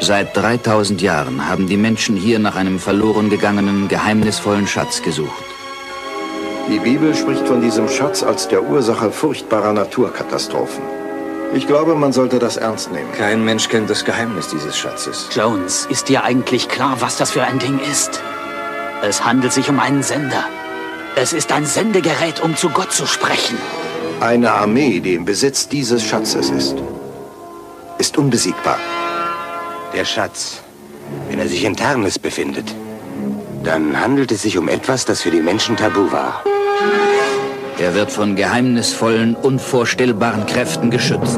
Seit 3000 Jahren haben die Menschen hier nach einem verloren gegangenen, geheimnisvollen Schatz gesucht. Die Bibel spricht von diesem Schatz als der Ursache furchtbarer Naturkatastrophen. Ich glaube, man sollte das ernst nehmen. Kein Mensch kennt das Geheimnis dieses Schatzes. Jones, ist dir eigentlich klar, was das für ein Ding ist? Es handelt sich um einen Sender. Es ist ein Sendegerät, um zu Gott zu sprechen. Eine Armee, die im Besitz dieses Schatzes ist unbesiegbar. Der Schatz, wenn er sich in Tarnis befindet, dann handelt es sich um etwas, das für die Menschen tabu war. Er wird von geheimnisvollen, unvorstellbaren Kräften geschützt.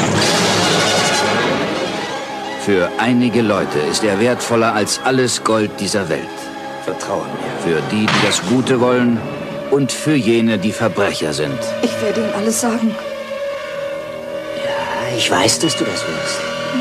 Für einige Leute ist er wertvoller als alles Gold dieser Welt. Vertraue mir. Für die, die das Gute wollen und für jene, die Verbrecher sind. Ich werde ihm alles sagen. Ja, ich weiß, dass du das willst.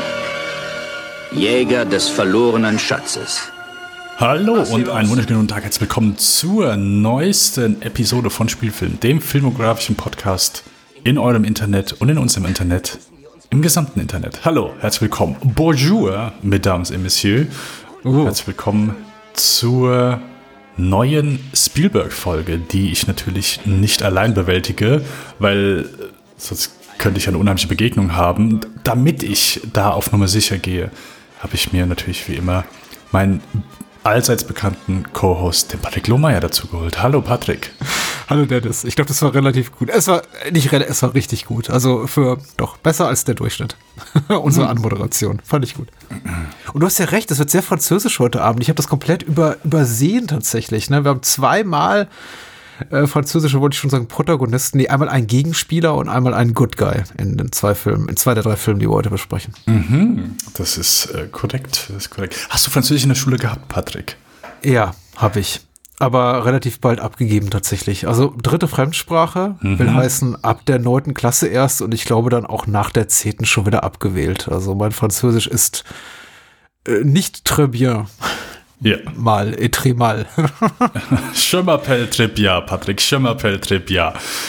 Jäger des verlorenen Schatzes. Hallo und einen wunderschönen guten Tag. Herzlich willkommen zur neuesten Episode von Spielfilm, dem filmografischen Podcast in eurem Internet und in unserem Internet, im gesamten Internet. Hallo, herzlich willkommen. Bonjour, mesdames et messieurs. Herzlich willkommen zur neuen Spielberg-Folge, die ich natürlich nicht allein bewältige, weil sonst könnte ich eine unheimliche Begegnung haben. Damit ich da auf Nummer sicher gehe, habe ich mir natürlich wie immer meinen allseits bekannten Co-Host, den Patrick Lohmeier, dazu geholt. Hallo Patrick. Hallo Dennis. Ich glaube, das war relativ gut. Es war richtig gut. Also doch besser als der Durchschnitt. Unsere Anmoderation. Fand ich gut. Und du hast ja recht, es wird sehr französisch heute Abend. Ich habe das komplett übersehen tatsächlich. Ne? Wir haben zweimal französische, wollte ich schon sagen, Protagonisten. Nee, einmal einen Gegenspieler und einmal einen Good Guy in den zwei der drei Filme, die wir heute besprechen. Mhm. Das ist korrekt. Hast du Französisch in der Schule gehabt, Patrick? Ja, habe ich. Aber relativ bald abgegeben tatsächlich. Also dritte Fremdsprache will heißen ab der 9. Klasse erst und ich glaube dann auch nach der 10. schon wieder abgewählt. Also mein Französisch ist nicht très bien. Ja. Mal, et très mal. Je m'appelle très bien, Patrick. Je m'appelle très bien.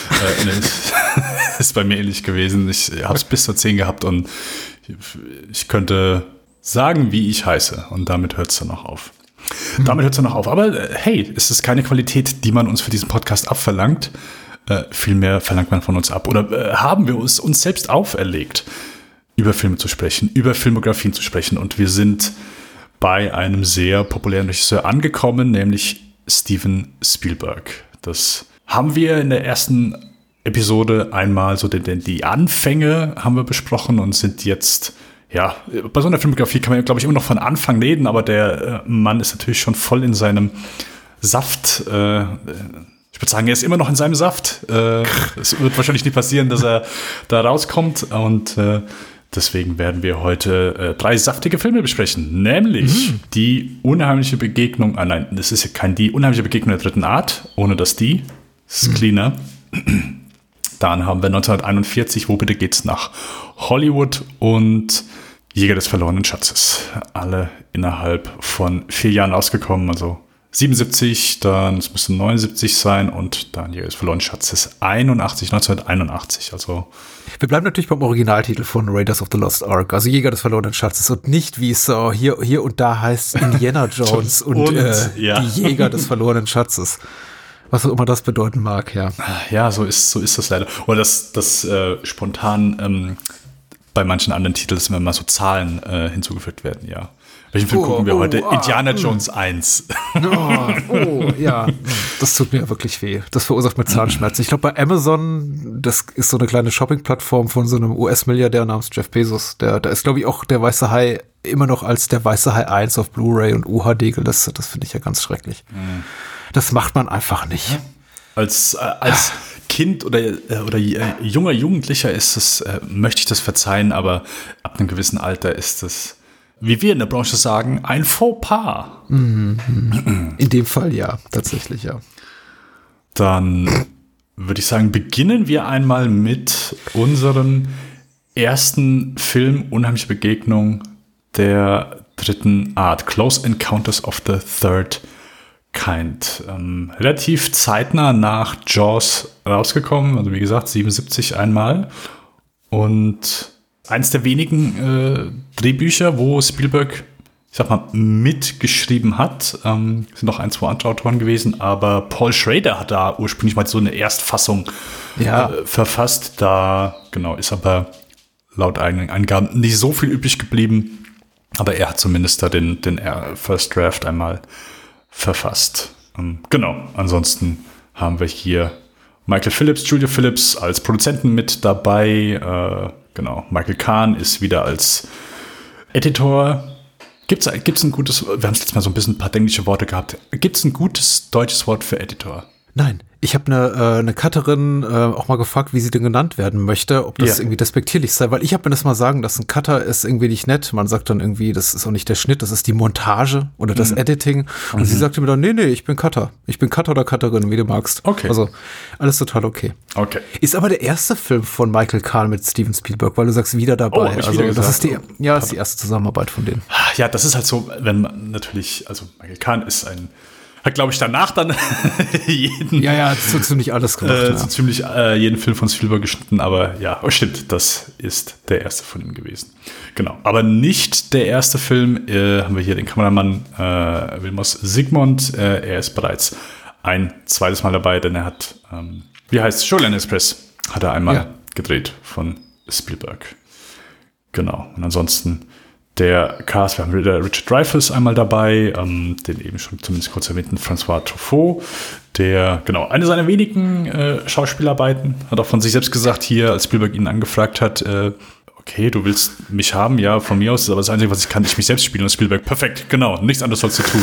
Ist bei mir ähnlich gewesen. Ich habe es bis zur 10 gehabt und ich könnte sagen, wie ich heiße. Und damit hört es dann auch auf. Aber hey, es ist keine Qualität, die man uns für diesen Podcast abverlangt. Vielmehr verlangt man von uns ab. Oder haben wir uns selbst auferlegt, über Filme zu sprechen, über Filmografien zu sprechen. Und wir sind bei einem sehr populären Regisseur angekommen, nämlich Steven Spielberg. Das haben wir in der ersten Episode einmal so die Anfänge haben wir besprochen und sind jetzt, ja, bei so einer Filmografie kann man, glaube ich, immer noch von Anfang reden, aber der Mann ist natürlich schon voll in seinem Saft. Ich würde sagen, er ist immer noch in seinem Saft. Es wird wahrscheinlich nicht passieren, dass er da rauskommt und deswegen werden wir heute 3 saftige Filme besprechen, nämlich Die unheimliche Begegnung, nein, das ist ja die unheimliche Begegnung der dritten Art, ohne das die, ist cleaner. Dann haben wir 1941, wo bitte geht's nach Hollywood und Jäger des verlorenen Schatzes. Alle innerhalb von 4 Jahren rausgekommen, also 77, dann es müsste 79 sein und dann Jäger des verlorenen Schatzes 1981, also wir bleiben natürlich beim Originaltitel von Raiders of the Lost Ark, also Jäger des verlorenen Schatzes und nicht, wie es hier und da heißt, Indiana Jones und die Jäger des verlorenen Schatzes. Was auch immer das bedeuten mag, ja. Ja, so ist das leider. Oder das spontan bei manchen anderen Titeln immer mal so Zahlen hinzugefügt werden, ja. Welchen Film gucken wir heute? Indiana Jones 1. Ja, das tut mir wirklich weh. Das verursacht mir Zahnschmerzen. Ich glaube, bei Amazon, das ist so eine kleine Shopping-Plattform von so einem US-Milliardär namens Jeff Bezos. Da ist, glaube ich, auch der Weiße Hai immer noch als der Weiße Hai 1 auf Blu-ray und UHD. Das finde ich ja ganz schrecklich. Das macht man einfach nicht. Als Kind oder junger Jugendlicher möchte ich das verzeihen, aber ab einem gewissen Alter ist das, wie wir in der Branche sagen, ein Fauxpas. In dem Fall ja, tatsächlich ja. Dann würde ich sagen, beginnen wir einmal mit unserem ersten Film, Unheimliche Begegnung der dritten Art, Close Encounters of the Third Kind. Relativ zeitnah nach Jaws rausgekommen, also wie gesagt 77 einmal. Und eins der wenigen Drehbücher, wo Spielberg, ich sag mal, mitgeschrieben hat. Sind noch 1, 2 andere Autoren gewesen, aber Paul Schrader hat da ursprünglich mal so eine Erstfassung verfasst. Da, genau, ist aber laut eigenen Angaben nicht so viel übrig geblieben. Aber er hat zumindest da den First Draft einmal verfasst. Genau, ansonsten haben wir hier Michael Phillips, Julia Phillips als Produzenten mit dabei. Genau, Michael Kahn ist wieder als Editor. Gibt's ein gutes, wir haben es letztes Mal so ein bisschen ein paar englische Worte gehabt. Gibt es ein gutes deutsches Wort für Editor? Nein, ich habe eine Cutterin auch mal gefragt, wie sie denn genannt werden möchte, ob das irgendwie despektierlich sei, weil ich habe mir das mal sagen, dass ein Cutter ist irgendwie nicht nett. Man sagt dann irgendwie, das ist auch nicht der Schnitt, das ist die Montage oder das Editing. Und sie sagte mir dann, nee, ich bin Cutter. Ich bin Cutter oder Cutterin, wie du magst. Okay. Also alles total okay. Okay. Ist aber der erste Film von Michael Kahn mit Steven Spielberg, weil du sagst, wieder dabei. Also das ist die erste Zusammenarbeit von denen. Ja, das ist halt so, wenn man natürlich, also Michael Kahn hat, glaube ich, danach dann jeden. So ziemlich alles gemacht. So ziemlich jeden Film von Spielberg geschnitten, aber ja, stimmt, das ist der erste von ihm gewesen. Genau, aber nicht der erste Film, haben wir hier den Kameramann Vilmos Zsigmond. Er ist bereits ein zweites Mal dabei, denn er hat, Showland Express hat er einmal gedreht von Spielberg. Genau, und ansonsten der Cast, wir haben Richard Dreyfuss einmal dabei, den eben schon zumindest kurz erwähnten François Truffaut, der, genau, eine seiner wenigen Schauspielarbeiten, hat auch von sich selbst gesagt hier, als Spielberg ihn angefragt hat, okay, du willst mich haben, ja, von mir aus, ist aber das Einzige, was ich kann, ich mich selbst spielen. Und Spielberg, perfekt, genau, nichts anderes sollst du tun.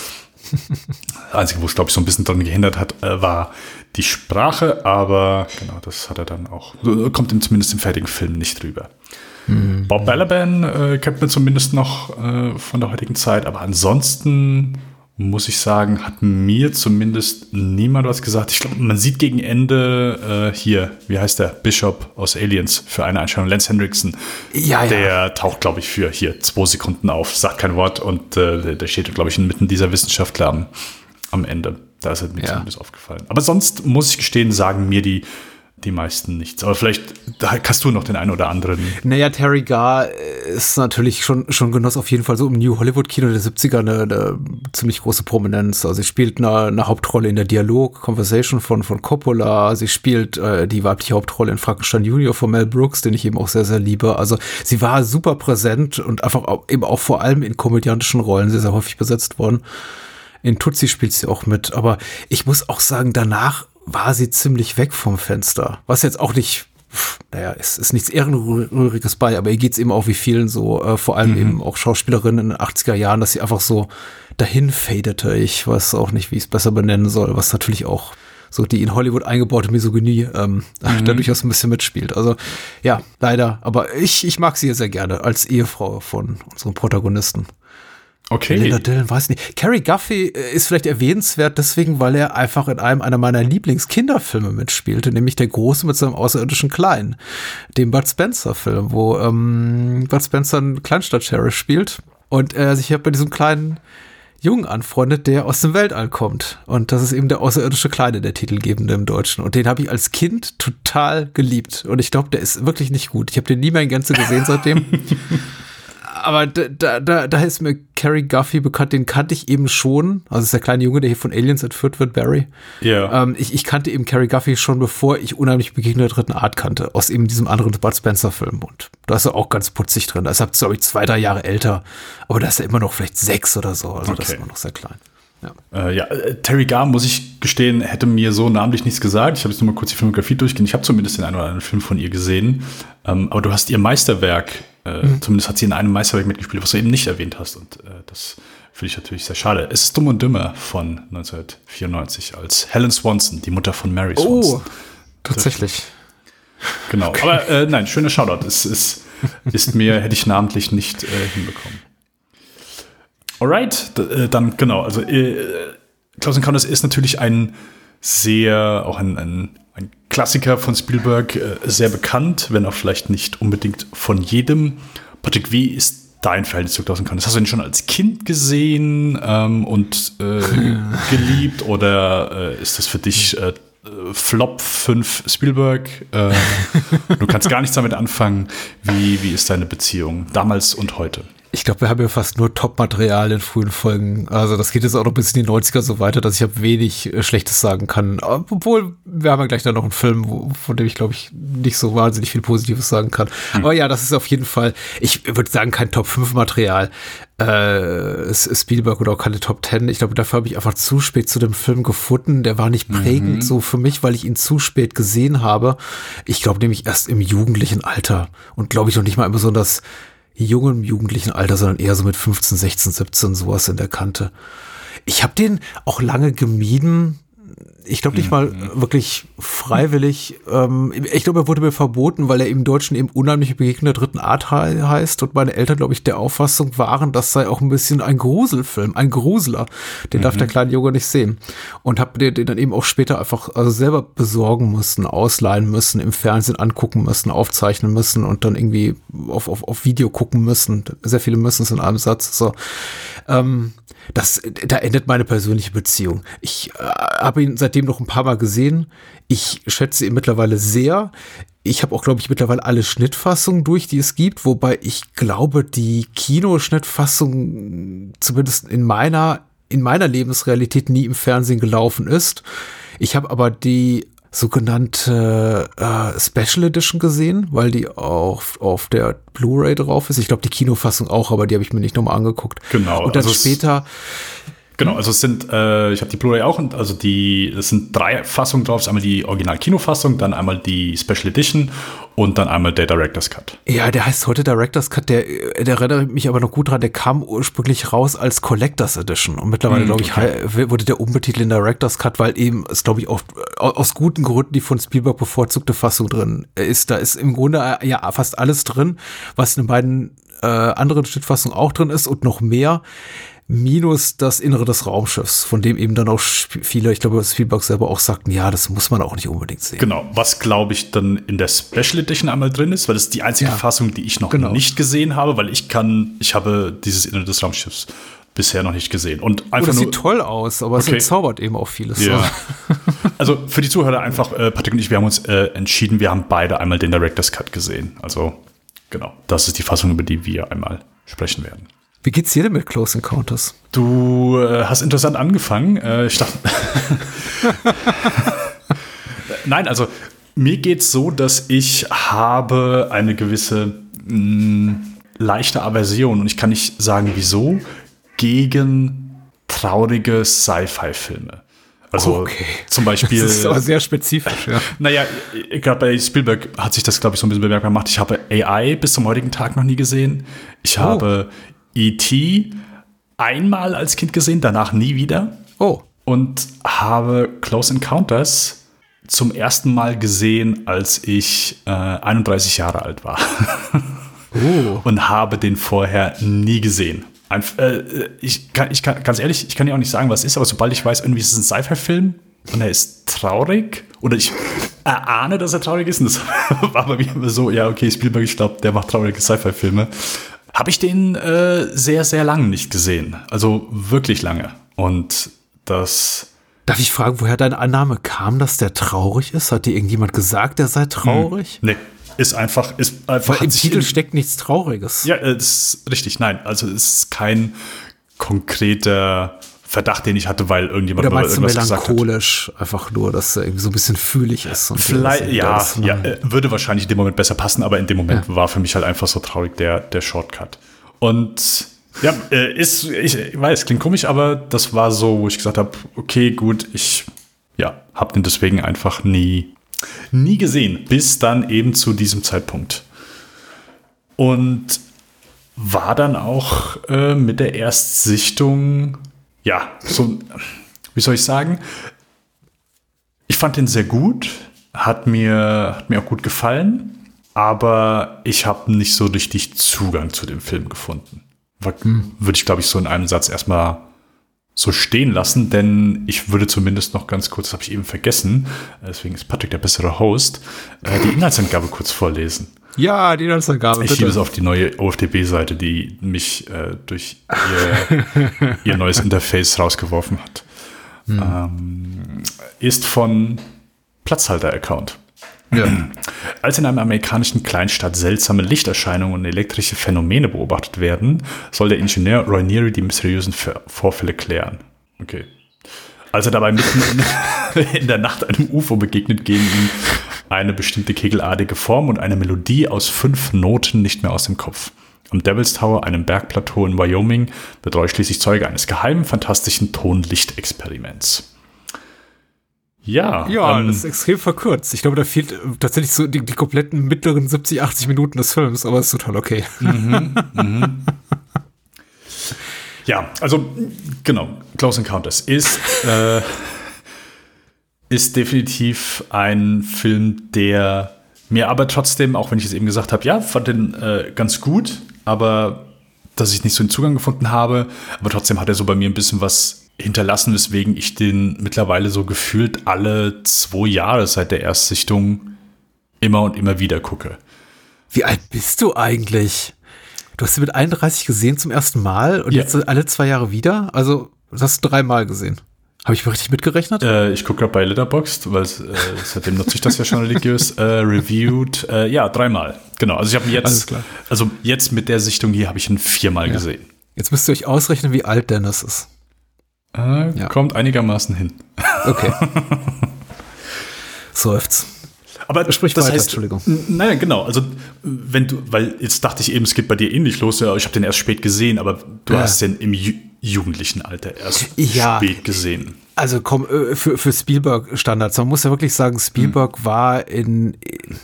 Das Einzige, wo es, glaube ich, so ein bisschen dran gehindert hat, war die Sprache, aber genau, das hat er dann auch, kommt ihm zumindest im fertigen Film nicht rüber. Bob Balaban kennt man zumindest noch von der heutigen Zeit, aber ansonsten muss ich sagen, hat mir zumindest niemand was gesagt. Ich glaube, man sieht gegen Ende hier, wie heißt der, Bishop aus Aliens für eine Einstellung, Lance Henriksen. Der taucht, glaube ich, für hier 2 Sekunden auf, sagt kein Wort und der steht, glaube ich, inmitten dieser Wissenschaftler am Ende. Da ist mir zumindest aufgefallen. Aber sonst muss ich gestehen, sagen mir die meisten nichts. Aber vielleicht hast du noch den einen oder anderen. Naja, Terry Garr ist natürlich schon Genoss auf jeden Fall so im New Hollywood-Kino der 70er eine ziemlich große Prominenz. Also sie spielt eine Hauptrolle in der Dialog-Conversation von Coppola. Sie spielt die weibliche Hauptrolle in Frankenstein Junior von Mel Brooks, den ich eben auch sehr, sehr liebe. Also sie war super präsent und einfach eben auch vor allem in komödiantischen Rollen sehr, sehr häufig besetzt worden. In Tootsie spielt sie auch mit. Aber ich muss auch sagen, danach war sie ziemlich weg vom Fenster. Was jetzt auch nicht, es ist nichts Ehrenrühriges bei, aber ihr geht's eben auch wie vielen so, vor allem eben auch Schauspielerinnen in den 80er Jahren, dass sie einfach so dahin fadete. Ich weiß auch nicht, wie ich es besser benennen soll, was natürlich auch so die in Hollywood eingebaute Misogynie da durchaus ein bisschen mitspielt. Also ja, leider. Aber ich mag sie ja sehr gerne als Ehefrau von unserem Protagonisten. Okay. Linda Dillon, weiß nicht. Cary Guffey ist vielleicht erwähnenswert deswegen, weil er einfach in einer meiner Lieblingskinderfilme mitspielte, nämlich Der Große mit seinem außerirdischen Kleinen, dem Bud Spencer-Film, wo Bud Spencer einen Kleinstadt-Sheriff spielt und er sich bei diesem kleinen Jungen anfreundet, der aus dem Weltall kommt. Und das ist eben der außerirdische Kleine, der Titelgebende im Deutschen. Und den habe ich als Kind total geliebt. Und ich glaube, der ist wirklich nicht gut. Ich habe den nie mehr in Gänze gesehen seitdem. Aber da ist mir Cary Guffey bekannt, den kannte ich eben schon. Also ist der kleine Junge, der hier von Aliens entführt wird, Barry. Ja. Ich kannte eben Cary Guffey schon, bevor ich Unheimlich Begegnung der dritten Art kannte. Aus eben diesem anderen Bud Spencer-Film. Und da ist er auch ganz putzig drin. Da ist er, glaube ich, 2, 3 Jahre älter. Aber da ist er immer noch vielleicht 6 oder so. Also das ist immer noch sehr klein. Ja. Terry Garr, muss ich gestehen, hätte mir so namentlich nichts gesagt. Ich habe jetzt nur mal kurz die Filmografie durchgehen. Ich habe zumindest den einen oder anderen Film von ihr gesehen. Aber du hast ihr Meisterwerk, zumindest hat sie in einem Meisterwerk mitgespielt, was du eben nicht erwähnt hast. Und das finde ich natürlich sehr schade. Es ist Dumm und Dümmer von 1994 als Helen Swanson, die Mutter von Mary Swanson. Oh, tatsächlich. Genau, okay. Aber nein, schöner Shoutout. Es ist mir, hätte ich namentlich nicht hinbekommen. Alright, dann genau, also Close Encounters ist natürlich ein Klassiker von Spielberg, sehr bekannt, wenn auch vielleicht nicht unbedingt von jedem. Patrick, wie ist dein Verhältnis zu Close Encounters? Hast du ihn schon als Kind gesehen und geliebt oder ist das für dich Flop 5 Spielberg. Du kannst gar nichts damit anfangen. Wie ist deine Beziehung damals und heute? Ich glaube, wir haben ja fast nur Top-Material in frühen Folgen. Also das geht jetzt auch noch bis in die 90er so weiter, dass ich wenig Schlechtes sagen kann. Obwohl, wir haben ja gleich dann noch einen Film, von dem ich, glaube ich, nicht so wahnsinnig viel Positives sagen kann. Aber ja, das ist auf jeden Fall, ich würde sagen, kein Top-5-Material. Spielberg oder auch keine Top 10. Ich glaube, dafür habe ich einfach zu spät zu dem Film gefunden. Der war nicht prägend so für mich, weil ich ihn zu spät gesehen habe. Ich glaube nämlich erst im jugendlichen Alter. Und glaube ich noch nicht mal in besonders jungen jugendlichen Alter, sondern eher so mit 15, 16, 17, sowas in der Kante. Ich habe den auch lange gemieden. Ich glaube nicht mal wirklich freiwillig. Ich glaube, er wurde mir verboten, weil er im Deutschen eben Unheimliche Begegnung der dritten Art heißt. Und meine Eltern, glaube ich, der Auffassung waren, das sei auch ein bisschen ein Gruselfilm, ein Grusler. Den darf der kleine Junge nicht sehen. Und habe den dann eben auch später einfach selber besorgen müssen, ausleihen müssen, im Fernsehen angucken müssen, aufzeichnen müssen und dann irgendwie auf Video gucken müssen. Sehr viele müssen es in einem Satz. So. Da endet meine persönliche Beziehung. Ich habe ihn seitdem noch ein paar Mal gesehen. Ich schätze ihn mittlerweile sehr. Ich habe auch, glaube ich, mittlerweile alle Schnittfassungen durch, die es gibt, wobei ich glaube, die Kinoschnittfassung zumindest in meiner Lebensrealität nie im Fernsehen gelaufen ist. Ich habe aber die sogenannte Special Edition gesehen, weil die auf der Blu-ray drauf ist. Ich glaube, die Kinofassung auch, aber die habe ich mir nicht nochmal angeguckt. Genau. Und dann später... Genau, also es sind, ich habe die Blu-ray auch, und also es sind 3 Fassungen drauf. Einmal die Original-Kinofassung, dann einmal die Special Edition und dann einmal der Director's Cut. Ja, der heißt heute Director's Cut, der erinnert mich aber noch gut dran, der kam ursprünglich raus als Collector's Edition und mittlerweile, glaube ich, wurde der umbetitelt in Director's Cut, weil eben es, glaube ich, auch aus guten Gründen die von Spielberg bevorzugte Fassung drin ist. Da ist im Grunde ja fast alles drin, was in den beiden anderen Schnittfassungen auch drin ist und noch mehr. Minus das Innere des Raumschiffs, von dem eben dann auch viele, ich glaube, Spielberg selber auch sagten, ja, das muss man auch nicht unbedingt sehen. Genau, was, glaube ich, dann in der Special Edition einmal drin ist, weil das ist die einzige Fassung, die ich noch nicht gesehen habe, weil ich habe dieses Innere des Raumschiffs bisher noch nicht gesehen. Und einfach das sieht toll aus, aber es entzaubert eben auch vieles. Ja. Also für die Zuhörer einfach, Patrick und ich, wir haben uns entschieden, wir haben beide einmal den Director's Cut gesehen. Also genau, das ist die Fassung, über die wir einmal sprechen werden. Wie geht's dir denn mit Close Encounters? Du hast interessant angefangen. Ich dachte, nein, also mir geht's so, dass ich habe eine gewisse leichte Aversion, und ich kann nicht sagen, wieso, gegen traurige Sci-Fi-Filme. Also zum Beispiel. Das ist aber sehr spezifisch, ja. Naja, gerade bei Spielberg hat sich das, glaube ich, so ein bisschen bemerkbar gemacht. Ich habe AI bis zum heutigen Tag noch nie gesehen. Ich habe E.T. einmal als Kind gesehen, danach nie wieder. Und habe Close Encounters zum ersten Mal gesehen, als ich 31 Jahre alt war. Und habe den vorher nie gesehen. Ganz ehrlich, ich kann dir auch nicht sagen, was es ist, aber sobald ich weiß, irgendwie ist es ein Sci-Fi-Film und er ist traurig, oder ich erahne, dass er traurig ist, und das war bei mir immer so, ja, okay, Spielberg, ich glaube, der macht traurige Sci-Fi-Filme. Habe ich den sehr, sehr lange nicht gesehen. Also wirklich lange. Und das... Darf ich fragen, woher deine Annahme kam, dass der traurig ist? Hat dir irgendjemand gesagt, der sei traurig? Nee, ist einfach... Weil im Titel steckt nichts Trauriges. Ja, das ist richtig, nein. Also es ist kein konkreter Verdacht, den ich hatte, weil irgendjemand oder meinst irgendwas du gesagt hat. Melancholisch, einfach nur, dass er irgendwie so ein bisschen fühlig ist. Und vielleicht, würde wahrscheinlich in dem Moment besser passen, aber in dem Moment war für mich halt einfach so traurig der Shortcut. Und ja, ich weiß, klingt komisch, aber das war so, wo ich gesagt habe, okay, gut, ich habe den deswegen einfach nie gesehen, bis dann eben zu diesem Zeitpunkt. Und war dann auch mit der Erstsichtung, so, wie soll ich sagen, ich fand den sehr gut, hat mir auch gut gefallen, aber ich habe nicht so richtig Zugang zu dem Film gefunden. Würde ich, glaube ich, so in einem Satz erstmal so stehen lassen, denn ich würde zumindest noch ganz kurz, das habe ich eben vergessen, deswegen ist Patrick der bessere Host, die Inhaltsangabe kurz vorlesen. Ja, die Inhaltsangabe. Ich schiebe es auf die neue OFDB-Seite, die mich durch ihr neues Interface rausgeworfen hat. Ist von Platzhalter-Account. Ja. Als in einer amerikanischen Kleinstadt seltsame Lichterscheinungen und elektrische Phänomene beobachtet werden, soll der Ingenieur Roy Neary die mysteriösen Vorfälle klären. Okay. Als er dabei mitten in der Nacht einem UFO begegnet, gehen ihm eine bestimmte kegelartige Form und eine Melodie aus 5 Noten nicht mehr aus dem Kopf. Am Devil's Tower, einem Bergplateau in Wyoming, wird Roy schließlich Zeuge eines geheimen, fantastischen Ton-Licht-Experiments. Ja, das ist extrem verkürzt. Ich glaube, da fehlt tatsächlich so die kompletten mittleren 70, 80 Minuten des Films, aber ist total okay. Ja, also genau, Close Encounters ist definitiv ein Film, der mir aber trotzdem, auch wenn ich es eben gesagt habe, ja, fand den ganz gut, aber dass ich nicht so einen Zugang gefunden habe, aber trotzdem hat er so bei mir ein bisschen was hinterlassen, weswegen ich den mittlerweile so gefühlt alle 2 Jahre seit der Erstsichtung immer und immer wieder gucke. Wie alt bist du eigentlich? Du hast ihn mit 31 gesehen zum ersten Mal und jetzt alle 2 Jahre wieder? Also, das hast du 3 Mal gesehen. Habe ich richtig mitgerechnet? Ich gucke gerade bei Letterboxd, weil seitdem nutze ich das ja schon religiös. Reviewed, 3 Mal. Genau, also ich habe jetzt, jetzt mit der Sichtung hier habe ich ihn 4 Mal gesehen. Jetzt müsst ihr euch ausrechnen, wie alt Dennis ist. Kommt einigermaßen hin. Okay. Seufz. Aber sprich das weiter, heißt, Entschuldigung. Naja, genau. Also weil jetzt dachte ich eben, es geht bei dir ähnlich los. Ja, ich habe den erst spät gesehen, aber du hast den im jugendlichen Alter erst spät gesehen. Also komm, für Spielberg-Standards, man muss ja wirklich sagen, Spielberg war in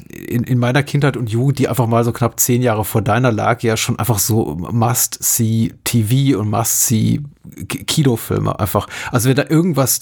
meiner Kindheit und Jugend, die einfach mal so knapp 10 Jahre vor deiner lag, ja schon einfach so Must-See-TV und Must-See-Kinofilme einfach. Also wenn da irgendwas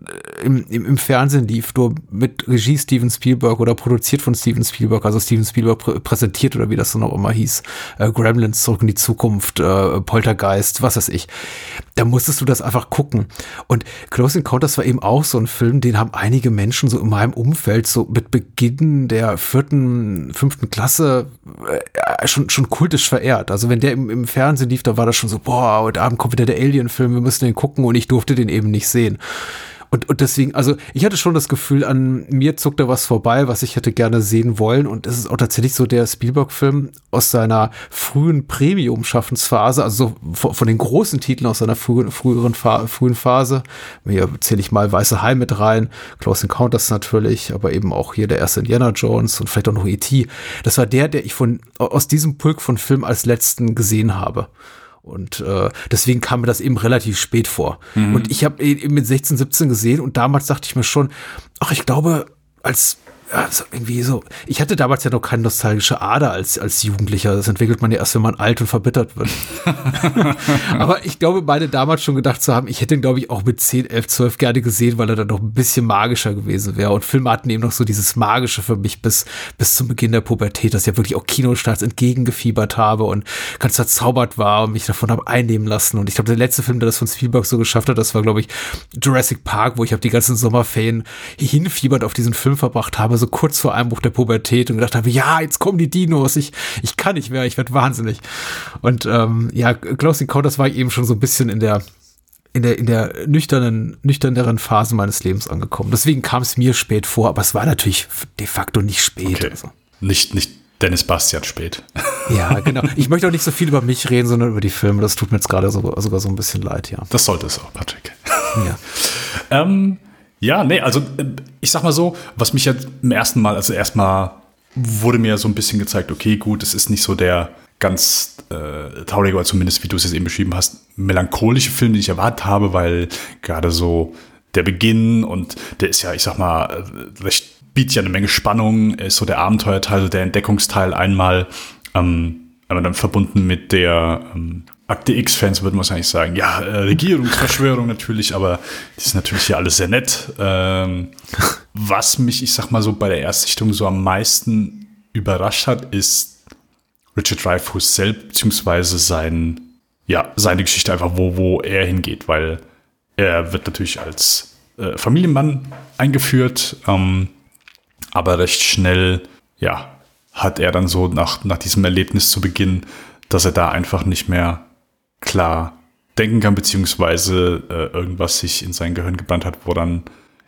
im Fernsehen lief, nur mit Regie Steven Spielberg oder produziert von Steven Spielberg, also Steven Spielberg präsentiert oder wie das dann auch immer hieß, Gremlins, Zurück in die Zukunft, Poltergeist, was weiß ich, da musstest du das einfach gucken. Und Close Encounters war eben auch so ein Film, den haben einige Menschen so in meinem Umfeld so mit Beginn der 4., 5. Klasse schon kultisch verehrt. Also wenn der im Fernsehen lief, da war das schon so, boah, heute Abend kommt wieder der Alien-Film, wir müssen den gucken, und ich durfte den eben nicht sehen. Und deswegen, also ich hatte schon das Gefühl, an mir zog da was vorbei, was ich hätte gerne sehen wollen. Und es ist auch tatsächlich so der Spielberg-Film aus seiner frühen Premium-Schaffensphase, also so von den großen Titeln aus seiner frühen Phase. Hier zähle ich mal Weiße Hai mit rein, Close Encounters natürlich, aber eben auch hier der erste Indiana Jones und vielleicht auch noch E.T. Das war der ich aus diesem Pulk von Film als letzten gesehen habe. Und deswegen kam mir das eben relativ spät vor. Und ich habe eben mit 16, 17 gesehen und damals dachte ich mir schon, ach, ich glaube, irgendwie so, ich hatte damals ja noch keine nostalgische Ader als Jugendlicher. Das entwickelt man ja erst, wenn man alt und verbittert wird. Aber ich glaube, beide damals schon gedacht zu haben, ich hätte ihn, glaube ich, auch mit 10, 11, 12 gerne gesehen, weil er dann noch ein bisschen magischer gewesen wäre. Und Filme hatten eben noch so dieses Magische für mich bis zum Beginn der Pubertät, dass ich ja wirklich auch Kinostarts entgegengefiebert habe und ganz verzaubert war und mich davon habe einnehmen lassen. Und ich glaube, der letzte Film, der das von Spielberg so geschafft hat, das war, glaube ich, Jurassic Park, wo ich die ganzen Sommerferien hinfiebert auf diesen Film verbracht habe, so kurz vor Einbruch der Pubertät, und gedacht habe, ja, jetzt kommen die Dinos, ich kann nicht mehr, ich werde wahnsinnig. Und Close Encounters war ich eben schon so ein bisschen in der nüchterneren Phase meines Lebens angekommen. Deswegen kam es mir spät vor, aber es war natürlich de facto nicht spät. Okay. Also. Nicht Dennis Bastian spät. Ja, genau. Ich möchte auch nicht so viel über mich reden, sondern über die Filme. Das tut mir jetzt gerade sogar so ein bisschen leid, ja. Das sollte es auch, Patrick. Ja. Also ich sag mal so, was mich ja im ersten Mal, also erstmal wurde mir so ein bisschen gezeigt, okay, gut, es ist nicht so der ganz traurige, oder zumindest, wie du es jetzt eben beschrieben hast, melancholische Film, den ich erwartet habe, weil gerade so der Beginn, und der ist ja, ich sag mal, bietet ja eine Menge Spannung, ist so der Abenteuerteil, so der Entdeckungsteil einmal dann verbunden mit der Akte X-Fans würde man wahrscheinlich sagen, ja, Regierungsverschwörung natürlich, aber die ist natürlich hier alles sehr nett. Was mich, ich sag mal so, bei der Erstsichtung so am meisten überrascht hat, ist Richard Dreyfuss selbst, beziehungsweise seine Geschichte einfach, wo er hingeht, weil er wird natürlich als Familienmann eingeführt, aber recht schnell, hat er dann so nach diesem Erlebnis zu Beginn, dass er da einfach nicht mehr klar denken kann, beziehungsweise irgendwas sich in sein Gehirn gebrannt hat, wo dann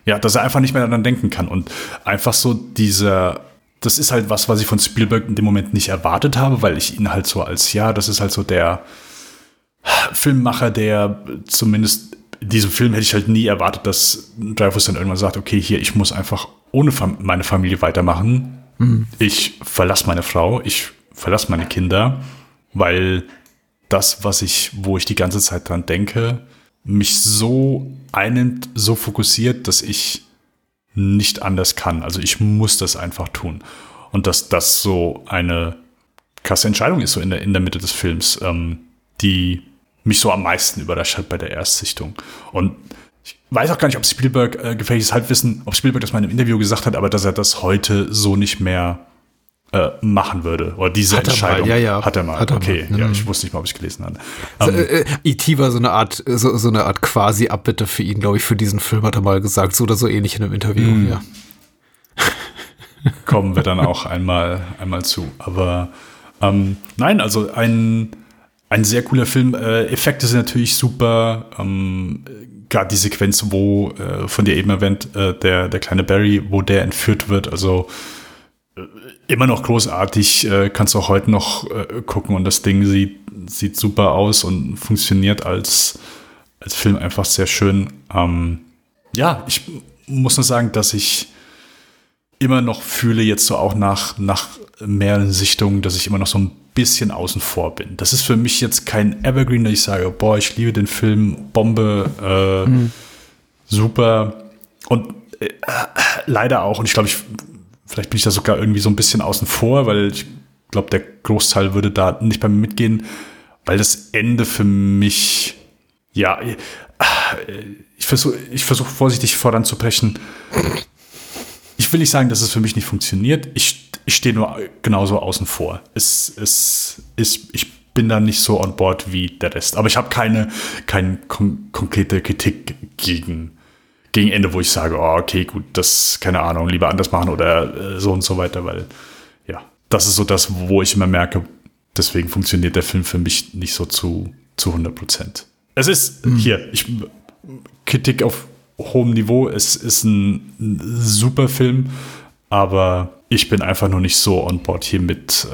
dass er einfach nicht mehr daran denken kann. Und einfach so das ist halt was ich von Spielberg in dem Moment nicht erwartet habe, weil ich ihn halt so das ist halt so der Filmemacher, der zumindest in diesem Film hätte ich halt nie erwartet, dass Dreyfuss dann irgendwann sagt, okay, hier, ich muss einfach ohne meine Familie weitermachen. Ich verlasse meine Frau, ich verlasse meine Kinder, weil das, wo ich die ganze Zeit dran denke, mich so einnimmt, so fokussiert, dass ich nicht anders kann. Also ich muss das einfach tun. Und dass das so eine krasse Entscheidung ist, so in der Mitte des Films, die mich so am meisten überrascht hat bei der Erstsichtung. Und ich weiß auch gar nicht, ob Spielberg, gefährliches Halbwissen, ob Spielberg das mal in einem Interview gesagt hat, aber dass er das heute so nicht mehr machen würde. Oder diese Entscheidung hat er mal. Okay, ich wusste nicht mal, ob ich es gelesen habe. E.T. war so eine Art quasi-Abbitte für ihn, glaube ich, für diesen Film, hat er mal gesagt, so oder so ähnlich in einem Interview. Ja. Kommen wir dann auch einmal zu. Aber nein, also ein sehr cooler Film. Effekte sind natürlich super. Gerade die Sequenz, wo von dir eben erwähnt, der kleine Barry, wo der entführt wird, also immer noch großartig, kannst du auch heute noch gucken und das Ding sieht super aus und funktioniert als Film einfach sehr schön. Ich muss nur sagen, dass ich immer noch fühle, jetzt so auch nach mehreren Sichtungen, dass ich immer noch so ein bisschen außen vor bin. Das ist für mich jetzt kein Evergreen, dass ich sage, boah, ich liebe den Film, Bombe, super. Und leider auch, und ich glaube, vielleicht bin ich da sogar irgendwie so ein bisschen außen vor, weil ich glaube, der Großteil würde da nicht bei mir mitgehen, weil das Ende für mich, ich versuche vorsichtig voranzubrechen. Ich will nicht sagen, dass es für mich nicht funktioniert. Ich stehe nur genauso außen vor. Ich bin da nicht so on board wie der Rest. Aber ich habe keine konkrete Kritik gegen Ende, wo ich sage, oh, okay, gut, das, keine Ahnung, lieber anders machen oder so und so weiter, weil, das ist so das, wo ich immer merke, deswegen funktioniert der Film für mich nicht so zu 100%. Es ist Kritik auf hohem Niveau, es ist ein super Film, aber ich bin einfach nur nicht so on board hier mit,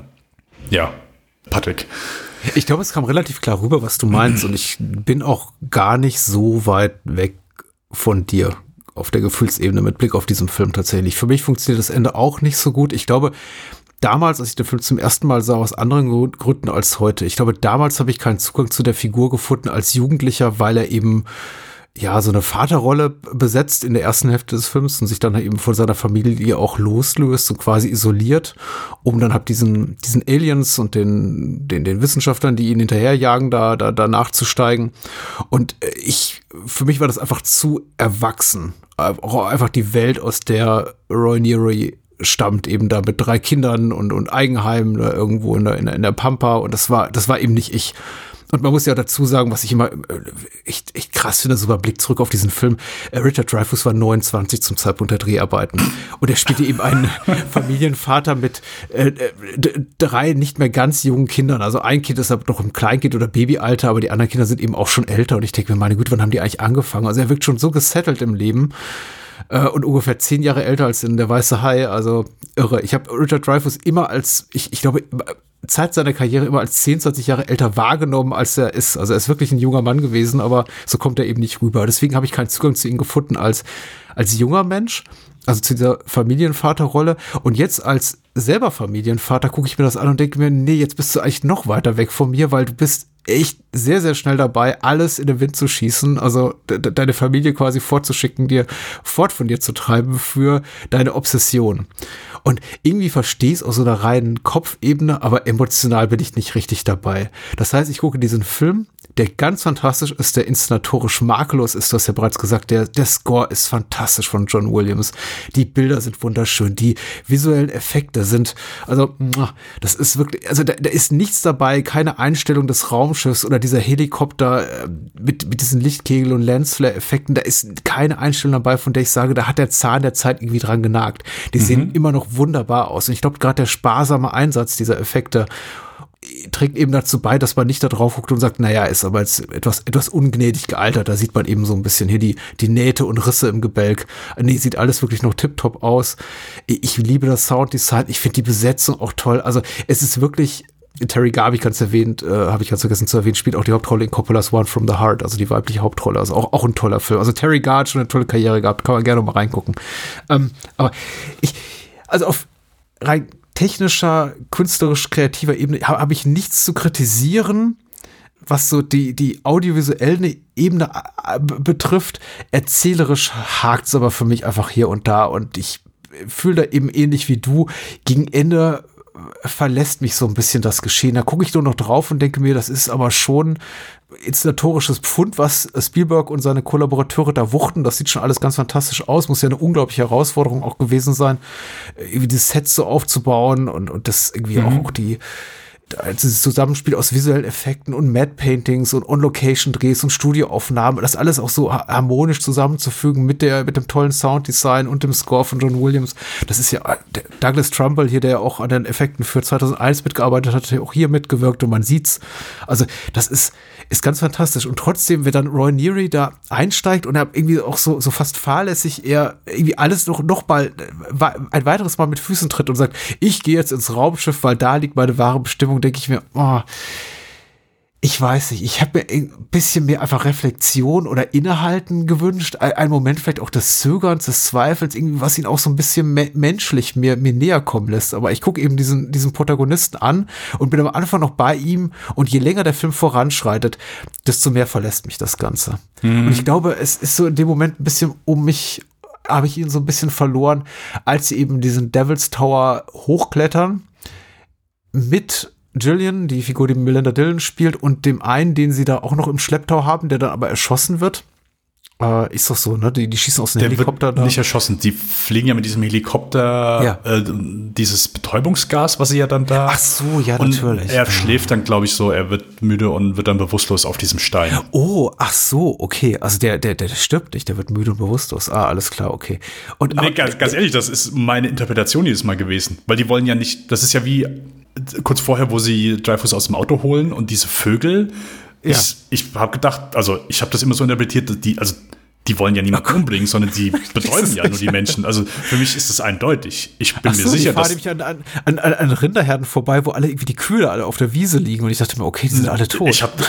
Patrick. Ich glaube, es kam relativ klar rüber, was du meinst, und ich bin auch gar nicht so weit weg von dir auf der Gefühlsebene mit Blick auf diesen Film tatsächlich. Für mich funktioniert das Ende auch nicht so gut. Ich glaube, damals, als ich den Film zum ersten Mal sah, aus anderen Gründen als heute. Ich glaube, damals habe ich keinen Zugang zu der Figur gefunden als Jugendlicher, weil er eben so eine Vaterrolle besetzt in der ersten Hälfte des Films und sich dann eben von seiner Familie auch loslöst und quasi isoliert, um dann halt diesen Aliens und den Wissenschaftlern, die ihn hinterherjagen, da nachzusteigen. Und für mich war das einfach zu erwachsen. Auch einfach die Welt, aus der Roy Neary stammt, eben da mit 3 Kindern und Eigenheim irgendwo in der Pampa, und das war eben nicht ich. Und man muss ja dazu sagen, was ich immer echt krass finde, so beim Blick zurück auf diesen Film. Richard Dreyfuss war 29 zum Zeitpunkt der Dreharbeiten. Und er spielte eben einen Familienvater mit 3 nicht mehr ganz jungen Kindern. Also ein Kind ist noch im Kleinkind- oder Babyalter, aber die anderen Kinder sind eben auch schon älter. Und ich denke mir, meine Güte, wann haben die eigentlich angefangen? Also er wirkt schon so gesettelt im Leben. Und ungefähr 10 Jahre älter als in Der Weiße Hai. Also irre. Ich habe Richard Dreyfuss immer als, ich glaube, Zeit seiner Karriere immer als 10, 20 Jahre älter wahrgenommen, als er ist. Also er ist wirklich ein junger Mann gewesen, aber so kommt er eben nicht rüber. Deswegen habe ich keinen Zugang zu ihm gefunden als junger Mensch, also zu dieser Familienvaterrolle. Und jetzt als selber Familienvater gucke ich mir das an und denke mir, nee, jetzt bist du eigentlich noch weiter weg von mir, weil du bist echt sehr, sehr schnell dabei, alles in den Wind zu schießen, also deine Familie quasi vorzuschicken, dir fort von dir zu treiben für deine Obsession. Und irgendwie verstehe ich es aus so einer reinen Kopfebene, aber emotional bin ich nicht richtig dabei. Das heißt, ich gucke diesen Film, der ganz fantastisch ist, der inszenatorisch makellos ist, du hast ja bereits gesagt, der Score ist fantastisch von John Williams. Die Bilder sind wunderschön, die visuellen Effekte sind, also das ist wirklich, also da ist nichts dabei, keine Einstellung des Raumschiffs oder dieser Helikopter mit diesen Lichtkegel- und Lensflare-Effekten, da ist keine Einstellung dabei, von der ich sage, da hat der Zahn der Zeit irgendwie dran genagt. Die sehen immer noch wunderbar aus. Und ich glaube, gerade der sparsame Einsatz dieser Effekte trägt eben dazu bei, dass man nicht da drauf guckt und sagt, naja, ist aber jetzt etwas ungnädig gealtert. Da sieht man eben so ein bisschen hier die Nähte und Risse im Gebälk. Nee, sieht alles wirklich noch tipptopp aus. Ich liebe das Sounddesign. Ich finde die Besetzung auch toll. Also es ist wirklich, Terry Garvey, habe ich ganz vergessen zu erwähnen, spielt auch die Hauptrolle in Coppolas One from the Heart, also die weibliche Hauptrolle. Also auch ein toller Film. Also Terry Garvey hat schon eine tolle Karriere gehabt. Kann man gerne mal reingucken. Aber auf rein technischer, künstlerisch kreativer Ebene habe ich nichts zu kritisieren, was so die audiovisuelle Ebene betrifft. Erzählerisch hakt es aber für mich einfach hier und da und ich fühle da eben ähnlich wie du. Gegen Ende verlässt mich so ein bisschen das Geschehen. Da gucke ich nur noch drauf und denke mir, das ist aber schon inszenatorisches Pfund, was Spielberg und seine Kollaborateure da wuchten. Das sieht schon alles ganz fantastisch aus. Muss ja eine unglaubliche Herausforderung auch gewesen sein, irgendwie die Sets so aufzubauen und das irgendwie auch dieses Zusammenspiel aus visuellen Effekten und Matte-Paintings und On-Location-Drehs und Studioaufnahmen, das alles auch so harmonisch zusammenzufügen mit dem tollen Sounddesign und dem Score von John Williams. Das ist ja der Douglas Trumbull hier, der ja auch an den Effekten für 2001 mitgearbeitet hat, der auch hier mitgewirkt und man sieht's. Also das ist ganz fantastisch. Und trotzdem, wenn dann Roy Neary da einsteigt und er irgendwie auch so fast fahrlässig er irgendwie alles noch mal ein weiteres Mal mit Füßen tritt und sagt, ich gehe jetzt ins Raumschiff, weil da liegt meine wahre Bestimmung, denke ich mir, ich weiß nicht, ich habe mir ein bisschen mehr einfach Reflexion oder Innehalten gewünscht, einen Moment vielleicht auch des Zögerns, des Zweifels, irgendwie, was ihn auch so ein bisschen menschlich mir näher kommen lässt, aber ich gucke eben diesen Protagonisten an und bin am Anfang noch bei ihm und je länger der Film voranschreitet, desto mehr verlässt mich das Ganze. Und ich glaube, es ist so in dem Moment ein bisschen habe ich ihn so ein bisschen verloren, als sie eben diesen Devil's Tower hochklettern mit Gillian, die Figur, die Melinda Dillon spielt, und dem einen, den sie da auch noch im Schlepptau haben, der dann aber erschossen wird. Ist doch so, ne? Die schießen aus dem Helikopter. Der wird nicht erschossen. Die fliegen ja mit diesem Helikopter, dieses Betäubungsgas, was sie ja dann da. Ach so, ja, und natürlich. Er schläft dann, glaube ich, so, er wird müde und wird dann bewusstlos auf diesem Stein. Oh, ach so, okay. Also der stirbt nicht, der wird müde und bewusstlos. Alles klar, okay. Und nee, ganz ehrlich, das ist meine Interpretation jedes Mal gewesen. Weil die wollen ja nicht, das ist ja wie kurz vorher, wo sie Dreyfus aus dem Auto holen und diese Vögel. Ja. Ich habe gedacht, also ich habe das immer so interpretiert, dass die wollen ja niemanden umbringen, sondern die betäuben ja nur die Menschen. Also für mich ist das eindeutig. Ich bin mir sicher, dass ich fahre nämlich an Rinderherden vorbei, wo alle irgendwie die Kühe alle auf der Wiese liegen und ich dachte mir, okay, die sind alle tot. Ich habe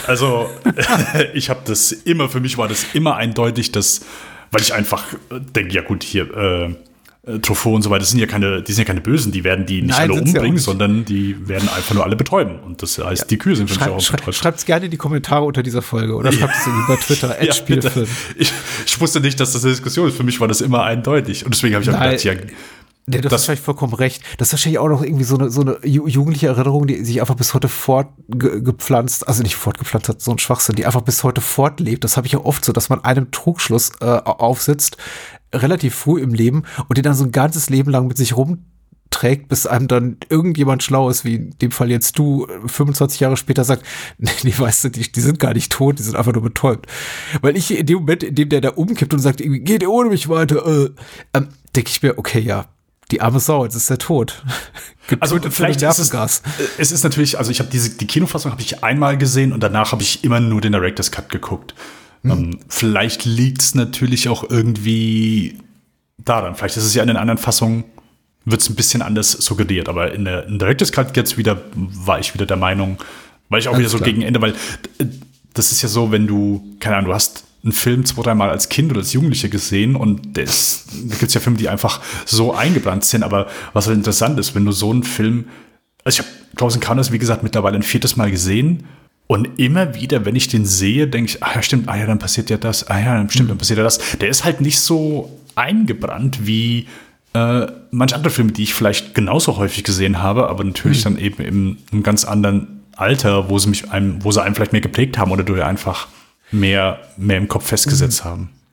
das immer, für mich war das immer eindeutig, weil ich einfach denke, ja gut, hier Truffaut und so weiter, die sind ja keine Bösen, die werden die nicht alle umbringen, sondern die werden einfach nur alle betäuben. Und das heißt, die Kühe sind für mich auch betäubt. Schreibt es gerne in die Kommentare unter dieser Folge oder schreibt es irgendwie bei Twitter, @Spielfilm. Ich wusste nicht, dass das eine Diskussion ist. Für mich war das immer eindeutig. Und deswegen habe ich auch gedacht, ja. Nee, das ist wahrscheinlich vollkommen recht. Das ist wahrscheinlich auch noch irgendwie so eine jugendliche Erinnerung, die sich einfach bis heute fortgepflanzt, also nicht fortgepflanzt hat, so ein Schwachsinn, die einfach bis heute fortlebt. Das habe ich ja oft so, dass man einem Trugschluss aufsitzt, relativ früh im Leben und den dann so ein ganzes Leben lang mit sich rumträgt, bis einem dann irgendjemand schlau ist, wie in dem Fall jetzt du, 25 Jahre später sagt, nee, weißt du, die sind gar nicht tot, die sind einfach nur betäubt. Weil ich in dem Moment, in dem der da umkippt und sagt, geht ihr ohne mich weiter, denke ich mir, okay, ja, die arme Sau, jetzt ist er tot. Also vielleicht ist es ist natürlich, also ich habe die Kinofassung habe ich einmal gesehen und danach habe ich immer nur den Director's Cut geguckt. Vielleicht liegt es natürlich auch irgendwie daran. Vielleicht ist es ja in den anderen Fassungen, wird es ein bisschen anders suggeriert. Aber in Director's Cut war ich wieder der Meinung, weil ich auch wieder so gegen Ende, weil das ist ja so, wenn du, keine Ahnung, du hast einen Film 2-3 Mal als Kind oder als Jugendliche gesehen und da gibt es ja Filme, die einfach so eingebrannt sind. Aber was halt interessant ist, wenn du so einen Film, also ich habe Close Encounters, wie gesagt, mittlerweile ein 4. Mal gesehen. Und immer wieder, wenn ich den sehe, denke ich, ja stimmt, dann passiert ja das, dann passiert ja das. Der ist halt nicht so eingebrannt wie manche andere Filme, die ich vielleicht genauso häufig gesehen habe, aber natürlich dann eben in einem ganz anderen Alter, wo sie einem vielleicht mehr geprägt haben oder du ja einfach mehr im Kopf festgesetzt haben.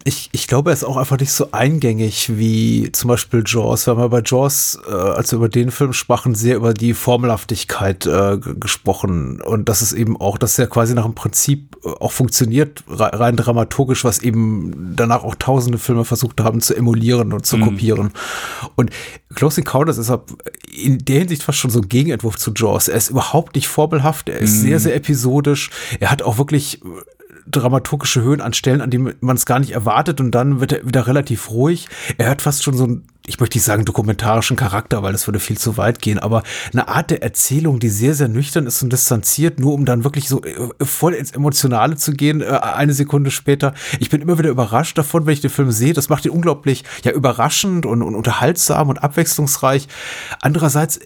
Ich glaube, er ist auch einfach nicht so eingängig wie zum Beispiel Jaws. Wir haben ja bei Jaws, als wir über den Film sprachen, sehr über die Formelhaftigkeit gesprochen. Und das ist eben auch, dass er quasi nach dem Prinzip auch funktioniert, rein dramaturgisch, was eben danach auch tausende Filme versucht haben zu emulieren und zu kopieren. Und Close Encounters ist in der Hinsicht fast schon so ein Gegenentwurf zu Jaws. Er ist überhaupt nicht formelhaft, er ist sehr, sehr episodisch. Er hat auch wirklich dramaturgische Höhen an Stellen, an denen man es gar nicht erwartet, und dann wird er wieder relativ ruhig. Er hat fast schon so einen, ich möchte nicht sagen dokumentarischen Charakter, weil das würde viel zu weit gehen, aber eine Art der Erzählung, die sehr, sehr nüchtern ist und distanziert, nur um dann wirklich so voll ins Emotionale zu gehen, eine Sekunde später. Ich bin immer wieder überrascht davon, wenn ich den Film sehe. Das macht ihn unglaublich überraschend und unterhaltsam und abwechslungsreich. Andererseits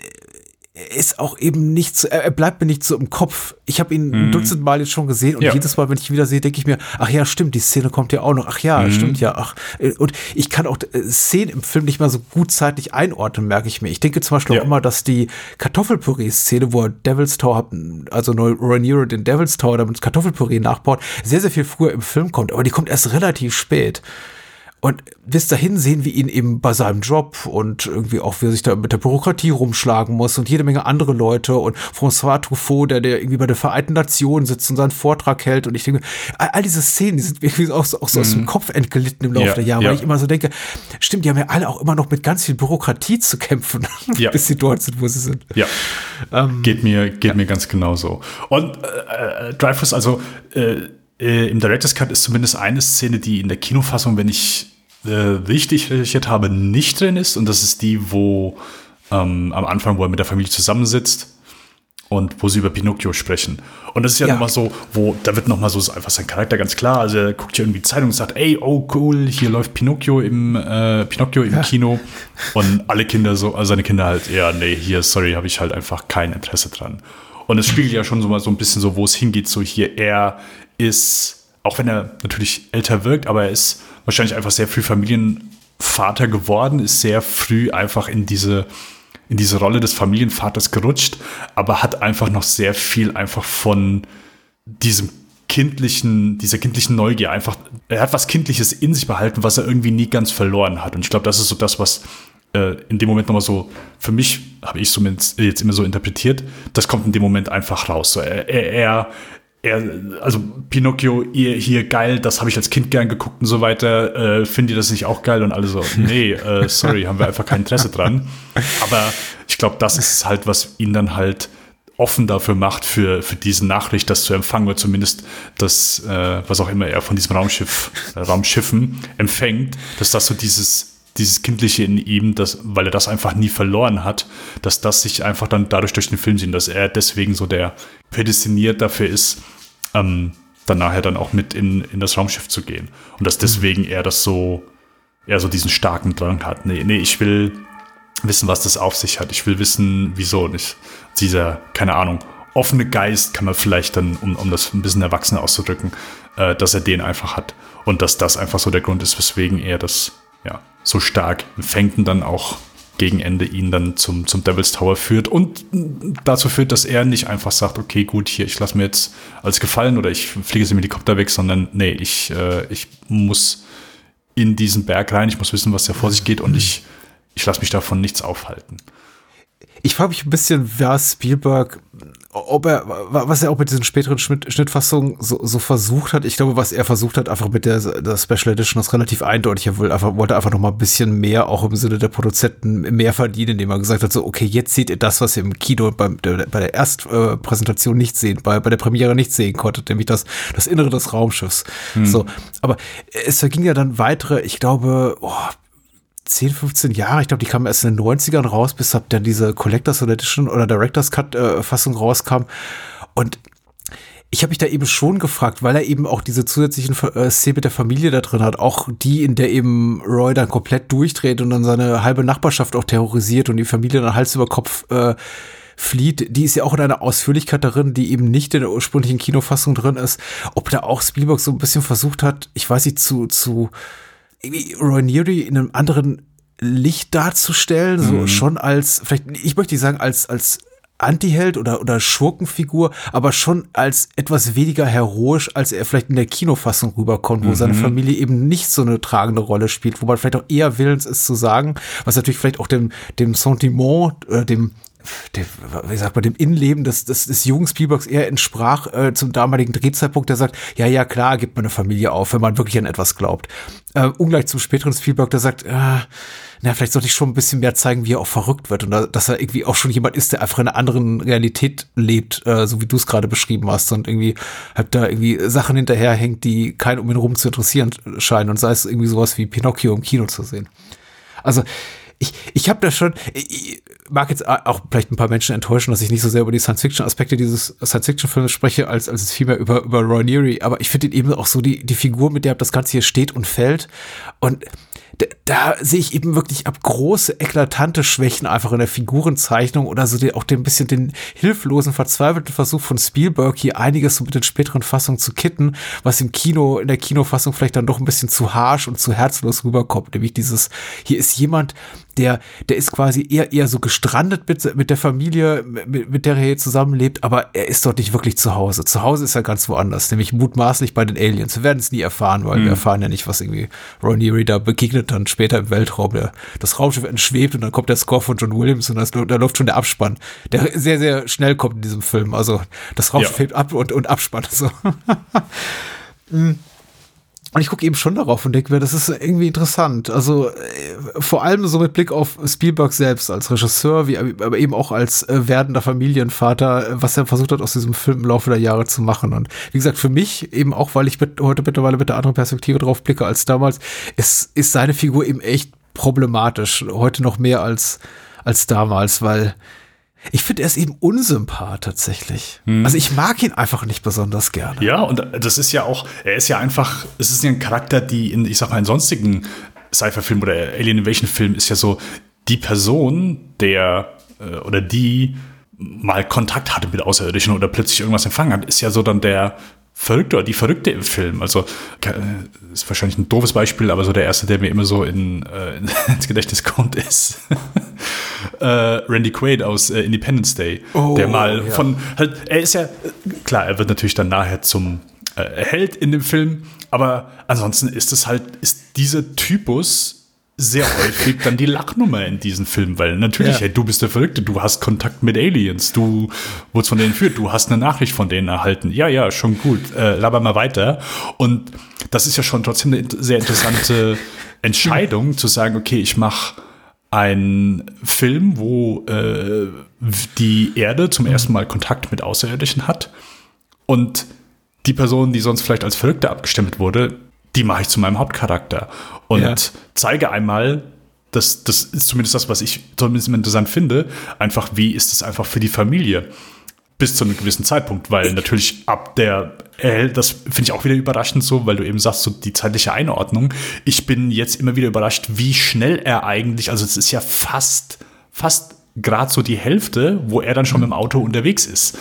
ist auch eben nicht so, er bleibt mir nicht so im Kopf. Ich habe ihn ein Dutzend Mal jetzt schon gesehen und jedes Mal, wenn ich ihn wieder sehe, denke ich mir, ach ja, stimmt, die Szene kommt ja auch noch. Ach ja, stimmt ja. Ach, und ich kann auch Szenen im Film nicht mal so gut zeitlich einordnen, merke ich mir. Ich denke zum Beispiel auch immer, dass die Kartoffelpüree-Szene, wo er Devil's Tower, also Roy Nero den Devil's Tower damit Kartoffelpüree nachbaut, sehr, sehr viel früher im Film kommt, aber die kommt erst relativ spät. Und bis dahin sehen wir ihn eben bei seinem Job und irgendwie auch, wie er sich da mit der Bürokratie rumschlagen muss und jede Menge andere Leute und François Truffaut, der irgendwie bei der Vereinten Nationen sitzt und seinen Vortrag hält. Und ich denke, all diese Szenen, die sind irgendwie auch so aus dem Kopf entglitten im Laufe der Jahre, weil ich immer so denke, stimmt, die haben ja alle auch immer noch mit ganz viel Bürokratie zu kämpfen, bis sie dort sind, wo sie sind. Ja, geht mir ganz genauso. Und Dreyfuss, also im Director's Cut ist zumindest eine Szene, die in der Kinofassung, wenn ich richtig recherchiert habe, nicht drin ist. Und das ist die, wo am Anfang, wo er mit der Familie zusammensitzt und wo sie über Pinocchio sprechen. Und das ist ja nochmal so, da wird nochmal so einfach sein Charakter ganz klar. Also er guckt ja irgendwie Zeitung und sagt, ey, oh cool, hier läuft Pinocchio im Kino. Und alle Kinder so, also seine Kinder halt, nee, hier, sorry, habe ich halt einfach kein Interesse dran. Und es spiegelt ja schon so mal so ein bisschen so, wo es hingeht, so hier, er ist, auch wenn er natürlich älter wirkt, aber er ist wahrscheinlich einfach sehr früh Familienvater geworden, ist sehr früh einfach in diese Rolle des Familienvaters gerutscht, aber hat einfach noch sehr viel einfach von dieser kindlichen Neugier einfach, er hat was Kindliches in sich behalten, was er irgendwie nie ganz verloren hat. Und ich glaube, das ist so das, was in dem Moment nochmal so, für mich habe ich so jetzt immer so interpretiert, das kommt in dem Moment einfach raus. So, also Pinocchio, hier geil, das habe ich als Kind gern geguckt und so weiter, findet ihr das nicht auch geil? Und alle so, nee, sorry, haben wir einfach kein Interesse dran. Aber ich glaube, das ist halt, was ihn dann halt offen dafür macht, für diese Nachricht, das zu empfangen, oder zumindest das, was auch immer er von diesem Raumschiffen empfängt, dass das so dieses Kindliche in ihm, weil er das einfach nie verloren hat, dass das sich einfach dann dadurch durch den Film sieht, dass er deswegen so der prädestiniert dafür ist, dann nachher dann auch mit in das Raumschiff zu gehen. Und dass deswegen er so diesen starken Drang hat. Nee, ich will wissen, was das auf sich hat. Ich will wissen, wieso nicht. Dieser, keine Ahnung, offene Geist kann man vielleicht dann, um das ein bisschen erwachsen auszudrücken, dass er den einfach hat. Und dass das einfach so der Grund ist, weswegen er das so stark empfängt und dann auch gegen Ende ihn dann zum Devil's Tower führt und dazu führt, dass er nicht einfach sagt, okay, gut, hier, ich lasse mir jetzt alles gefallen oder ich fliege jetzt im Helikopter weg, sondern nee, ich muss in diesen Berg rein, ich muss wissen, was da vor sich geht und ich lasse mich davon nichts aufhalten. Ich frage mich ein bisschen, wer Spielberg, was er auch mit diesen späteren Schnittfassungen so versucht hat. Ich glaube, was er versucht hat, einfach mit der Special Edition, ist relativ eindeutig. Er wollte einfach noch mal ein bisschen mehr, auch im Sinne der Produzenten, mehr verdienen, indem er gesagt hat, so, okay, jetzt seht ihr das, was ihr im Kino bei der Erstpräsentation nicht sehen, bei der Premiere nicht sehen konntet, nämlich das Innere des Raumschiffs. So, aber es verging ja dann weitere, ich glaube, 10, 15 Jahre, ich glaube, die kamen erst in den 90ern raus, bis dann diese Collectors Edition oder Director's Cut Fassung rauskam. Und ich habe mich da eben schon gefragt, weil er eben auch diese zusätzlichen Szenen mit der Familie da drin hat, auch die, in der eben Roy dann komplett durchdreht und dann seine halbe Nachbarschaft auch terrorisiert und die Familie dann Hals über Kopf flieht, die ist ja auch in einer Ausführlichkeit darin, die eben nicht in der ursprünglichen Kinofassung drin ist. Ob da auch Spielberg so ein bisschen versucht hat, ich weiß nicht, zu Roy Neary in einem anderen Licht darzustellen, so schon als, vielleicht, ich möchte nicht sagen, als Antiheld oder Schurkenfigur, aber schon als etwas weniger heroisch, als er vielleicht in der Kinofassung rüberkommt, wo seine Familie eben nicht so eine tragende Rolle spielt, wo man vielleicht auch eher willens ist zu sagen, was natürlich vielleicht auch dem Sentiment, wie sagt man, dem Innenleben des jungen Spielbergs eher entsprach zum damaligen Drehzeitpunkt, der sagt, ja, klar, gibt man eine Familie auf, wenn man wirklich an etwas glaubt. Ungleich zum späteren Spielberg, der sagt, vielleicht sollte ich schon ein bisschen mehr zeigen, wie er auch verrückt wird und dass er irgendwie auch schon jemand ist, der einfach in einer anderen Realität lebt, so wie du es gerade beschrieben hast und irgendwie halt da irgendwie Sachen hinterherhängt, die keinen um ihn rum zu interessieren scheinen und sei es irgendwie sowas wie Pinocchio im Kino zu sehen. Also ich habe da schon, ich mag jetzt auch vielleicht ein paar Menschen enttäuschen, dass ich nicht so sehr über die Science-Fiction-Aspekte dieses Science-Fiction-Films spreche, als es vielmehr über Roy Neary, aber ich finde ihn eben auch so die Figur, mit der das Ganze hier steht und fällt und da sehe ich eben wirklich ab große, eklatante Schwächen einfach in der Figurenzeichnung oder so auch ein bisschen den hilflosen, verzweifelten Versuch von Spielberg, hier einiges so mit den späteren Fassungen zu kitten, was in der Kinofassung vielleicht dann doch ein bisschen zu harsch und zu herzlos rüberkommt. Nämlich hier ist jemand, der ist quasi eher so gestrandet mit der Familie, mit der er hier zusammenlebt, aber er ist dort nicht wirklich zu Hause. Zu Hause ist er ganz woanders, nämlich mutmaßlich bei den Aliens. Wir werden es nie erfahren, weil wir erfahren ja nicht, was irgendwie Roy Neary da begegnet dann später im Weltraum. Das Raumschiff entschwebt und dann kommt der Score von John Williams und da läuft schon der Abspann, der sehr, sehr schnell kommt in diesem Film. Also das Raumschiff hebt ab und Abspann. So. Und ich gucke eben schon darauf und denke mir, das ist irgendwie interessant. Also vor allem so mit Blick auf Spielberg selbst als Regisseur, aber eben auch als werdender Familienvater, was er versucht hat, aus diesem Film im Laufe der Jahre zu machen. Und wie gesagt, für mich eben auch, weil ich heute mittlerweile mit einer anderen Perspektive drauf blicke als damals, ist seine Figur eben echt problematisch. Heute noch mehr als damals, weil ich finde, er ist eben unsympath tatsächlich. Also ich mag ihn einfach nicht besonders gerne. Ja, und das ist ja auch, es ist ja ein Charakter, die in sonstigen Sci-Fi-Filmen oder Alien-Invasion-Filmen ist ja so, die Person, die mal Kontakt hatte mit Außerirdischen oder plötzlich irgendwas empfangen hat, ist ja so dann der Verrückte oder die Verrückte im Film. Also ist wahrscheinlich ein doofes Beispiel, aber so der erste, der mir immer so ins Gedächtnis kommt, ist Randy Quaid aus Independence Day. Der mal er ist ja, klar, er wird natürlich dann nachher zum Held in dem Film, aber ansonsten ist dieser Typus sehr häufig dann die Lachnummer in diesen Filmen, weil natürlich, hey, du bist der Verrückte, du hast Kontakt mit Aliens, du wurdest von denen entführt, du hast eine Nachricht von denen erhalten. Ja, schon gut, laber mal weiter. Und das ist ja schon trotzdem eine sehr interessante Entscheidung, zu sagen, okay, ich mache einen Film, wo die Erde zum ersten Mal Kontakt mit Außerirdischen hat und die Person, die sonst vielleicht als Verrückte abgestempelt wurde, die mache ich zu meinem Hauptcharakter und zeige einmal, das ist zumindest das, was ich zumindest interessant finde, einfach, wie ist es einfach für die Familie bis zu einem gewissen Zeitpunkt, weil natürlich das finde ich auch wieder überraschend so, weil du eben sagst, so die zeitliche Einordnung, ich bin jetzt immer wieder überrascht, wie schnell er eigentlich, also es ist ja fast gerade so die Hälfte, wo er dann schon mit dem Auto unterwegs ist,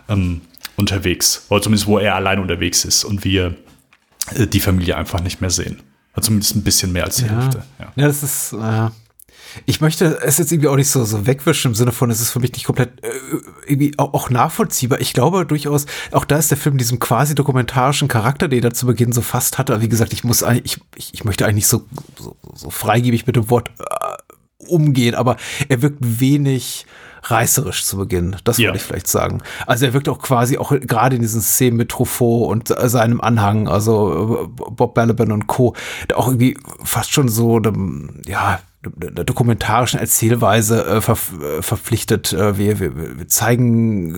oder zumindest wo er allein unterwegs ist und wir die Familie einfach nicht mehr sehen. Also zumindest ein bisschen mehr als die Hälfte. Ja, das ist, ich möchte es jetzt irgendwie auch nicht so wegwischen im Sinne von, es ist für mich nicht komplett irgendwie auch nachvollziehbar. Ich glaube durchaus, auch da ist der Film diesem quasi dokumentarischen Charakter, den er zu Beginn so fast hatte. Aber wie gesagt, ich möchte eigentlich nicht so freigebig mit dem Wort umgehen, aber er wirkt wenig reißerisch zu Beginn, das würde ich vielleicht sagen. Also er wirkt auch quasi auch gerade in diesen Szenen mit Truffaut und seinem Anhang, also Bob Balaban und Co., auch irgendwie fast schon so einer dokumentarischen Erzählweise verpflichtet. Wir zeigen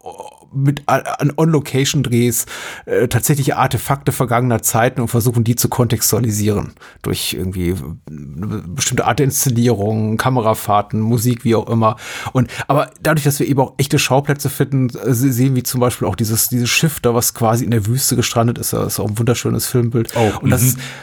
an On-Location-Drehs tatsächliche Artefakte vergangener Zeiten und versuchen, die zu kontextualisieren durch irgendwie eine bestimmte Art der Inszenierung, Kamerafahrten, Musik, wie auch immer. Aber dadurch, dass wir eben auch echte Schauplätze finden, sehen wir zum Beispiel auch dieses Schiff da, was quasi in der Wüste gestrandet ist. Das ist auch ein wunderschönes Filmbild. Und das ist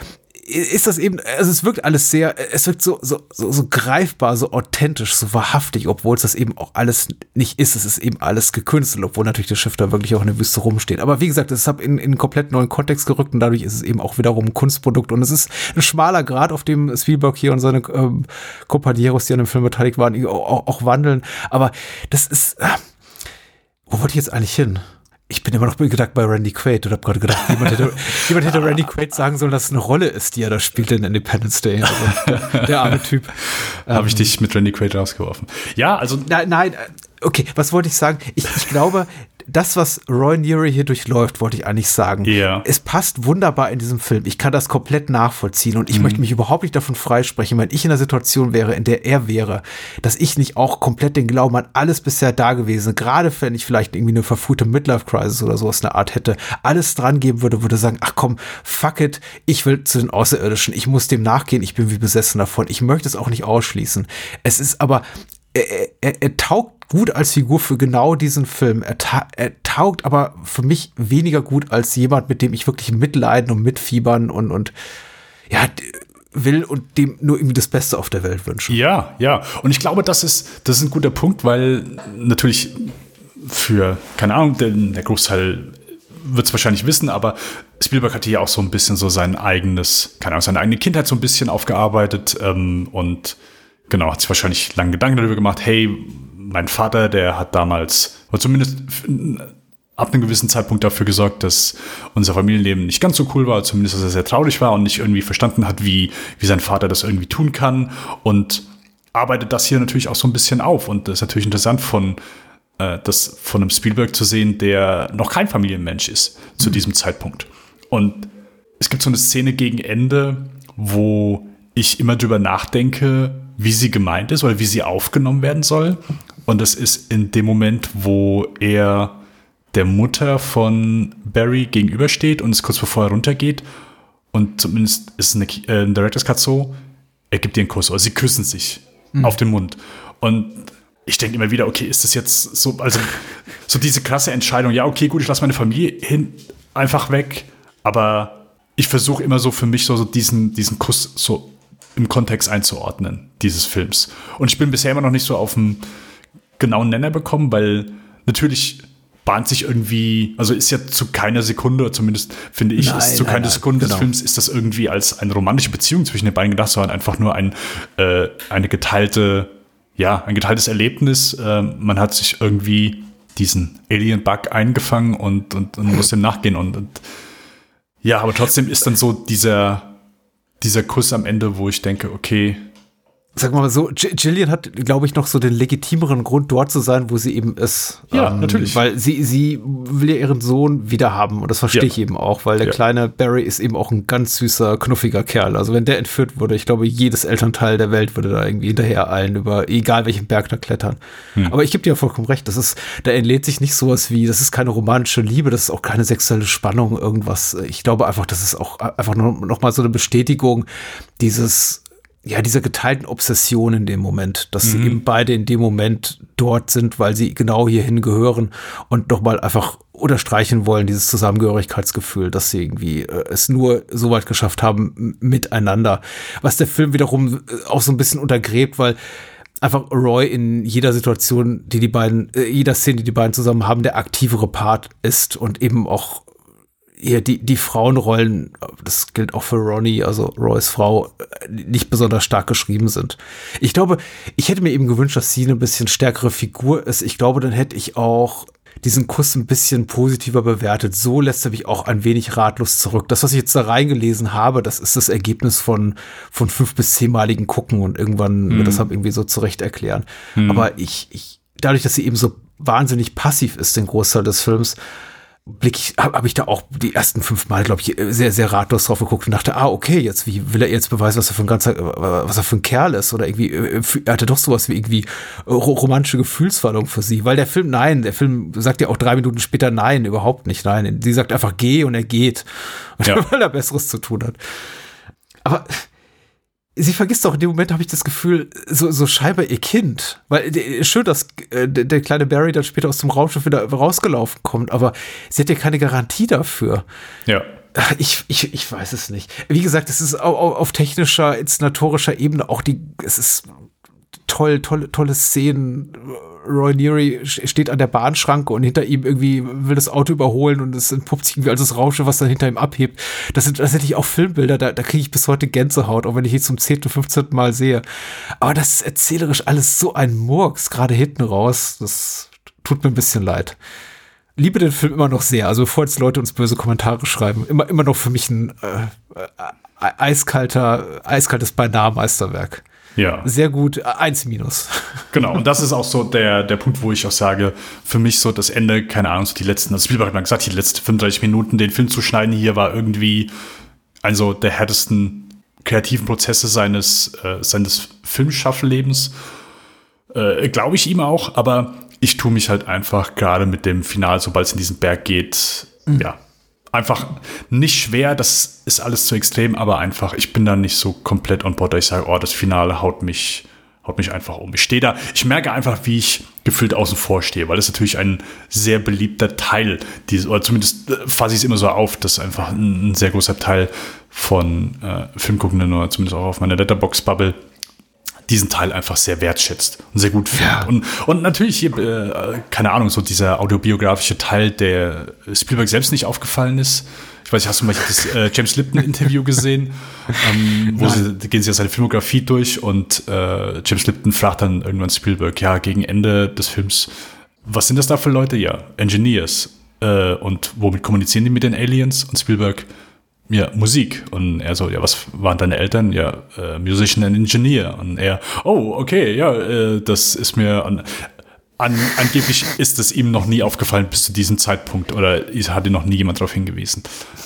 ist das eben, also es wirkt alles es wirkt so greifbar, so authentisch, so wahrhaftig, obwohl es das eben auch alles nicht ist. Es ist eben alles gekünstelt, obwohl natürlich das Schiff da wirklich auch in der Wüste rumsteht. Aber wie gesagt, es hat in einen komplett neuen Kontext gerückt und dadurch ist es eben auch wiederum ein Kunstprodukt. Und es ist ein schmaler Grat, auf dem Spielberg hier und seine Compañeros, die an dem Film beteiligt waren, auch wandeln. Aber das ist, wo wollte ich jetzt eigentlich hin? Ich bin immer noch gedacht bei Randy Quaid und habe gerade gedacht, jemand hätte Randy Quaid sagen sollen, dass es eine Rolle ist, die er da spielt in Independence Day. Also der arme Typ. Habe ich dich mit Randy Quaid rausgeworfen? Ja, also. Nein, okay, was wollte ich sagen? Ich glaube, das, was Roy Neary hier durchläuft, wollte ich eigentlich sagen. Yeah. Es passt wunderbar in diesem Film. Ich kann das komplett nachvollziehen und ich möchte mich überhaupt nicht davon freisprechen, wenn ich in der Situation wäre, in der er wäre, dass ich nicht auch komplett den Glauben an alles bisher Dagewesene, gerade wenn ich vielleicht irgendwie eine verfluchte Midlife-Crisis oder sowas in der Art hätte, alles dran geben würde sagen, ach komm, fuck it, ich will zu den Außerirdischen, ich muss dem nachgehen, ich bin wie besessen davon, ich möchte es auch nicht ausschließen. Es ist aber, er taugt gut als Figur für genau diesen Film. Er taugt aber für mich weniger gut als jemand, mit dem ich wirklich mitleiden und mitfiebern und ja, will und dem nur irgendwie das Beste auf der Welt wünsche. Ja. Und ich glaube, das ist ein guter Punkt, weil natürlich für, keine Ahnung, der Großteil wird es wahrscheinlich wissen, aber Spielberg hatte ja auch so ein bisschen so seine eigene Kindheit so ein bisschen aufgearbeitet und genau, hat sich wahrscheinlich lange Gedanken darüber gemacht, hey, mein Vater, der hat damals, oder zumindest ab einem gewissen Zeitpunkt dafür gesorgt, dass unser Familienleben nicht ganz so cool war, zumindest, dass er sehr traurig war und nicht irgendwie verstanden hat, wie sein Vater das irgendwie tun kann und arbeitet das hier natürlich auch so ein bisschen auf. Und das ist natürlich interessant das von einem Spielberg zu sehen, der noch kein Familienmensch ist zu diesem Zeitpunkt. Und es gibt so eine Szene gegen Ende, wo ich immer drüber nachdenke, wie sie gemeint ist oder wie sie aufgenommen werden soll. Und das ist in dem Moment, wo er der Mutter von Barry gegenübersteht und es kurz bevor er runtergeht. Und zumindest ist es ein Director's Cut so, er gibt ihr einen Kuss oder sie küssen sich auf den Mund. Und ich denke immer wieder, okay, ist das jetzt so, also so diese krasse Entscheidung, ja, okay, gut, ich lasse meine Familie einfach weg, aber ich versuche immer so für mich so diesen Kuss so im Kontext einzuordnen, dieses Films. Und ich bin bisher immer noch nicht so auf einen genauen Nenner bekommen, weil natürlich bahnt sich irgendwie, also ist ja zu keiner Sekunde, zumindest finde ich, ist zu keiner Sekunde des Films, ist das irgendwie als eine romantische Beziehung zwischen den beiden gedacht, sondern einfach nur ein geteiltes Erlebnis. Man hat sich irgendwie diesen Alien-Bug eingefangen und muss dem nachgehen. Und ja, aber trotzdem ist dann so dieser Kuss am Ende, wo ich denke, okay. Sag mal so, Gillian hat, glaube ich, noch so den legitimeren Grund, dort zu sein, wo sie eben ist. Ja, natürlich. Weil sie will ja ihren Sohn wiederhaben und das verstehe ich eben auch, weil der kleine Barry ist eben auch ein ganz süßer, knuffiger Kerl. Also wenn der entführt wurde, ich glaube, jedes Elternteil der Welt würde da irgendwie hinterher eilen, über egal welchen Berg da klettern. Aber ich gebe dir ja vollkommen recht, da entlädt sich nicht sowas wie, das ist keine romantische Liebe, das ist auch keine sexuelle Spannung, irgendwas. Ich glaube einfach, das ist auch einfach nur noch mal so eine Bestätigung dieser geteilten Obsession in dem Moment, dass sie eben beide in dem Moment dort sind, weil sie genau hierhin gehören und nochmal einfach unterstreichen wollen, dieses Zusammengehörigkeitsgefühl, dass sie irgendwie es nur so weit geschafft haben miteinander. Was der Film wiederum auch so ein bisschen untergräbt, weil einfach Roy in jeder Situation, jeder Szene, die die beiden zusammen haben, der aktivere Part ist und eben auch eher die Frauenrollen, das gilt auch für Ronnie, also Roys Frau, nicht besonders stark geschrieben sind. Ich glaube, ich hätte mir eben gewünscht, dass sie eine bisschen stärkere Figur ist. Ich glaube, dann hätte ich auch diesen Kuss ein bisschen positiver bewertet. So lässt er mich auch ein wenig ratlos zurück. Das, was ich jetzt da reingelesen habe, das ist das Ergebnis von 5- bis 10-maligen Gucken und irgendwann mir das irgendwie so zurecht erklären. Aber dadurch, dass sie eben so wahnsinnig passiv ist, den Großteil des Films, habe ich da auch die ersten 5 Mal, glaube ich, sehr, sehr ratlos drauf geguckt und dachte, okay, jetzt, wie will er jetzt beweisen, was er für ein Kerl ist? Oder irgendwie, er hatte doch sowas wie irgendwie romantische Gefühlswallung für sie. Weil der Film sagt ja auch 3 Minuten später nein, überhaupt nicht nein. Sie sagt einfach geh und er geht. Weil er Besseres zu tun hat. Aber sie vergisst auch, in dem Moment habe ich das Gefühl, so scheinbar ihr Kind. Weil schön, dass der kleine Barry dann später aus dem Raumschiff wieder rausgelaufen kommt, aber sie hat ja keine Garantie dafür. Ja. Ich weiß es nicht. Wie gesagt, es ist auf technischer, inszenatorischer Ebene auch es ist tolle Szenen. Roy Neary steht an der Bahnschranke und hinter ihm irgendwie will das Auto überholen und es entpuppt sich irgendwie als das Raumschiff, was dann hinter ihm abhebt. Das sind tatsächlich auch Filmbilder, da kriege ich bis heute Gänsehaut, auch wenn ich die zum 10., 15. Mal sehe. Aber das ist erzählerisch alles so ein Murks, gerade hinten raus. Das tut mir ein bisschen leid. Liebe den Film immer noch sehr. Also bevor jetzt Leute uns böse Kommentare schreiben, immer noch für mich ein eiskaltes Beinahe-Meisterwerk. Ja. Sehr gut, 1-. Genau, und das ist auch so der Punkt, wo ich auch sage, für mich so das Ende, keine Ahnung, so die letzten, also Spielberg hat mal gesagt, die letzten 35 Minuten, den Film zu schneiden hier war irgendwie also der härtesten kreativen Prozesse seines Filmschaffenlebens. Glaube ich ihm auch, aber ich tue mich halt einfach gerade mit dem Finale, sobald es in diesen Berg geht, ja, einfach nicht schwer, das ist alles zu extrem, aber einfach, ich bin da nicht so komplett on board, dass ich sage, oh, das Finale haut mich einfach um. Ich stehe da, ich merke einfach, wie ich gefühlt außen vor stehe, weil das natürlich ein sehr beliebter Teil, oder zumindest fasse ich es immer so auf, dass einfach ein sehr großer Teil von Filmguckenden oder zumindest auch auf meiner Letterboxd-Bubble diesen Teil einfach sehr wertschätzt und sehr gut findet. Ja. Und natürlich hier, keine Ahnung, so dieser autobiografische Teil, der Spielberg selbst nicht aufgefallen ist. Ich weiß nicht, hast du mal das James Lipton-Interview gesehen? Gehen sie ja seine Filmografie durch und James Lipton fragt dann irgendwann Spielberg, ja, gegen Ende des Films, was sind das da für Leute? Ja, Engineers. Und womit kommunizieren die mit den Aliens? Und Spielberg, ja, Musik. Und er so, ja, was waren deine Eltern? Ja, Musician and Engineer. Und er, oh, okay, ja, das ist mir angeblich ist es ihm noch nie aufgefallen bis zu diesem Zeitpunkt oder hatte noch nie jemand darauf hingewiesen.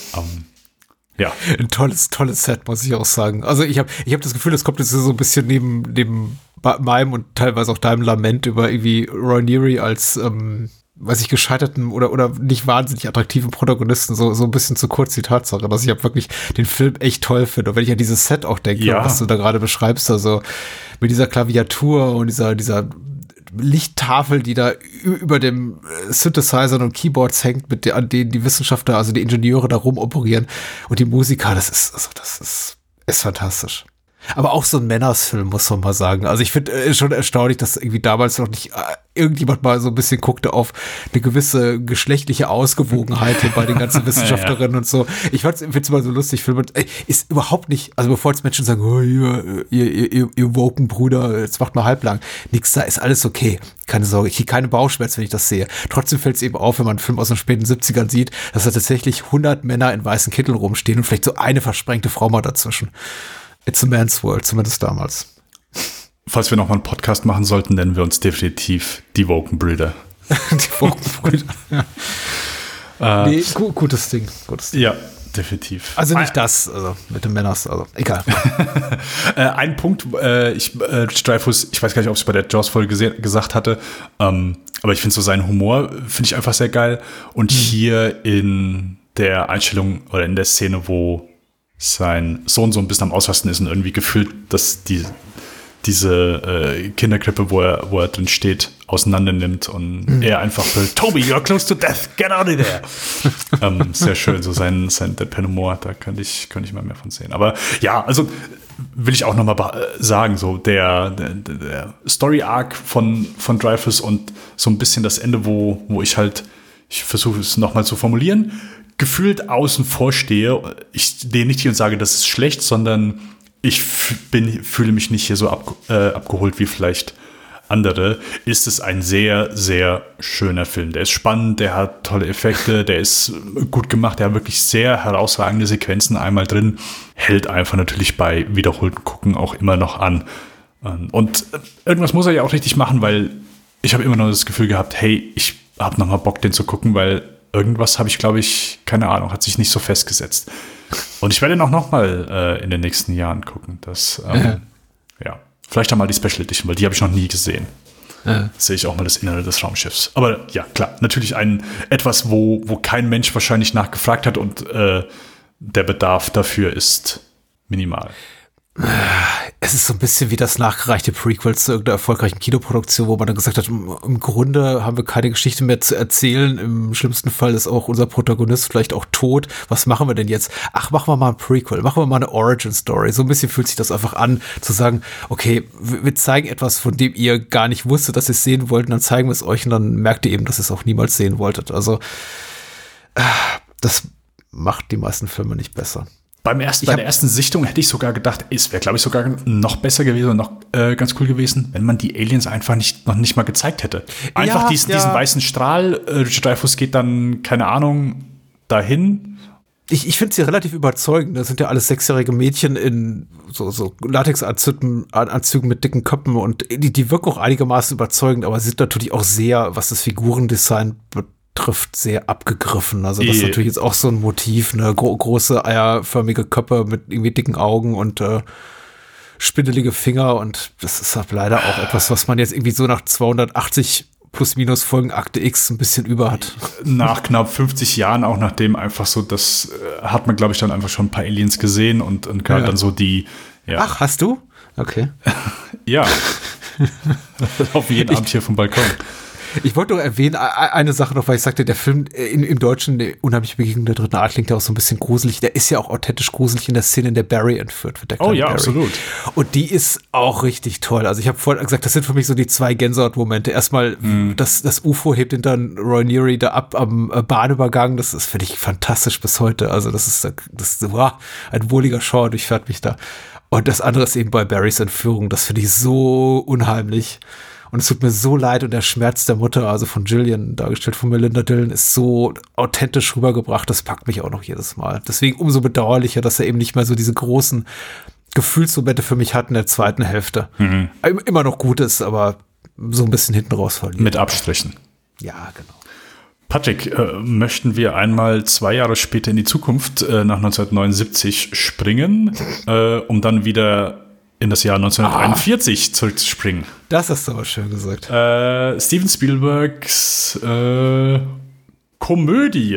Ja. Ein tolles Set, muss ich auch sagen. Also ich hab das Gefühl, das kommt jetzt so ein bisschen neben meinem und teilweise auch deinem Lament über irgendwie Roy Neary als gescheiterten oder nicht wahnsinnig attraktiven Protagonisten so ein bisschen zu kurz die Tatsache, dass ich wirklich den Film echt toll finde. Und wenn ich an dieses Set auch denke, ja, was du da gerade beschreibst, also mit dieser Klaviatur und dieser Lichttafel, die da über dem Synthesizern und Keyboards hängt, an denen die Wissenschaftler, also die Ingenieure da rumoperieren und die Musiker, das ist fantastisch. Aber auch so ein Männersfilm, muss man mal sagen. Also ich finde schon erstaunlich, dass irgendwie damals noch nicht irgendjemand mal so ein bisschen guckte auf eine gewisse geschlechtliche Ausgewogenheit hier bei den ganzen Wissenschaftlerinnen und so. Ich finde es mal so lustig. Film ist überhaupt nicht, also bevor jetzt Menschen sagen, oh, ihr woken Brüder, jetzt macht mal halblang. Nix da, ist alles okay. Keine Sorge, ich kriege keine Bauchschmerzen, wenn ich das sehe. Trotzdem fällt es eben auf, wenn man einen Film aus den späten 70ern sieht, dass da tatsächlich 100 Männer in weißen Kitteln rumstehen und vielleicht so eine versprengte Frau mal dazwischen. It's a man's world, zumindest damals. Falls wir noch mal einen Podcast machen sollten, nennen wir uns definitiv die Woken-Brüder. Die Woken-Brüder, ja. Nee, gutes Ding. Ja, definitiv. Also nicht das, also mit den Männern, also egal. Ein Punkt, Dreyfuss, ich weiß gar nicht, ob ich es bei der Jaws-Folge gesagt hatte, aber ich finde so seinen Humor, finde ich einfach sehr geil. Und hier in der Einstellung oder in der Szene, wo sein Sohn so ein bisschen am Ausrasten ist und irgendwie gefühlt, dass diese Kinderkrippe, wo er drin steht, auseinander nimmt und er einfach will, Toby, you're close to death, get out of there. Sehr schön, so sein Deadpan-Humor, da könnte ich mal mehr von sehen. Aber ja, also will ich auch noch mal sagen, so der Story-Arc von Dreyfuss und so ein bisschen das Ende, wo ich versuche es noch mal zu formulieren, gefühlt außen vor stehe. Ich stehe nicht hier und sage, das ist schlecht, sondern ich fühle mich nicht hier so abgeholt wie vielleicht andere. Ist es ein sehr, sehr schöner Film. Der ist spannend, der hat tolle Effekte, der ist gut gemacht, der hat wirklich sehr herausragende Sequenzen einmal drin, hält einfach natürlich bei wiederholten Gucken auch immer noch an. Und irgendwas muss er ja auch richtig machen, weil ich habe immer noch das Gefühl gehabt, hey, ich habe noch mal Bock, den zu gucken, weil irgendwas habe ich, glaube ich, keine Ahnung, hat sich nicht so festgesetzt. Und ich werde ihn auch noch mal in den nächsten Jahren gucken. Das, ja, vielleicht einmal die Special Edition, weil die habe ich noch nie gesehen. Sehe ich auch mal das Innere des Raumschiffs. Aber ja, klar, natürlich etwas, wo kein Mensch wahrscheinlich nachgefragt hat und der Bedarf dafür ist minimal. Es ist so ein bisschen wie das nachgereichte Prequel zu irgendeiner erfolgreichen Kinoproduktion, wo man dann gesagt hat, im Grunde haben wir keine Geschichte mehr zu erzählen. Im schlimmsten Fall ist auch unser Protagonist vielleicht auch tot. Was machen wir denn jetzt? Ach, machen wir mal ein Prequel, machen wir mal eine Origin-Story. So ein bisschen fühlt sich das einfach an, zu sagen, okay, wir zeigen etwas, von dem ihr gar nicht wusstet, dass ihr es sehen wollt, und dann zeigen wir es euch und dann merkt ihr eben, dass ihr es auch niemals sehen wolltet. Also, das macht die meisten Filme nicht besser. Bei der ersten Sichtung hätte ich sogar gedacht, es wäre, glaube ich, sogar noch besser gewesen und noch ganz cool gewesen, wenn man die Aliens einfach noch nicht mal gezeigt hätte. Einfach diesen weißen Strahl, Richard Dreyfuss geht dann, keine Ahnung, dahin. Ich finde sie relativ überzeugend. Das sind ja alles 6-jährige Mädchen in so Latexanzügen mit dicken Köpfen und die wirken auch einigermaßen überzeugend, aber sind natürlich auch sehr, was das Figurendesign betrifft, sehr abgegriffen. Also das ist natürlich jetzt auch so ein Motiv, ne? Große eierförmige Köpfe mit irgendwie dicken Augen und spindelige Finger, und das ist halt leider auch etwas, was man jetzt irgendwie so nach 280 plus minus Folgen Akte X ein bisschen über hat. Nach knapp 50 Jahren, auch nachdem einfach so, das hat man, glaube ich, dann einfach schon ein paar Aliens gesehen und gerade dann so die. Ja. Ach, hast du? Okay. Ja. Auf jeden Abend hier vom Balkon. Ich wollte noch erwähnen, eine Sache noch, weil ich sagte, der Film im Deutschen, die unheimliche Begegnung der dritten Art, klingt ja auch so ein bisschen gruselig. Der ist ja auch authentisch gruselig in der Szene, in der Barry entführt wird. Der oh ja, Barry. Absolut. Und die ist auch richtig toll. Also ich habe vorhin gesagt, das sind für mich so die 2 Gänsehaut-Momente. Erstmal, das UFO hebt hinter Roy Neary da ab am Bahnübergang. Das ist, finde ich, fantastisch bis heute. Also das ist ein wohliger Schauer durchfährt mich da. Und das andere ist eben bei Barrys Entführung. Das finde ich so unheimlich. Und es tut mir so leid, und der Schmerz der Mutter, also von Gillian, dargestellt von Melinda Dillon, ist so authentisch rübergebracht, das packt mich auch noch jedes Mal. Deswegen umso bedauerlicher, dass er eben nicht mehr so diese großen Gefühlsmomente für mich hat in der zweiten Hälfte. Immer noch gut ist, aber so ein bisschen hinten raus verliert. Mit Abstrichen. Ja, genau. Patrick, möchten wir einmal 2 Jahre später in die Zukunft, nach 1979 springen, um dann wieder in das Jahr 1941 zurückzuspringen. Das hast du aber schön gesagt. Steven Spielbergs Komödie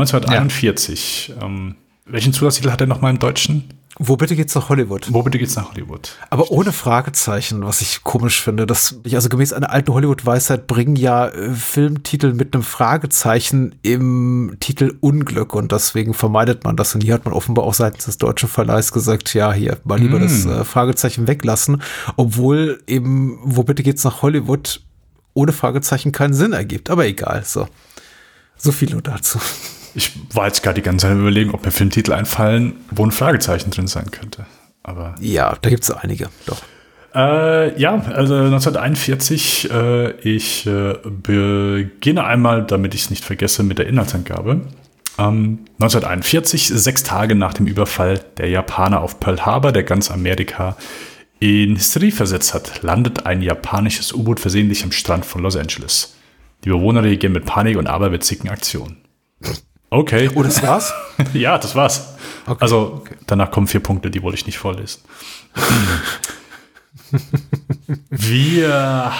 1941. Ja. Welchen Zusatztitel hat er nochmal im Deutschen? Wo bitte geht's nach Hollywood? Wo bitte geht's nach Hollywood? Aber ohne Fragezeichen, was ich komisch finde. Also gemäß einer alten Hollywood-Weisheit bringen ja Filmtitel mit einem Fragezeichen im Titel Unglück, und deswegen vermeidet man das. Und hier hat man offenbar auch seitens des deutschen Verleihs gesagt, ja, hier mal lieber das Fragezeichen weglassen, obwohl eben Wo bitte geht's nach Hollywood ohne Fragezeichen keinen Sinn ergibt. Aber egal, so viel nur dazu. Ich war jetzt gerade die ganze Zeit überlegen, ob mir Filmtitel einfallen, wo ein Fragezeichen drin sein könnte. Aber ja, da gibt es einige, doch. Ja, also 1941, ich beginne einmal, damit ich es nicht vergesse, mit der Inhaltsangabe. 1941, 6 Tage nach dem Überfall der Japaner auf Pearl Harbor, der ganz Amerika in Hysterie versetzt hat, landet ein japanisches U-Boot versehentlich am Strand von Los Angeles. Die Bewohner reagieren mit Panik und aberwitzigen Aktionen. Okay. Oh, das war's? Ja, das war's. Okay. Also, danach kommen 4 Punkte, die wollte ich nicht vorlesen. Wir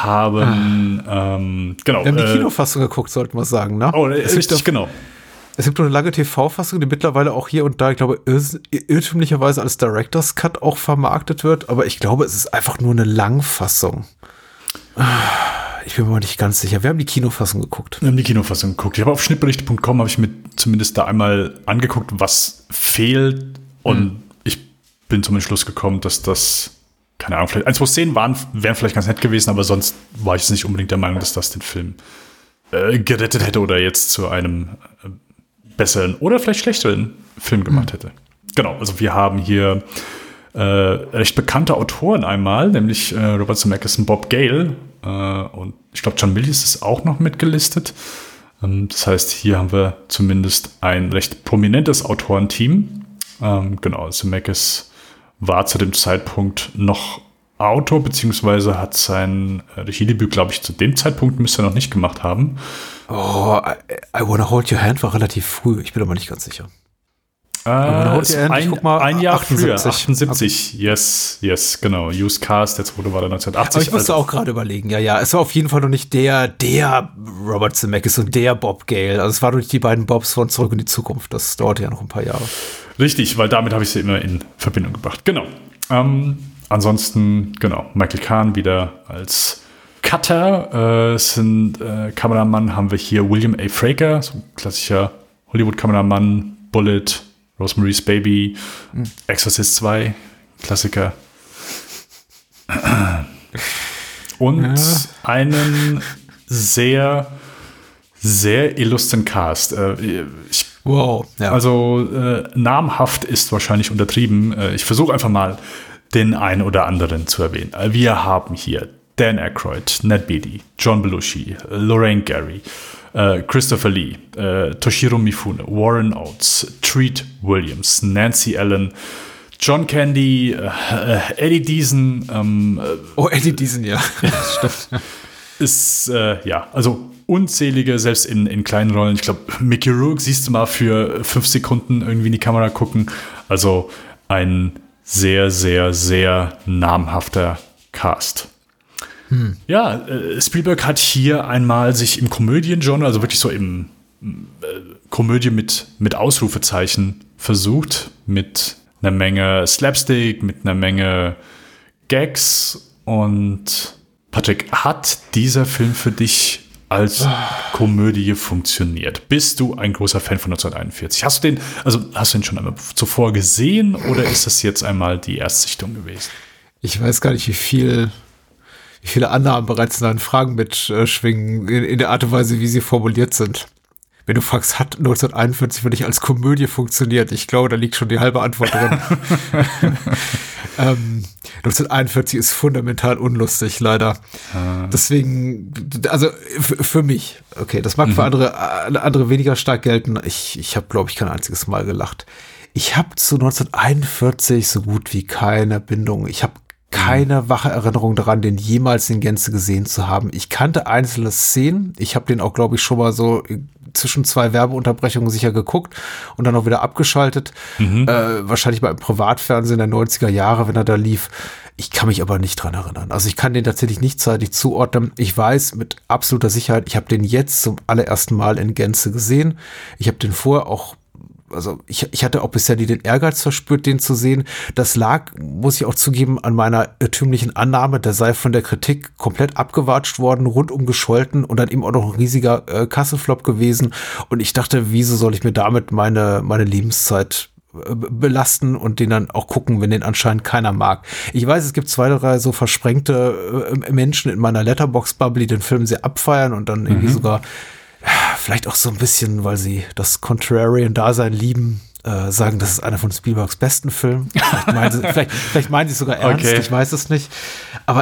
haben, genau. Wir haben die Kinofassung geguckt, sollten wir sagen, ne? Oh, richtig, genau. Es gibt eine lange TV-Fassung, die mittlerweile auch hier und da, ich glaube, irrtümlicherweise als Director's Cut auch vermarktet wird, aber ich glaube, es ist einfach nur eine Langfassung. Ich bin mir mal nicht ganz sicher. Wir haben die Kinofassung geguckt. Wir haben die Kinofassung geguckt. Ich habe auf schnittberichte.com habe ich mir zumindest da einmal angeguckt, was fehlt. Und ich bin zum Entschluss gekommen, dass das, keine Ahnung, vielleicht 1, 2 Szenen wären vielleicht ganz nett gewesen, aber sonst war ich nicht unbedingt der Meinung, dass das den Film gerettet hätte oder jetzt zu einem besseren oder vielleicht schlechteren Film gemacht hätte. Genau, also wir haben hier recht bekannte Autoren einmal, nämlich Robert Zemeckis und Bob Gale. Und ich glaube, John Milius ist auch noch mitgelistet. Das heißt, hier haben wir zumindest ein recht prominentes Autorenteam. Genau, Zemeckis war zu dem Zeitpunkt noch Autor, beziehungsweise hat sein Regiedebüt, glaube ich, zu dem Zeitpunkt müsste er noch nicht gemacht haben. Oh, I Wanna Hold Your Hand war relativ früh. Ich bin aber nicht ganz sicher. Ein Jahr früher, 78. Okay. Yes, genau. Used Cars, der zweite war der 1980. Aber ich musste auch gerade überlegen, ja. Es war auf jeden Fall noch nicht der Robert Zemeckis und der Bob Gale. Also es waren nicht die beiden Bobs von Zurück in die Zukunft. Das dauerte ja noch ein paar Jahre. Richtig, weil damit habe ich sie immer in Verbindung gebracht. Genau. Ansonsten, genau, Michael Kahn wieder als Cutter. Kameramann haben wir hier William A. Fraker, so ein klassischer Hollywood-Kameramann, Bullet, Rosemary's Baby, Exorcist 2, Klassiker. Und einen sehr, sehr illustren Cast. Also namhaft ist wahrscheinlich untertrieben. Ich versuche einfach mal, den einen oder anderen zu erwähnen. Wir haben hier Dan Aykroyd, Ned Beatty, John Belushi, Lorraine Gary, Christopher Lee, Toshiro Mifune, Warren Oates, Treat Williams, Nancy Allen, John Candy, Eddie Deason. Eddie Deason, ja. Stimmt. Ist, also unzählige, selbst in kleinen Rollen. Ich glaube, Mickey Rourke siehst du mal für 5 Sekunden irgendwie in die Kamera gucken. Also ein sehr, sehr, sehr namhafter Cast. Ja, Spielberg hat hier einmal sich im Komödiengenre, also wirklich so im Komödie mit Ausrufezeichen versucht, mit einer Menge Slapstick, mit einer Menge Gags. Und Patrick, hat dieser Film für dich als Komödie funktioniert? Bist du ein großer Fan von 1941? Hast du den schon einmal zuvor gesehen oder ist das jetzt einmal die Erstsichtung gewesen? Ich weiß gar nicht, wie viele Annahmen bereits in deinen Fragen mitschwingen, in der Art und Weise, wie sie formuliert sind. Wenn du fragst, hat 1941 für dich als Komödie funktioniert? Ich glaube, da liegt schon die halbe Antwort drin. 1941 ist fundamental unlustig, leider. Deswegen, also für mich, okay, das mag für andere weniger stark gelten. Ich habe, glaube ich, kein einziges Mal gelacht. Ich habe zu 1941 so gut wie keine Bindung. Ich habe keine wache Erinnerung daran, den jemals in Gänze gesehen zu haben. Ich kannte einzelne Szenen. Ich habe den auch, glaube ich, schon mal so zwischen 2 Werbeunterbrechungen sicher geguckt und dann auch wieder abgeschaltet. Wahrscheinlich mal im Privatfernsehen der 90er Jahre, wenn er da lief. Ich kann mich aber nicht dran erinnern. Also ich kann den tatsächlich nicht zeitig zuordnen. Ich weiß mit absoluter Sicherheit, ich habe den jetzt zum allerersten Mal in Gänze gesehen. Ich habe den vorher auch, also ich hatte auch bisher nie den Ehrgeiz verspürt, den zu sehen. Das lag, muss ich auch zugeben, an meiner irrtümlichen Annahme, der sei von der Kritik komplett abgewatscht worden, rundum gescholten und dann eben auch noch ein riesiger Kassenflop gewesen. Und ich dachte, wieso soll ich mir damit meine Lebenszeit belasten und den dann auch gucken, wenn den anscheinend keiner mag. Ich weiß, es gibt 2, 3 so versprengte Menschen in meiner Letterboxd-Bubble, die den Film sehr abfeiern und dann irgendwie sogar vielleicht auch so ein bisschen, weil sie das Contrarian-Dasein lieben, sagen, das ist einer von Spielbergs besten Filmen. Vielleicht meinen sie es sogar ernst, okay. Ich weiß es nicht. Aber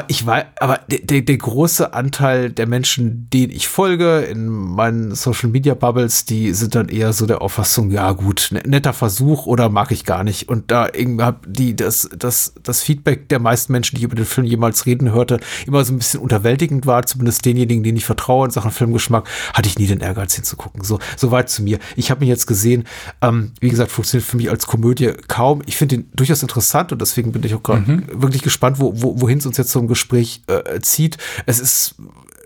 der große Anteil der Menschen, denen ich folge, in meinen Social-Media-Bubbles, die sind dann eher so der Auffassung, ja gut, netter Versuch oder mag ich gar nicht. Und da irgendwie das Feedback der meisten Menschen, die ich über den Film jemals reden hörte, immer so ein bisschen unterwältigend war, zumindest denjenigen, denen ich vertraue in Sachen Filmgeschmack, hatte ich nie den Ehrgeiz hinzugucken. So weit zu mir. Ich habe ihn jetzt gesehen, wie gesagt, funktioniert für mich als Komödie kaum. Ich finde ihn durchaus interessant und deswegen bin ich auch gerade wirklich gespannt, wohin es uns jetzt so im Gespräch zieht. Es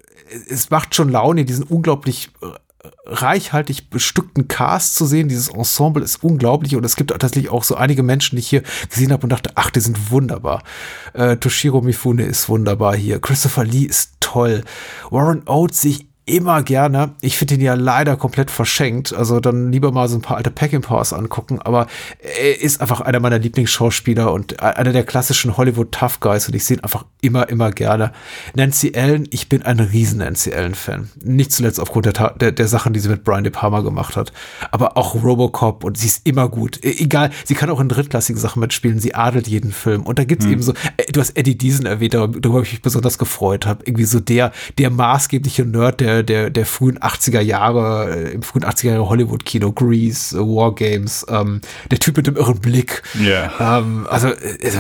macht schon Laune, diesen unglaublich reichhaltig bestückten Cast zu sehen. Dieses Ensemble ist unglaublich und es gibt tatsächlich auch so einige Menschen, die ich hier gesehen habe und dachte, ach, die sind wunderbar. Toshiro Mifune ist wunderbar hier. Christopher Lee ist toll. Warren Oates sehe ich immer gerne. Ich finde ihn ja leider komplett verschenkt. Also dann lieber mal so ein paar alte Peckinpahs angucken. Aber er ist einfach einer meiner Lieblingsschauspieler und einer der klassischen Hollywood Tough Guys und ich sehe ihn einfach immer gerne. Nancy Allen, ich bin ein riesen Nancy Allen-Fan. Nicht zuletzt aufgrund der Sachen, die sie mit Brian De Palma gemacht hat. Aber auch Robocop und sie ist immer gut. Egal, sie kann auch in drittklassigen Sachen mitspielen. Sie adelt jeden Film. Und da gibt's eben so, du hast Eddie Deason erwähnt, darüber ich mich besonders gefreut habe. Irgendwie so der maßgebliche Nerd, der frühen 80er Jahre, im frühen 80er Jahre Hollywood-Kino, Grease, War Games, der Typ mit dem irren Blick. Yeah. Also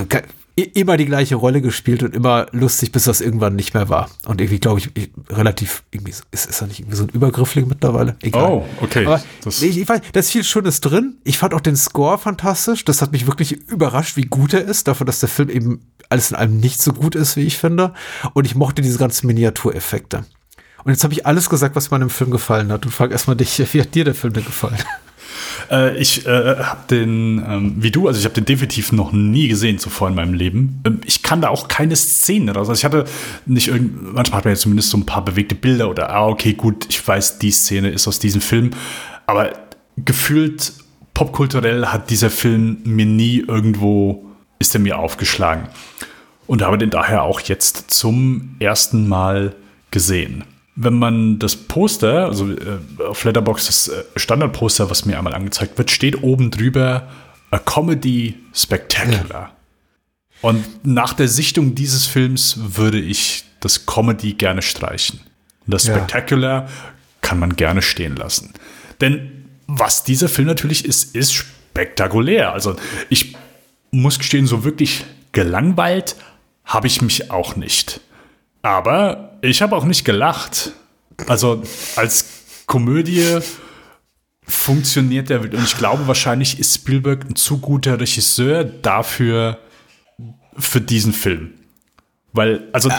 immer die gleiche Rolle gespielt und immer lustig, bis das irgendwann nicht mehr war. Und irgendwie, glaube ich, relativ, irgendwie ist er nicht irgendwie so ein Übergriffling mittlerweile? Egal. Oh, okay. Aber ich weiß, da ist viel Schönes drin. Ich fand auch den Score fantastisch. Das hat mich wirklich überrascht, wie gut er ist, dafür, dass der Film eben alles in allem nicht so gut ist, wie ich finde. Und ich mochte diese ganzen Miniatureffekte. Und jetzt habe ich alles gesagt, was mir an dem Film gefallen hat. Und frage erstmal dich, wie hat dir der Film denn gefallen? Ich habe den, wie du, also ich habe den definitiv noch nie gesehen zuvor in meinem Leben. Ich kann da auch keine Szenen raus. Also ich hatte nicht manchmal hat man ja zumindest so ein paar bewegte Bilder oder, okay, gut, ich weiß, die Szene ist aus diesem Film. Aber gefühlt popkulturell hat dieser Film mir nie irgendwo, ist er mir aufgeschlagen. Und habe den daher auch jetzt zum ersten Mal gesehen. Wenn man das Poster, also auf Letterboxd das Standardposter, was mir einmal angezeigt wird, steht oben drüber A Comedy Spectacular. Ja. Und nach der Sichtung dieses Films würde ich das Comedy gerne streichen. Und das Spectacular kann man gerne stehen lassen. Denn was dieser Film natürlich ist spektakulär. Also ich muss gestehen, so wirklich gelangweilt habe ich mich auch nicht. Aber ich habe auch nicht gelacht. Also als Komödie funktioniert der, und ich glaube, wahrscheinlich ist Spielberg ein zu guter Regisseur dafür, für diesen Film. Weil, also,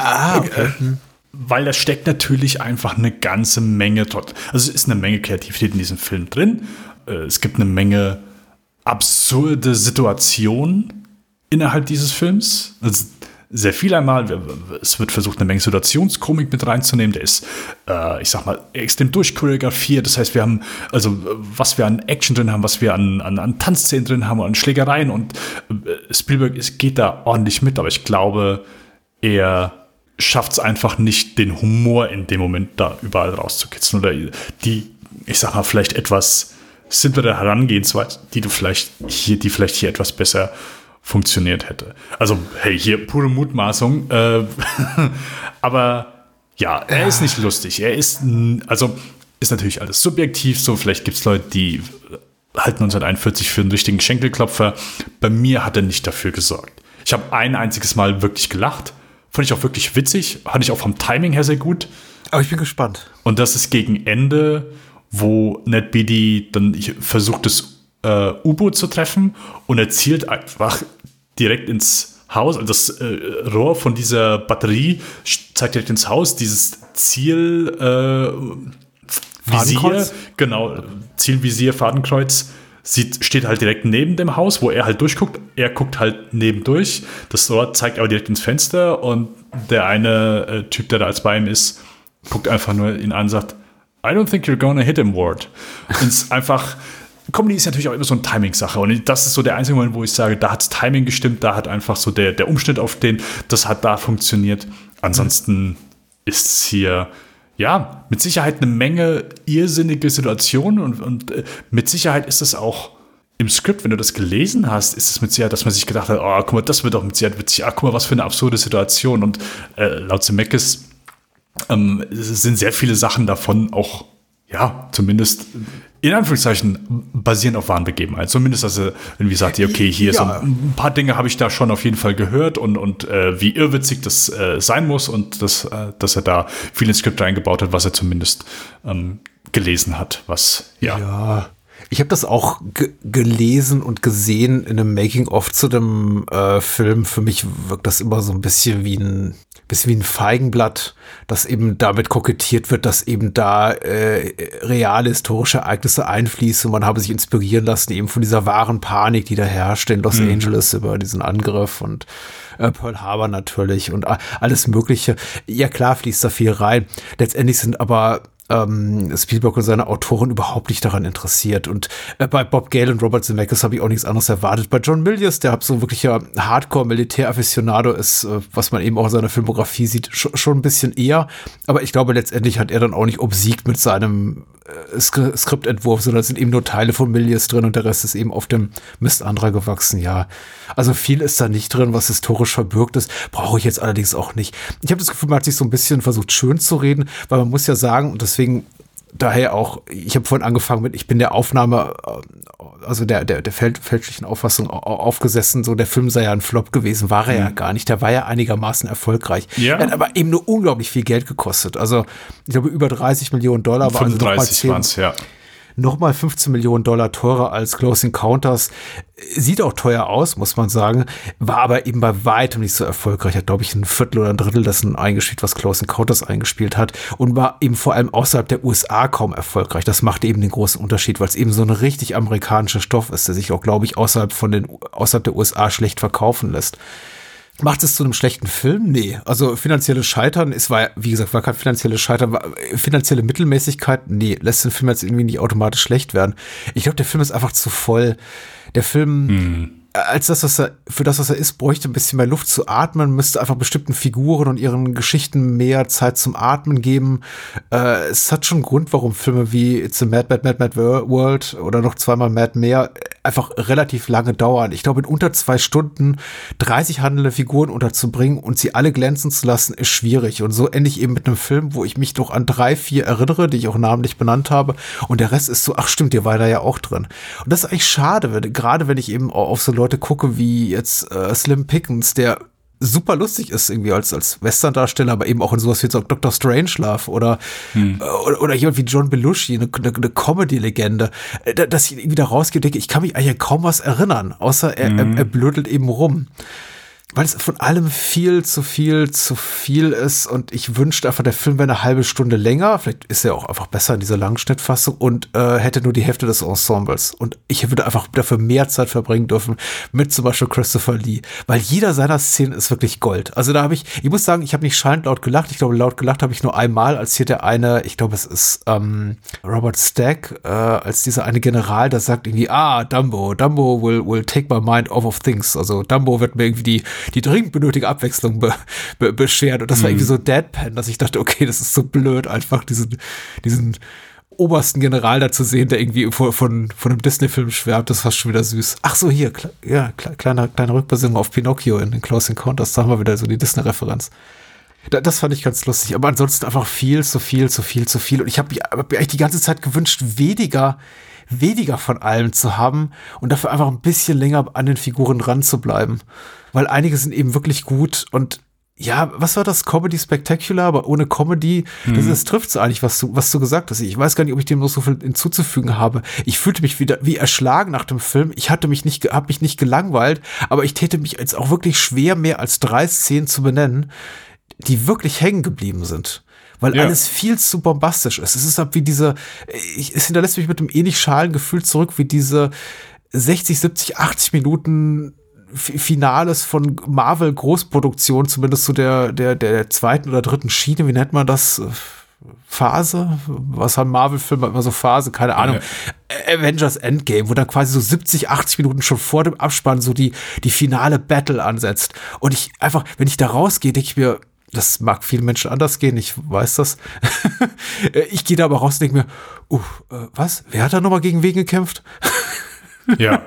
weil da steckt natürlich einfach eine ganze Menge, also es ist eine Menge Kreativität in diesem Film drin. Es gibt eine Menge absurde Situationen innerhalb dieses Films. Also, sehr viel einmal. Es wird versucht, eine Menge Situationskomik mit reinzunehmen. Der ist, ich sag mal, extrem durchchoreografiert. Das heißt, wir haben, also, was wir an Action drin haben, was wir an Tanzszenen drin haben, an Schlägereien. Und Spielberg geht da ordentlich mit. Aber ich glaube, er schafft es einfach nicht, den Humor in dem Moment da überall rauszukitzeln. Oder die, ich sag mal, vielleicht etwas simplere Herangehensweise, die vielleicht hier etwas besser funktioniert hätte. Also, hey, hier pure Mutmaßung. Aber ja, er ist nicht lustig. Er ist, also, ist natürlich alles subjektiv. So, vielleicht gibt es Leute, die halten 1941 für einen richtigen Schenkelklopfer. Bei mir hat er nicht dafür gesorgt. Ich habe ein einziges Mal wirklich gelacht. Fand ich auch wirklich witzig. Fand ich auch vom Timing her sehr gut. Aber ich bin gespannt. Und das ist gegen Ende, wo Ned Beatty dann versucht, das U-Boot zu treffen und er zielt einfach direkt ins Haus. Also das Rohr von dieser Batterie zeigt direkt ins Haus. Dieses Ziel Visier, genau, Zielvisier, Fadenkreuz, steht halt direkt neben dem Haus, wo er halt durchguckt. Er guckt halt nebendurch. Das Rohr zeigt aber direkt ins Fenster und der eine Typ, der da als bei ihm ist, guckt einfach nur ihn an und sagt, I don't think you're gonna hit him, Ward. Und es ist einfach, Comedy ist natürlich auch immer so eine Timing-Sache. Und das ist so der einzige Moment, wo ich sage, da hat das Timing gestimmt, da hat einfach so der Umschnitt auf den, das hat da funktioniert. Ansonsten ist es hier, ja, mit Sicherheit eine Menge irrsinnige Situationen und mit Sicherheit ist es auch im Skript, wenn du das gelesen hast, ist es mit Sicherheit, dass man sich gedacht hat, oh, guck mal, das wird doch mit Sicherheit witzig. Ah, guck mal, was für eine absurde Situation. Und laut Zemeckis sind sehr viele Sachen davon auch, ja, zumindest in Anführungszeichen basieren auf wahren Begebenheiten. Zumindest, dass er irgendwie sagt, okay, hier so ein paar Dinge habe ich da schon auf jeden Fall gehört und wie irrwitzig das sein muss und dass er da viel ins Skript reingebaut hat, was er zumindest gelesen hat, was, ja. Ich habe das auch gelesen und gesehen in einem Making-of zu dem Film. Für mich wirkt das immer so ein bisschen wie ein Feigenblatt, dass eben damit kokettiert wird, dass eben da reale historische Ereignisse einfließen und man habe sich inspirieren lassen eben von dieser wahren Panik, die da herrscht in Los Angeles über diesen Angriff und Pearl Harbor natürlich und alles Mögliche. Ja klar fließt da viel rein. Letztendlich sind aber Spielberg und seine Autoren überhaupt nicht daran interessiert. Und bei Bob Gale und Robert Zemeckis habe ich auch nichts anderes erwartet. Bei John Milius, der so wirklicher Hardcore-Militär-Afficionado ist, was man eben auch in seiner Filmografie sieht, schon ein bisschen eher. Aber ich glaube, letztendlich hat er dann auch nicht obsiegt mit seinem Skriptentwurf, sondern es sind eben nur Teile von Milius drin und der Rest ist eben auf dem Mist anderer gewachsen, ja. Also viel ist da nicht drin, was historisch verbürgt ist, brauche ich jetzt allerdings auch nicht. Ich habe das Gefühl, man hat sich so ein bisschen versucht, schön zu reden, weil man muss ja sagen, und deswegen daher auch, ich habe vorhin angefangen mit, ich bin der Aufnahme, also der fälschlichen Auffassung aufgesessen, so der Film sei ja ein Flop gewesen, war er ja gar nicht, der war ja einigermaßen erfolgreich. Ja. Er hat aber eben nur unglaublich viel Geld gekostet, also ich glaube über $30 Millionen. 35 waren es, ja. nochmal $15 Millionen teurer als Close Encounters. Sieht auch teuer aus, muss man sagen, war aber eben bei weitem nicht so erfolgreich. Hat, glaube ich, ein Viertel oder ein Drittel dessen eingespielt, was Close Encounters eingespielt hat, und war eben vor allem außerhalb der USA kaum erfolgreich. Das macht eben den großen Unterschied, weil es eben so ein richtig amerikanischer Stoff ist, der sich auch, glaube ich, außerhalb der USA schlecht verkaufen lässt. Macht es zu einem schlechten Film? Nee. Also finanzielles Scheitern, war kein finanzielles Scheitern, war finanzielle Mittelmäßigkeit, nee, lässt den Film jetzt irgendwie nicht automatisch schlecht werden. Ich glaube, der Film ist einfach zu voll. Der Film, für das, was er ist, bräuchte ein bisschen mehr Luft zu atmen, müsste einfach bestimmten Figuren und ihren Geschichten mehr Zeit zum Atmen geben. Es hat schon einen Grund, warum Filme wie It's a Mad World oder noch zweimal Mad mehr einfach relativ lange dauern. Ich glaube, in unter 2 Stunden 30 handelnde Figuren unterzubringen und sie alle glänzen zu lassen, ist schwierig. Und so ende ich eben mit einem Film, wo ich mich doch an 3, 4 erinnere, die ich auch namentlich benannt habe. Und der Rest ist so, ach stimmt, der war da ja auch drin. Und das ist eigentlich schade, gerade wenn ich eben auf so Leute gucke wie jetzt Slim Pickens, der super lustig ist irgendwie als Western-Darsteller, aber eben auch in sowas wie Dr. Strangelove oder jemand wie John Belushi, eine Comedy-Legende, dass ich irgendwie da rausgehe, denke, ich kann mich eigentlich kaum was erinnern, außer er blödelt eben rum. Weil es von allem viel zu viel ist, und ich wünschte einfach, der Film wäre eine halbe Stunde länger, vielleicht ist er auch einfach besser in dieser Langschnittfassung, und hätte nur die Hälfte des Ensembles, und ich würde einfach dafür mehr Zeit verbringen dürfen mit zum Beispiel Christopher Lee, weil jeder seiner Szenen ist wirklich Gold. Also da ich muss sagen, ich habe nicht schallend laut gelacht, ich glaube, laut gelacht habe ich nur einmal, als hier der eine, ich glaube, es ist Robert Stack, als dieser eine General, der sagt irgendwie, Dumbo will take my mind off of things, also Dumbo wird mir irgendwie die dringend benötigte Abwechslung beschert. Und das war irgendwie so Deadpan, dass ich dachte, okay, das ist so blöd, einfach diesen obersten General da zu sehen, der irgendwie von einem Disney-Film schwärmt. Das war schon wieder süß. Ach so, hier, kleine Rückbesinnung auf Pinocchio in den Close Encounters. Da haben wir wieder so die Disney-Referenz. Das fand ich ganz lustig. Aber ansonsten einfach viel zu viel. Und ich habe mir eigentlich die ganze Zeit gewünscht, weniger von allem zu haben und dafür einfach ein bisschen länger an den Figuren dran zu bleiben. Weil einige sind eben wirklich gut, und ja, was war das? Comedy Spectacular, aber ohne Comedy, das trifft so eigentlich, was du gesagt hast. Ich weiß gar nicht, ob ich dem noch so viel hinzuzufügen habe. Ich fühlte mich wieder wie erschlagen nach dem Film. Ich habe mich nicht gelangweilt, aber ich täte mich jetzt auch wirklich schwer, mehr als 3 Szenen zu benennen, die wirklich hängen geblieben sind. Weil alles viel zu bombastisch ist. Es ist halt wie es hinterlässt mich mit einem ähnlich schalen Gefühl zurück, wie diese 60, 70, 80 Minuten Finales von Marvel Großproduktion, zumindest zu der zweiten oder dritten Schiene, wie nennt man das? Phase? Was haben Marvel-Filme immer so Phase? Keine Ahnung. Ja. Avengers Endgame, wo dann quasi so 70, 80 Minuten schon vor dem Abspann so die finale Battle ansetzt. Und ich einfach, wenn ich da rausgehe, denke ich mir, das mag vielen Menschen anders gehen, ich weiß das. Ich gehe da aber raus und denke mir, was? Wer hat da nochmal gegen wen gekämpft? Ja.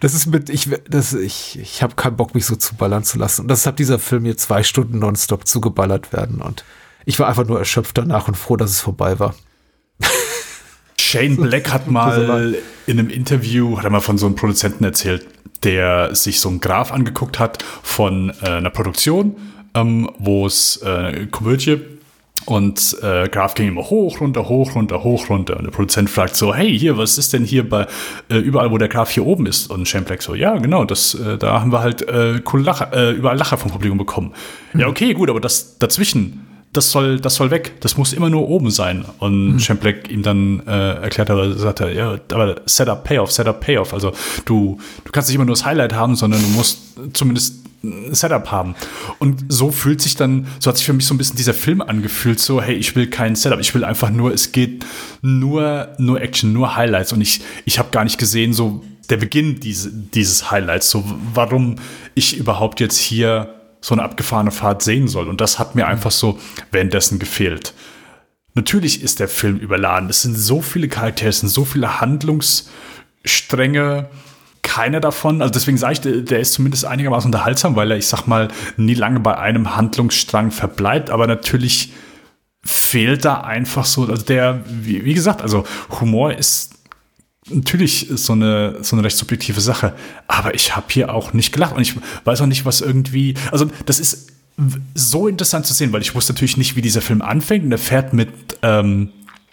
Ich habe keinen Bock, mich so zuballern zu lassen. Und deshalb dieser Film hier 2 Stunden nonstop zugeballert werden. Und ich war einfach nur erschöpft danach und froh, dass es vorbei war. Shane Black hat mal in einem Interview, von so einem Produzenten erzählt, der sich so einen Graph angeguckt hat von einer Produktion, wo es Komödie, und Graph ging immer hoch, runter. Und der Produzent fragt so, hey, hier, was ist denn hier bei überall, wo der Graph hier oben ist? Und Shane Black so, ja, genau, da haben wir halt coole Lacher, überall Lacher vom Publikum bekommen. Ja, okay, gut, aber das dazwischen, das soll weg. Das muss immer nur oben sein. Und Shane Black ihm dann erklärt, sagt er, ja, aber Setup, Payoff. Also du kannst nicht immer nur das Highlight haben, sondern du musst zumindest ein Setup haben. Und so hat sich für mich so ein bisschen dieser Film angefühlt, so, hey, ich will kein Setup, ich will einfach nur, es geht nur Action, nur Highlights. Und ich habe gar nicht gesehen, so der Beginn dieses Highlights, so warum ich überhaupt jetzt hier so eine abgefahrene Fahrt sehen soll. Und das hat mir einfach so währenddessen gefehlt. Natürlich ist der Film überladen. Es sind so viele Charaktere, es sind so viele Handlungsstränge. Keiner davon, also deswegen sage ich, der ist zumindest einigermaßen unterhaltsam, weil er, ich sag mal, nie lange bei einem Handlungsstrang verbleibt. Aber natürlich fehlt da einfach so, also wie gesagt, also Humor ist natürlich so eine recht subjektive Sache, aber ich habe hier auch nicht gelacht und ich weiß auch nicht, was irgendwie, also das ist so interessant zu sehen, weil ich wusste natürlich nicht, wie dieser Film anfängt, und er fährt mit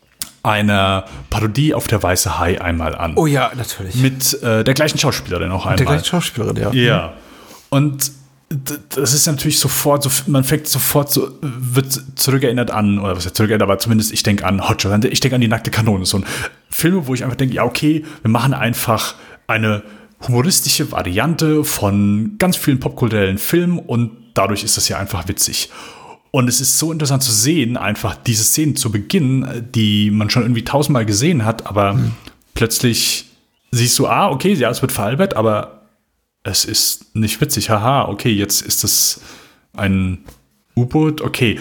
einer Parodie auf der Weiße Hai einmal an. Oh ja, natürlich. Mit der gleichen Schauspielerin auch einmal. Mit der gleichen Schauspielerin, ja. Ja. Und das ist natürlich sofort, man fängt sofort so, wird zurückerinnert an, oder was heißt zurückerinnert, aber zumindest ich denke an Hot Shot, ich denke an die nackte Kanone. So ein Filme, wo ich einfach denke, ja okay, wir machen einfach eine humoristische Variante von ganz vielen popkulturellen Filmen und dadurch ist das ja einfach witzig. Und es ist so interessant zu sehen, einfach diese Szenen zu Beginn, die man schon irgendwie 1000-mal gesehen hat, aber plötzlich siehst du, okay, ja, es wird veralbert, aber es ist nicht witzig. Haha, okay, jetzt ist das ein U-Boot, okay.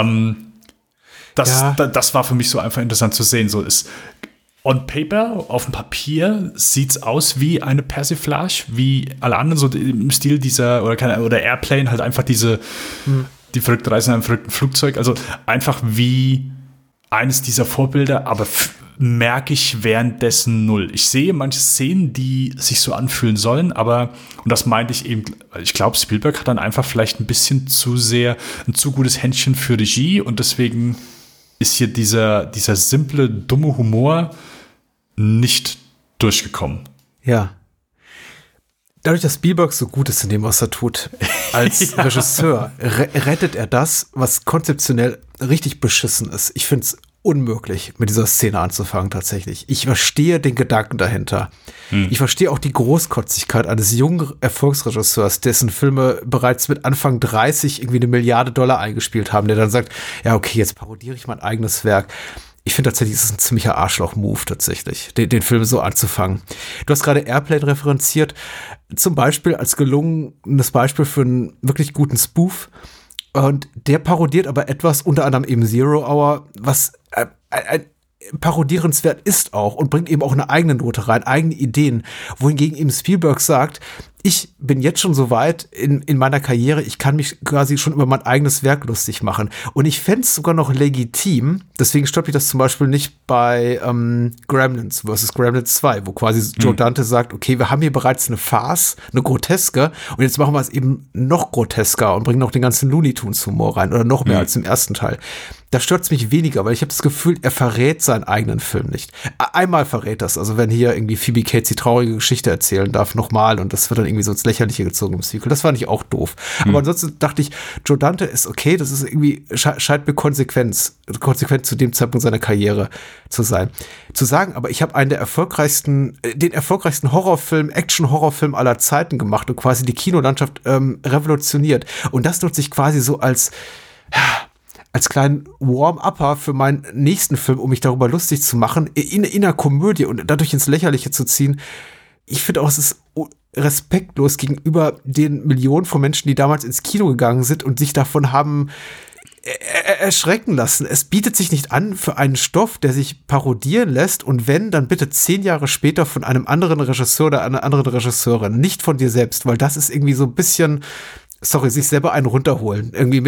Das war für mich so einfach interessant zu sehen. So ist on paper, auf dem Papier, sieht es aus wie eine Persiflage, wie alle anderen, so im Stil dieser, oder Airplane, halt einfach diese die verrückte Reise in einem verrückten Flugzeug, also einfach wie eines dieser Vorbilder, aber merke ich währenddessen null. Ich sehe manche Szenen, die sich so anfühlen sollen, aber, und das meinte ich eben, ich glaube, Spielberg hat dann einfach vielleicht ein bisschen zu sehr ein zu gutes Händchen für Regie und deswegen ist hier dieser simple, dumme Humor nicht durchgekommen. Ja. Dadurch, dass Spielberg so gut ist in dem, was er tut, als Regisseur, rettet er das, was konzeptionell richtig beschissen ist. Ich finde es unmöglich, mit dieser Szene anzufangen tatsächlich. Ich verstehe den Gedanken dahinter. Ich verstehe auch die Großkotzigkeit eines jungen Erfolgsregisseurs, dessen Filme bereits mit Anfang 30 irgendwie $1 Milliarde eingespielt haben, der dann sagt, ja okay, jetzt parodiere ich mein eigenes Werk. Ich finde tatsächlich, es ist ein ziemlicher Arschloch-Move tatsächlich, den Film so anzufangen. Du hast gerade Airplane referenziert, zum Beispiel als gelungenes Beispiel für einen wirklich guten Spoof. Und der parodiert aber etwas, unter anderem eben Zero Hour, was ein parodierenswert ist auch und bringt eben auch eine eigene Note rein, eigene Ideen. Wohingegen eben Spielberg sagt, ich bin jetzt schon so weit in meiner Karriere, ich kann mich quasi schon über mein eigenes Werk lustig machen. Und ich fände es sogar noch legitim, deswegen stört mich das zum Beispiel nicht bei Gremlins vs. Gremlins 2, wo quasi Joe Dante sagt, okay, wir haben hier bereits eine Farce, eine Groteske, und jetzt machen wir es eben noch grotesker und bringen noch den ganzen Looney Tunes Humor rein oder noch mehr als im ersten Teil. Da stört es mich weniger, weil ich habe das Gefühl, er verrät seinen eigenen Film nicht. Einmal verrät das, also wenn hier irgendwie Phoebe Cates die traurige Geschichte erzählen darf, nochmal, und das wird dann irgendwie so ins Lächerliche gezogen im Sequel. Das fand ich auch doof. Aber ansonsten dachte ich, Joe Dante ist okay, das ist irgendwie, scheint mir konsequent zu dem Zeitpunkt seiner Karriere zu sein. Zu sagen, aber ich habe einen der den erfolgreichsten Horrorfilm, Action-Horrorfilm aller Zeiten gemacht und quasi die Kinolandschaft revolutioniert. Und das nutze ich quasi so als kleinen Warm-Upper für meinen nächsten Film, um mich darüber lustig zu machen, in einer Komödie und dadurch ins Lächerliche zu ziehen. Ich finde auch, es ist respektlos gegenüber den Millionen von Menschen, die damals ins Kino gegangen sind und sich davon haben erschrecken lassen. Es bietet sich nicht an für einen Stoff, der sich parodieren lässt, und wenn, dann bitte 10 Jahre später von einem anderen Regisseur oder einer anderen Regisseurin, nicht von dir selbst, weil das ist irgendwie so ein bisschen, sich selber einen runterholen. Irgendwie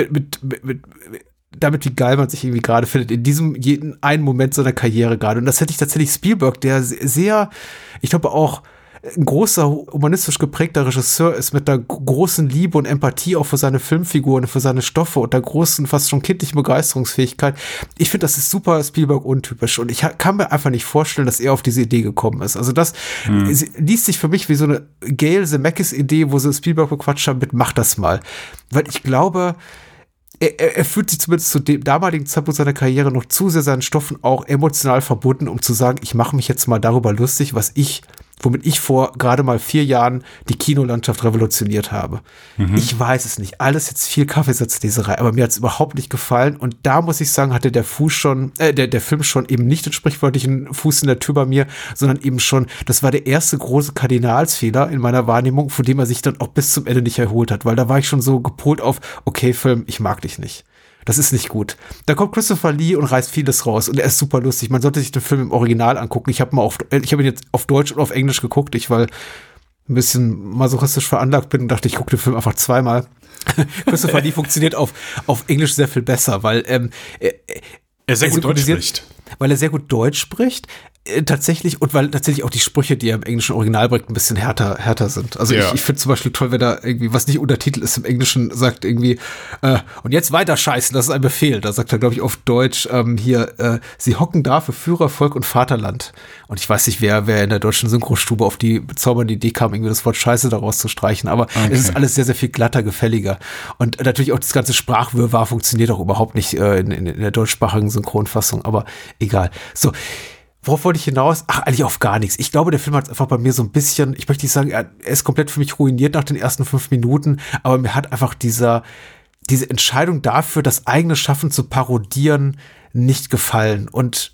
damit, wie geil man sich irgendwie gerade findet, in diesem jeden einen Moment seiner Karriere gerade. Und das hätte ich tatsächlich Spielberg, der sehr, ich glaube auch ein großer, humanistisch geprägter Regisseur ist, mit einer großen Liebe und Empathie auch für seine Filmfiguren, für seine Stoffe und der großen, fast schon kindlichen Begeisterungsfähigkeit. Ich finde, das ist super Spielberg untypisch, und ich kann mir einfach nicht vorstellen, dass er auf diese Idee gekommen ist. Also das liest sich für mich wie so eine Gail Zemeckis-Idee, wo sie Spielberg bequatscht haben mit, mach das mal. Weil ich glaube, er fühlt sich zumindest zu dem damaligen Zeitpunkt seiner Karriere noch zu sehr seinen Stoffen auch emotional verbunden, um zu sagen, ich mache mich jetzt mal darüber lustig, womit ich vor gerade mal 4 Jahren die Kinolandschaft revolutioniert habe. Ich weiß es nicht. Alles jetzt viel Kaffeesatzleserei, aber mir hat es überhaupt nicht gefallen. Und da muss ich sagen, hatte der Film schon eben nicht den sprichwörtlichen Fuß in der Tür bei mir, sondern eben schon, das war der erste große Kardinalsfehler in meiner Wahrnehmung, von dem er sich dann auch bis zum Ende nicht erholt hat, weil da war ich schon so gepolt auf, okay, Film, ich mag dich nicht. Das ist nicht gut. Da kommt Christopher Lee und reißt vieles raus, und er ist super lustig. Man sollte sich den Film im Original angucken. Ich habe ihn jetzt auf Deutsch und auf Englisch geguckt, weil ein bisschen masochistisch veranlagt bin und dachte, ich gucke den Film einfach zweimal. Christopher Lee funktioniert auf Englisch sehr viel besser, weil er sehr gut Deutsch spricht. Weil er sehr gut Deutsch spricht. tatsächlich, und weil tatsächlich auch die Sprüche, die er im englischen Original bringt, ein bisschen härter sind. Also ich finde zum Beispiel toll, wenn da irgendwie, was nicht untertitelt ist im Englischen, sagt irgendwie, und jetzt weiter scheißen, das ist ein Befehl. Da sagt er, glaube ich, auf Deutsch, sie hocken da für Führer, Volk und Vaterland. Und ich weiß nicht, wer in der deutschen Synchrostube auf die bezaubernde Idee kam, irgendwie das Wort Scheiße daraus zu streichen. Aber es ist alles sehr, sehr viel glatter, gefälliger. Und natürlich auch das ganze Sprachwirrwarr funktioniert auch überhaupt nicht in der deutschsprachigen Synchronfassung. Aber egal. So. Worauf wollte ich hinaus? Ach, eigentlich auf gar nichts. Ich glaube, der Film hat einfach bei mir so ein bisschen, ich möchte nicht sagen, er ist komplett für mich ruiniert nach den ersten 5 Minuten, aber mir hat einfach diese Entscheidung dafür, das eigene Schaffen zu parodieren, nicht gefallen. Und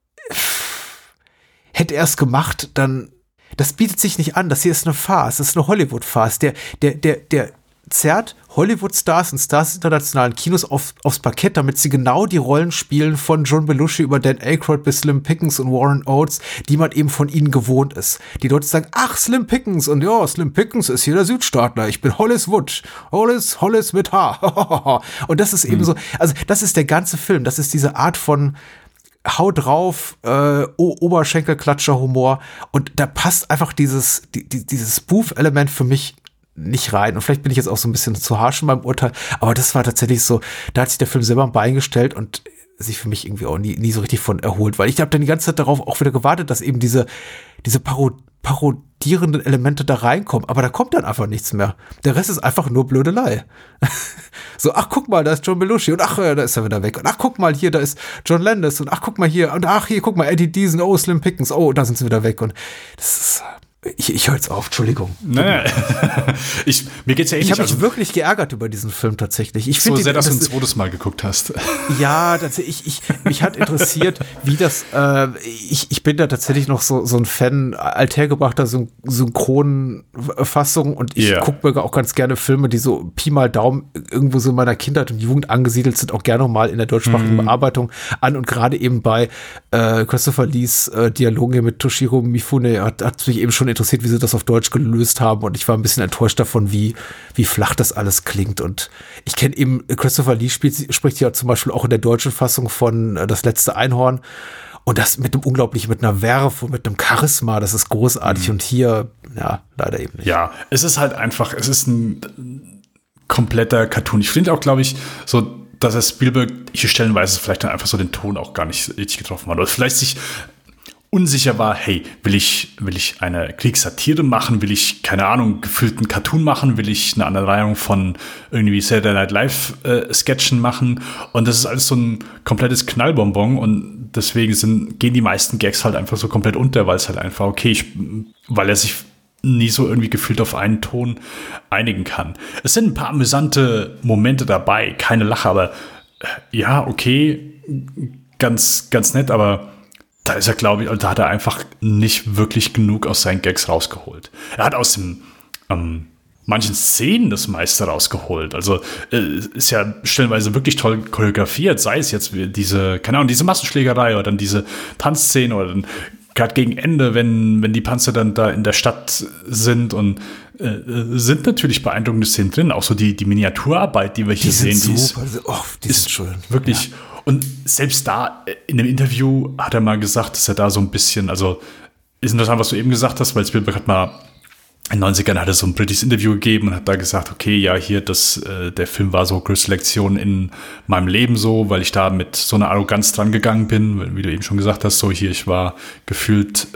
hätte er es gemacht, dann, das bietet sich nicht an. Das hier ist eine Farce, das ist eine Hollywood-Farce. Der zerrt Hollywood-Stars und Stars des internationalen Kinos aufs Parkett, damit sie genau die Rollen spielen von John Belushi über Dan Aykroyd bis Slim Pickens und Warren Oates, die man eben von ihnen gewohnt ist. Die Leute sagen, ach, Slim Pickens, und ja, Slim Pickens ist hier der Südstaatler, ich bin Hollis Wood, Hollis mit H. Und das ist eben so, also das ist der ganze Film, das ist diese Art von Hau drauf, Oberschenkelklatscher-Humor, und da passt einfach dieses Spoof-Element für mich nicht rein. Und vielleicht bin ich jetzt auch so ein bisschen zu harsch in meinem Urteil, aber das war tatsächlich so, da hat sich der Film selber ein Bein gestellt und sich für mich irgendwie auch nie so richtig von erholt, weil ich habe dann die ganze Zeit darauf auch wieder gewartet, dass eben diese parodierenden Elemente da reinkommen, aber da kommt dann einfach nichts mehr. Der Rest ist einfach nur Blödelei. So, ach, guck mal, da ist John Belushi und ach, da ist er wieder weg. Und ach, guck mal, hier, da ist John Landis und ach, guck mal hier und ach, hier, guck mal, Eddie Deason, oh, Slim Pickens, oh, da sind sie wieder weg. Und das ist... Ich höre jetzt auf, Entschuldigung. Nein. Mir geht's ja ähnlich. Ich habe mich wirklich geärgert über diesen Film tatsächlich. Ich so sehr, dass du ein zweites Mal geguckt hast. Ja, mich hat interessiert, wie das, ich bin da tatsächlich noch so ein Fan althergebrachter Synchronfassung und ich gucke mir auch ganz gerne Filme, die so Pi mal Daumen irgendwo so in meiner Kindheit und Jugend angesiedelt sind, auch gerne noch mal in der deutschsprachigen Bearbeitung an, und gerade eben bei Christopher Lees Dialogen hier mit Toshiro Mifune hat mich eben schon interessiert, wie sie das auf Deutsch gelöst haben, und ich war ein bisschen enttäuscht davon, wie flach das alles klingt. Und ich kenne eben, Christopher Lee spricht ja zum Beispiel auch in der deutschen Fassung von Das letzte Einhorn, und das mit einer Werf und mit einem Charisma, das ist großartig, und hier, ja, leider eben nicht. Ja, es ist halt einfach, es ist ein kompletter Cartoon. Ich finde auch, glaube ich, so, dass er Spielberg hier stellenweise vielleicht dann einfach so den Ton auch gar nicht richtig getroffen hat, oder vielleicht sich unsicher war, hey, will ich eine Kriegssatire machen, will ich, keine Ahnung, gefüllten Cartoon machen, will ich eine Aneinanderreihung von irgendwie Saturday Night Live Sketchen machen, und das ist alles so ein komplettes Knallbonbon, und deswegen gehen die meisten Gags halt einfach so komplett unter, weil es halt einfach, weil er sich nie so irgendwie gefühlt auf einen Ton einigen kann. Es sind ein paar amüsante Momente dabei, keine Lache, aber ja, okay, ganz, ganz nett, aber da ist er, glaube ich, da hat er einfach nicht wirklich genug aus seinen Gags rausgeholt. Er hat aus manchen Szenen das meiste rausgeholt. Also ist ja stellenweise wirklich toll choreografiert, sei es jetzt diese Massenschlägerei oder dann diese Tanzszene oder dann gerade gegen Ende, wenn die Panzer dann da in der Stadt sind, und sind natürlich beeindruckende Szenen drin. Auch so die Miniaturarbeit, die wir hier sehen, die ist schön. Wirklich. Ja. Und selbst da, in einem Interview hat er mal gesagt, dass er da so ein bisschen, also ist interessant, was du eben gesagt hast, weil Spielberg hat mal in den 90ern hat er so ein britisches Interview gegeben und hat da gesagt, okay, ja, hier, der Film war so größte Lektion in meinem Leben so, weil ich da mit so einer Arroganz dran gegangen bin, wie du eben schon gesagt hast, so hier, ich war gefühlt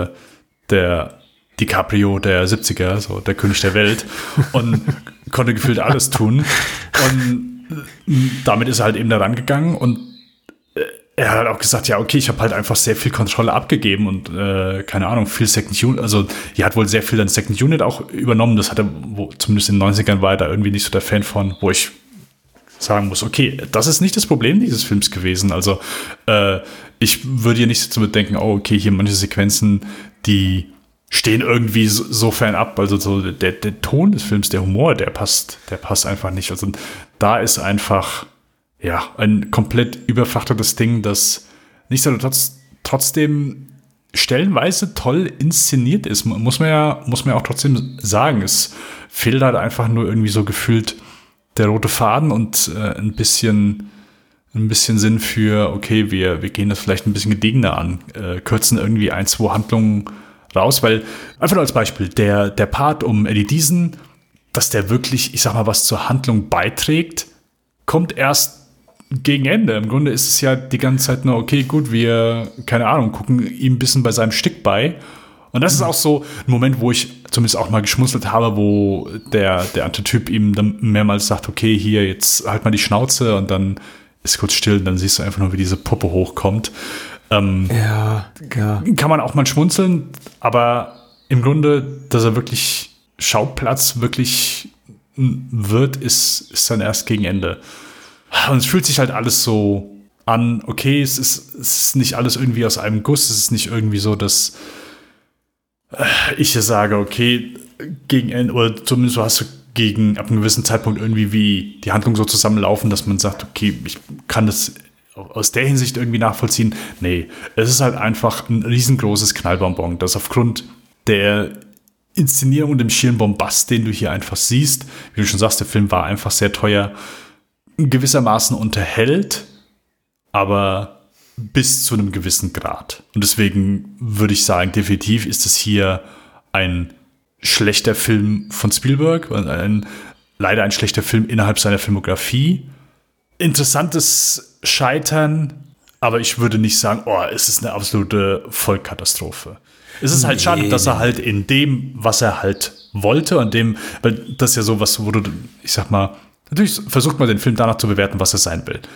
der DiCaprio der 70er, so der König der Welt, und konnte gefühlt alles tun, und damit ist er halt eben da rangegangen, und er hat auch gesagt, ja, okay, ich habe halt einfach sehr viel Kontrolle abgegeben und keine Ahnung, viel Second Unit, also er hat wohl sehr viel dann Second Unit auch übernommen, das hat er, zumindest in den 90ern war er da irgendwie nicht so der Fan von, wo ich sagen muss, okay, das ist nicht das Problem dieses Films gewesen, also ich würde hier nicht so bedenken, oh, okay, hier manche Sequenzen, die stehen irgendwie so fernab, also so der Ton des Films, der Humor, der passt einfach nicht, also da ist einfach ja, ein komplett überfrachtetes Ding, das nichtsdestotrotz trotzdem stellenweise toll inszeniert ist. Muss man ja auch trotzdem sagen. Es fehlt halt einfach nur irgendwie so gefühlt der rote Faden und ein bisschen ein bisschen Sinn für, okay, wir gehen das vielleicht ein bisschen gediegener an, kürzen irgendwie 1, 2 Handlungen raus, weil, einfach nur als Beispiel, der Part um Eddie Deason, dass der wirklich, ich sag mal, was zur Handlung beiträgt, kommt erst gegen Ende. Im Grunde ist es ja die ganze Zeit nur, okay, gut, wir, keine Ahnung, gucken ihm ein bisschen bei seinem Stück bei. Und das ist auch so ein Moment, wo ich zumindest auch mal geschmunzelt habe, wo der Antityp ihm dann mehrmals sagt, okay, hier, jetzt halt mal die Schnauze, und dann ist kurz still, und dann siehst du einfach nur, wie diese Puppe hochkommt. Ja. Kann man auch mal schmunzeln, aber im Grunde, dass er wirklich Schauplatz wirklich wird, ist dann erst gegen Ende. Und es fühlt sich halt alles so an, okay, es ist nicht alles irgendwie aus einem Guss, es ist nicht irgendwie so, dass ich sage, okay, gegen Ende, oder zumindest so hast du ab einem gewissen Zeitpunkt irgendwie wie die Handlung so zusammenlaufen, dass man sagt, okay, ich kann das aus der Hinsicht irgendwie nachvollziehen. Nee, es ist halt einfach ein riesengroßes Knallbonbon, das aufgrund der Inszenierung und dem schieren Bombast, den du hier einfach siehst, wie du schon sagst, der Film war einfach sehr teuer, gewissermaßen unterhält, aber bis zu einem gewissen Grad. Und deswegen würde ich sagen, definitiv ist es hier ein schlechter Film von Spielberg, leider ein schlechter Film innerhalb seiner Filmografie. Interessantes Scheitern, aber ich würde nicht sagen, es ist eine absolute Vollkatastrophe. Es ist halt schade, dass er halt in dem, was er halt wollte, und dem, weil das ist ja sowas, wo du, ich sag mal, natürlich versucht man den Film danach zu bewerten, was er sein will.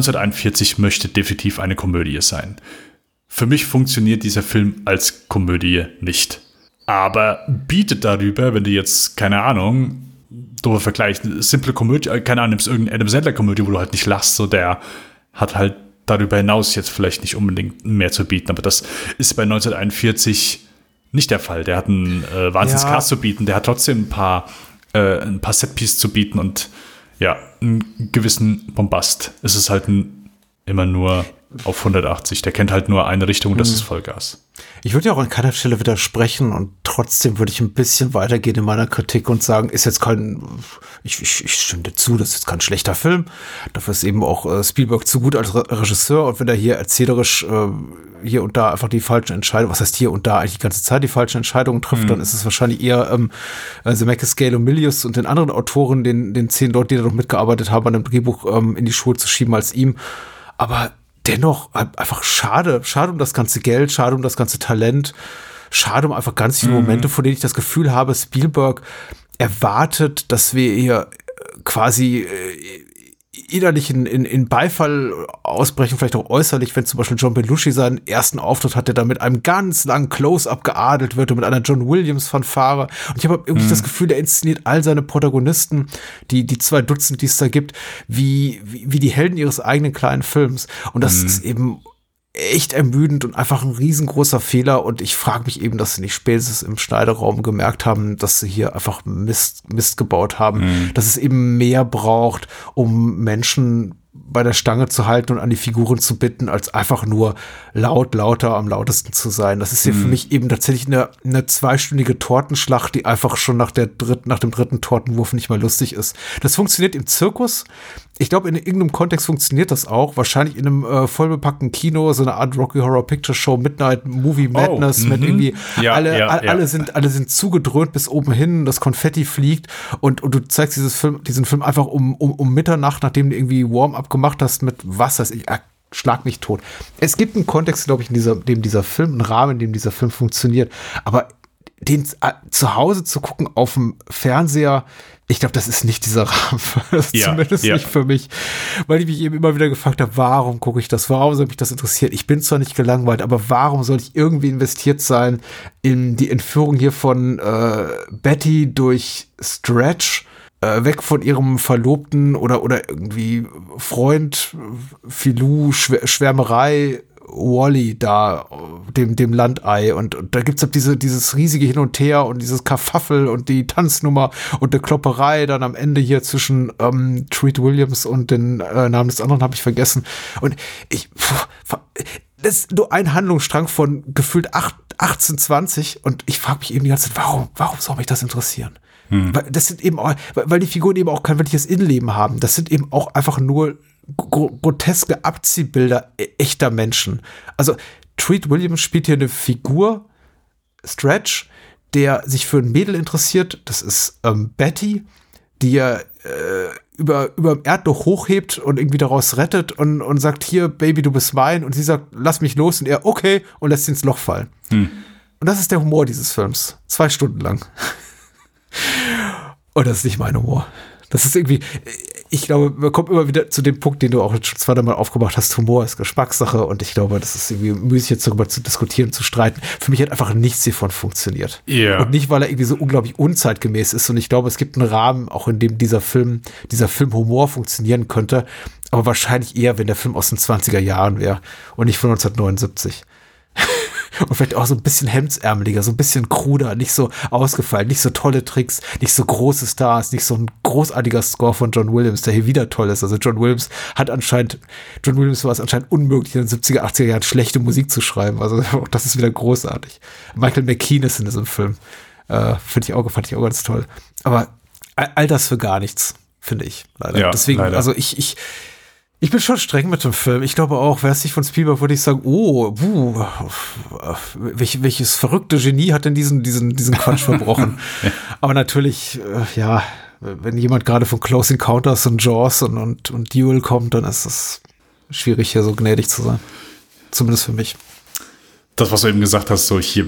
1941 möchte definitiv eine Komödie sein. Für mich funktioniert dieser Film als Komödie nicht. Aber bietet darüber, wenn du jetzt, keine Ahnung, doofer Vergleich, eine simple Komödie, keine Ahnung, nimmst irgendeine Adam Sandler-Komödie, wo du halt nicht lachst, so der hat halt darüber hinaus jetzt vielleicht nicht unbedingt mehr zu bieten. Aber das ist bei 1941 nicht der Fall. Der hat einen Wahnsinns-Cast zu bieten, der hat trotzdem ein paar Setpieces zu bieten und ja, einen gewissen Bombast. Es ist halt immer nur auf 180. Der kennt halt nur eine Richtung, und das ist Vollgas. Ich würde ja auch an keiner Stelle widersprechen, und trotzdem würde ich ein bisschen weitergehen in meiner Kritik und sagen, ist jetzt ich stimme dir zu, das ist jetzt kein schlechter Film. Dafür ist eben auch Spielberg zu gut als Regisseur, und wenn er hier erzählerisch hier und da einfach die falschen Entscheidungen, was heißt hier und da eigentlich die ganze Zeit die falschen Entscheidungen trifft, dann ist es wahrscheinlich eher Zemeckis, Gale und Milius und den anderen Autoren, den 10 Leuten, die da noch mitgearbeitet haben, an dem Drehbuch in die Schuhe zu schieben als ihm. Aber dennoch einfach schade um das ganze Geld, schade um das ganze Talent, schade um einfach ganz viele Momente, von denen ich das Gefühl habe, Spielberg erwartet, dass wir hier quasi innerlich in Beifall ausbrechen, vielleicht auch äußerlich, wenn zum Beispiel John Belushi seinen ersten Auftritt hat, der da mit einem ganz langen Close-Up geadelt wird und mit einer John Williams-Fanfare. Und ich habe irgendwie das Gefühl, der inszeniert all seine Protagonisten, die 2 Dutzend, die es da gibt, wie die Helden ihres eigenen kleinen Films. Und das ist eben echt ermüdend und einfach ein riesengroßer Fehler, und ich frage mich eben, dass sie nicht spätestens im Schneideraum gemerkt haben, dass sie hier einfach Mist gebaut haben, dass es eben mehr braucht, um Menschen bei der Stange zu halten und an die Figuren zu bitten, als einfach nur lauter am lautesten zu sein. Das ist hier für mich eben tatsächlich eine 2-stündige Tortenschlacht, die einfach schon nach dem dritten Tortenwurf nicht mehr lustig ist. Das funktioniert im Zirkus. Ich glaube, in irgendeinem Kontext funktioniert das auch. Wahrscheinlich in einem vollbepackten Kino, so eine Art Rocky Horror Picture Show, Midnight Movie Madness, mit irgendwie alle sind zugedröhnt bis oben hin, das Konfetti fliegt, und du zeigst diesen Film einfach um Mitternacht, nachdem du irgendwie Warm-up gemacht hast mit was weiß ich, schlag mich tot. Es gibt einen Kontext, glaube ich, einen Rahmen, in dem dieser Film funktioniert, aber den zu Hause zu gucken auf dem Fernseher, ich glaube, das ist nicht dieser Rahmen. Zumindest nicht für mich. Weil ich mich eben immer wieder gefragt habe, warum gucke ich das? Warum soll mich das interessieren? Ich bin zwar nicht gelangweilt, aber warum soll ich irgendwie investiert sein in die Entführung hier von Betty durch Stretch, weg von ihrem Verlobten oder irgendwie Freund, Filou, Schwärmerei, Wally da, dem Landei, und da gibt's halt dieses riesige Hin und Her und dieses Kafaffel und die Tanznummer und der Klopperei dann am Ende hier zwischen Treat Williams und den Namen des anderen habe ich vergessen, und das ist nur ein Handlungsstrang von gefühlt 18, 20, und ich frage mich eben die ganze Zeit, warum soll mich das interessieren? Weil das sind eben auch, weil die Figuren eben auch kein wirkliches Innenleben haben. Das sind eben auch einfach nur groteske Abziehbilder echter Menschen. Also Treat Williams spielt hier eine Figur, Stretch, der sich für ein Mädel interessiert. Das ist Betty, die er über dem Erdloch hochhebt und irgendwie daraus rettet und sagt, hier, Baby, du bist mein. Und sie sagt, lass mich los. Und er, okay, und lässt ihn ins Loch fallen. Und das ist der Humor dieses Films. 2 Stunden lang. Und das ist nicht mein Humor. Das ist irgendwie, ich glaube, man kommt immer wieder zu dem Punkt, den du auch schon 2 Mal aufgemacht hast. Humor ist Geschmackssache und ich glaube, das ist irgendwie müßig jetzt darüber zu diskutieren, zu streiten. Für mich hat einfach nichts hiervon funktioniert. Yeah. Und nicht, weil er irgendwie so unglaublich unzeitgemäß ist. Und ich glaube, es gibt einen Rahmen, auch in dem dieser Film Humor funktionieren könnte. Aber wahrscheinlich eher, wenn der Film aus den 20er Jahren wäre und nicht von 1979. Und vielleicht auch so ein bisschen hemdsärmeliger, so ein bisschen kruder, nicht so ausgefallen, nicht so tolle Tricks, nicht so große Stars, nicht so ein großartiger Score von John Williams, der hier wieder toll ist. Also John Williams war es anscheinend unmöglich, in den 70er, 80er Jahren schlechte Musik zu schreiben. Also auch das ist wieder großartig. Michael McKean ist in diesem Film. Fand ich auch ganz toll. Aber all das für gar nichts, finde ich. Leider. Ja, deswegen, leider. also ich bin schon streng mit dem Film. Ich glaube auch, wäre es nicht von Spielberg, würde ich sagen, welches verrückte Genie hat denn diesen Quatsch verbrochen? Aber natürlich, wenn jemand gerade von Close Encounters und Jaws und Duel kommt, dann ist es schwierig, hier so gnädig zu sein. Zumindest für mich. Das, was du eben gesagt hast, so hier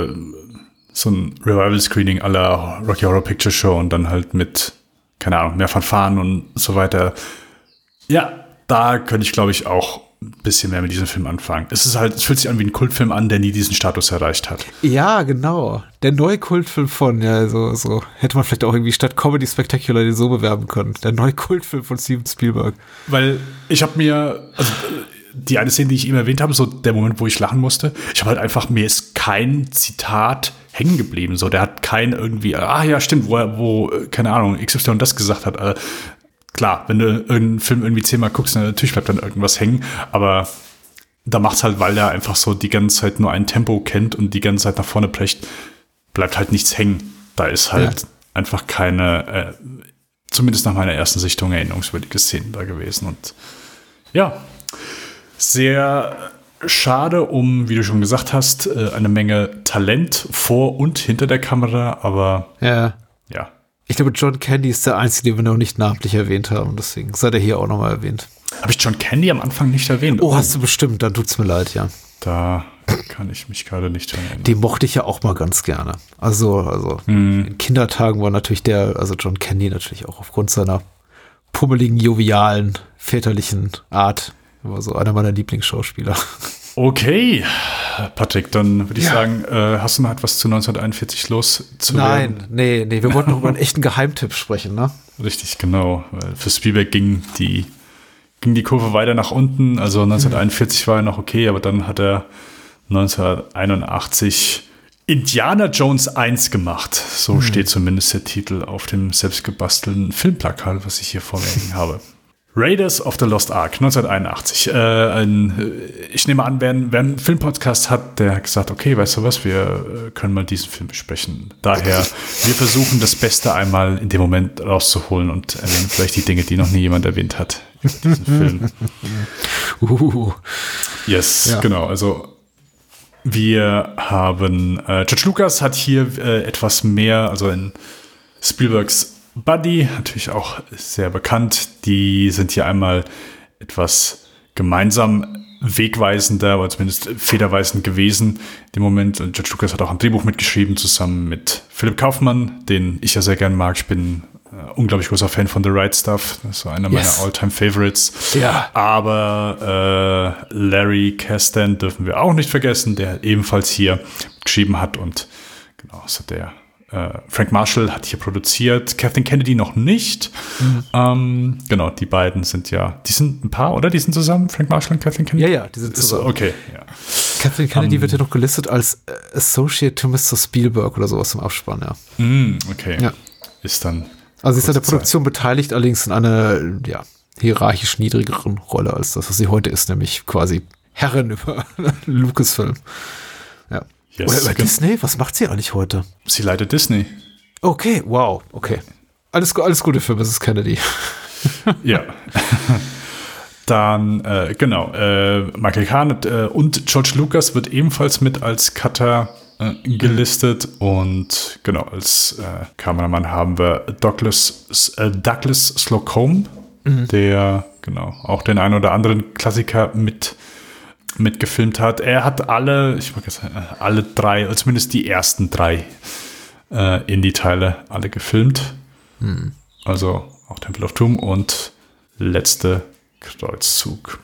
so ein Revival-Screening à la Rocky Horror Picture Show und dann halt mit, keine Ahnung, mehr Fanfaren und so weiter. Ja, da könnte ich, glaube ich, auch ein bisschen mehr mit diesem Film anfangen. Es fühlt sich an wie ein Kultfilm an, der nie diesen Status erreicht hat. Ja, genau. Der neue Kultfilm von, so hätte man vielleicht auch irgendwie statt Comedy Spectacular den so bewerben können. Der neue Kultfilm von Steven Spielberg. Weil ich habe mir, also die eine Szene, die ich eben erwähnt habe, so der Moment, wo ich lachen musste, ich habe halt einfach, mir ist kein Zitat hängen geblieben. So, der hat kein irgendwie, ja, stimmt, wo keine Ahnung, XY das gesagt hat. Klar, wenn du irgendeinen Film irgendwie 10-mal guckst, dann natürlich bleibt dann irgendwas hängen, aber da macht's halt, weil er einfach so die ganze Zeit nur ein Tempo kennt und die ganze Zeit nach vorne brecht, bleibt halt nichts hängen. Da ist halt einfach keine, zumindest nach meiner ersten Sichtung, erinnerungswürdige Szenen da gewesen. Und ja, sehr schade um, wie du schon gesagt hast, eine Menge Talent vor und hinter der Kamera, aber ja. Ich glaube, John Candy ist der Einzige, den wir noch nicht namentlich erwähnt haben. Deswegen sei er hier auch nochmal erwähnt. Habe ich John Candy am Anfang nicht erwähnt? Oh, hast du bestimmt. Dann tut's mir leid, ja. Da kann ich mich gerade nicht erinnern. Den mochte ich ja auch mal ganz gerne. Also in Kindertagen war natürlich John Candy natürlich auch aufgrund seiner pummeligen, jovialen, väterlichen Art immer so einer meiner Lieblingsschauspieler. Okay, Patrick, dann würde ich sagen, hast du noch etwas zu 1941 loszuwerden? Nein, nee, wir wollten noch über einen echten Geheimtipp sprechen, ne? Richtig, genau. Weil für Spielberg ging die Kurve weiter nach unten. Also 1941 war er noch okay, aber dann hat er 1981 Indiana Jones 1 gemacht. So steht zumindest der Titel auf dem selbstgebastelten Filmplakat, was ich hier vor mir liegen habe. Raiders of the Lost Ark, 1981. Ich nehme an, wer einen Filmpodcast hat, der hat gesagt, okay, weißt du was, wir können mal diesen Film besprechen. Daher, wir versuchen das Beste einmal in dem Moment rauszuholen und erwähnen vielleicht die Dinge, die noch nie jemand erwähnt hat in diesem Film. Yes, ja. Genau. Also wir haben, George Lucas hat hier etwas mehr, also in Spielbergs Buddy, natürlich auch sehr bekannt. Die sind hier einmal etwas gemeinsam wegweisender oder zumindest federweisend gewesen in dem Moment. Und George Lucas hat auch ein Drehbuch mitgeschrieben, zusammen mit Philipp Kaufmann, den ich ja sehr gern mag. Ich bin unglaublich großer Fan von The Right Stuff. Das ist so einer meiner All-Time-Favorites. Ja. Aber Larry Kasdan dürfen wir auch nicht vergessen, der ebenfalls hier geschrieben hat. Und genau, so der Frank Marshall hat hier produziert, Kathleen Kennedy noch nicht. Genau, die beiden sind die sind ein Paar, oder? Die sind zusammen, Frank Marshall und Kathleen Kennedy? Ja, die sind zusammen. Okay, ja. Kathleen Kennedy wird ja noch gelistet als Associate to Mr. Spielberg oder sowas im Abspann, ja. Okay, ja. Ist dann. Also sie ist an der Produktion beteiligt, allerdings in einer, hierarchisch niedrigeren Rolle als das, was sie heute ist, nämlich quasi Herrin über Lucasfilm. Ja. Yes. Oder über Disney? Was macht sie eigentlich heute? Sie leitet Disney. Okay, wow, okay. Alles Gute für Mrs. Kennedy. Ja. Dann, Michael Kahn und George Lucas wird ebenfalls mit als Cutter gelistet. Und genau, als Kameramann haben wir Douglas Slocombe, der auch den einen oder anderen Klassiker mitgefilmt hat. Er hat alle drei, zumindest die ersten drei Indie-Teile alle gefilmt. Also auch Temple of Doom und letzte Kreuzzug.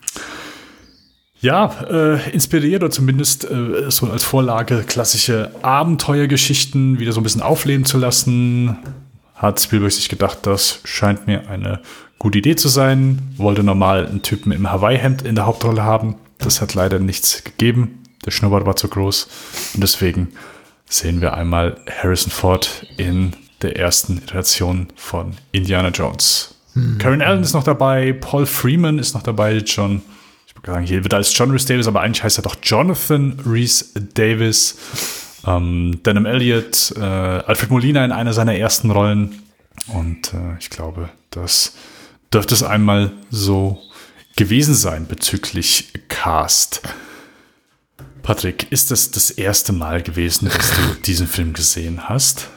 Ja, inspiriert oder zumindest so als Vorlage klassische Abenteuergeschichten wieder so ein bisschen aufleben zu lassen, hat Spielberg sich gedacht, das scheint mir eine gute Idee zu sein. Wollte normal einen Typen im Hawaii-Hemd in der Hauptrolle haben. Das hat leider nichts gegeben. Der Schnurrbart war zu groß. Und deswegen sehen wir einmal Harrison Ford in der ersten Iteration von Indiana Jones. Karen Allen ist noch dabei, Paul Freeman ist noch dabei, hier wird als John Rhys Davis, aber eigentlich heißt er doch Jonathan Rhys Davis, Denham Elliott, Alfred Molina in einer seiner ersten Rollen. Und ich glaube, das dürfte es einmal so gewesen sein bezüglich Cast. Patrick, ist das erste Mal gewesen, dass du diesen Film gesehen hast?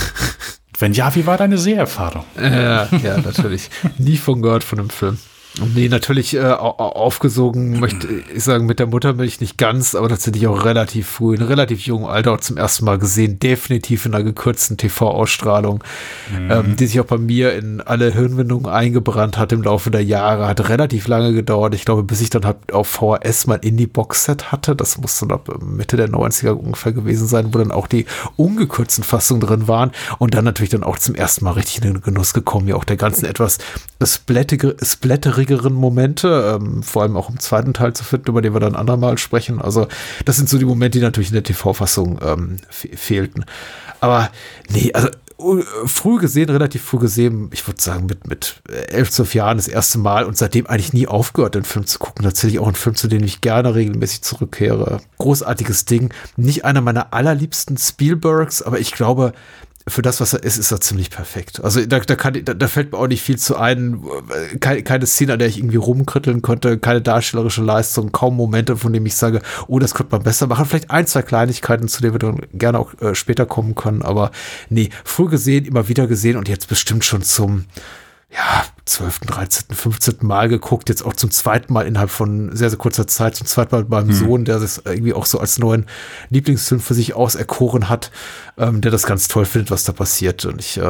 Wenn ja, wie war deine Seherfahrung? Ja, natürlich. Nie von gehört von dem Film. Und nee, natürlich aufgesogen, möchte ich sagen, mit der Muttermilch nicht ganz, aber tatsächlich auch relativ früh, in relativ jungem Alter auch zum ersten Mal gesehen, definitiv in einer gekürzten TV-Ausstrahlung, die sich auch bei mir in alle Hirnwindungen eingebrannt hat im Laufe der Jahre, hat relativ lange gedauert, ich glaube, bis ich dann halt auf VHS mein Indie-Box-Set hatte, das muss dann ab Mitte der 90er ungefähr gewesen sein, wo dann auch die ungekürzten Fassungen drin waren und dann natürlich dann auch zum ersten Mal richtig in den Genuss gekommen, ja auch der ganzen etwas splatterigeren Momente, vor allem auch im zweiten Teil zu finden, über den wir dann andermal sprechen. Also das sind so die Momente, die natürlich in der TV-Fassung fehlten. Aber nee, also relativ früh gesehen, ich würde sagen mit 11, 12 Jahren das erste Mal und seitdem eigentlich nie aufgehört, den Film zu gucken. Tatsächlich auch ein Film, zu dem ich gerne regelmäßig zurückkehre. Großartiges Ding. Nicht einer meiner allerliebsten Spielbergs, aber ich glaube, für das, was er ist er ziemlich perfekt. Also da fällt mir auch nicht viel zu ein. Keine Szene, an der ich irgendwie rumkritteln konnte, keine darstellerische Leistung, kaum Momente, von denen ich sage, oh, das könnte man besser machen. Vielleicht 1, 2 Kleinigkeiten, zu denen wir dann gerne auch später kommen können. Aber nee, früh gesehen, immer wieder gesehen und jetzt bestimmt schon zum 12., 13., 15. Mal geguckt, jetzt auch zum zweiten Mal innerhalb von sehr, sehr kurzer Zeit, zum zweiten Mal mit meinem Sohn, der das irgendwie auch so als neuen Lieblingsfilm für sich auserkoren hat, der das ganz toll findet, was da passiert. Und ich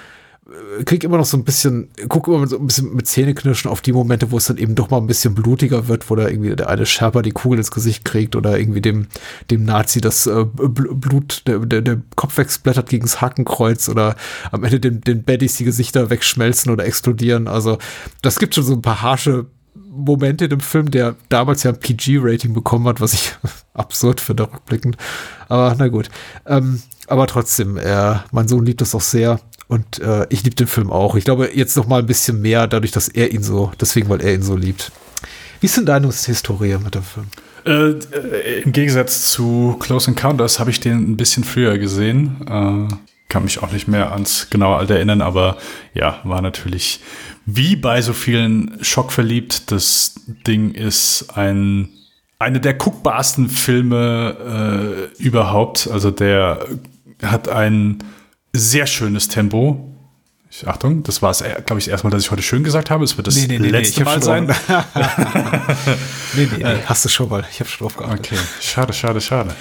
gucke immer so ein bisschen mit Zähneknirschen auf die Momente, wo es dann eben doch mal ein bisschen blutiger wird, wo da irgendwie der eine Scherber die Kugel ins Gesicht kriegt oder irgendwie dem Nazi das Blut, der Kopf wegsplattert gegen das Hakenkreuz oder am Ende den Baddies die Gesichter wegschmelzen oder explodieren. Also das gibt schon so ein paar harsche Momente in dem Film, der damals ja ein PG-Rating bekommen hat, was ich absurd finde, rückblickend. Aber na gut. Aber trotzdem, mein Sohn liebt das auch sehr. Und ich liebe den Film auch. Ich glaube, jetzt noch mal ein bisschen mehr, dadurch, dass weil er ihn so liebt. Wie ist denn deine Historie mit dem Film? Im Gegensatz zu Close Encounters habe ich den ein bisschen früher gesehen. Kann mich auch nicht mehr ans genaue Alter erinnern, aber ja, war natürlich wie bei so vielen schockverliebt. Das Ding ist eine der guckbarsten Filme überhaupt. Also der hat ein sehr schönes Tempo. Achtung, das war es, glaube ich, das erste Mal, dass ich heute schön gesagt habe. Es wird das letzte Mal sein. Nee, hast du schon mal. Ich habe schon drauf geachtet. Okay, schade.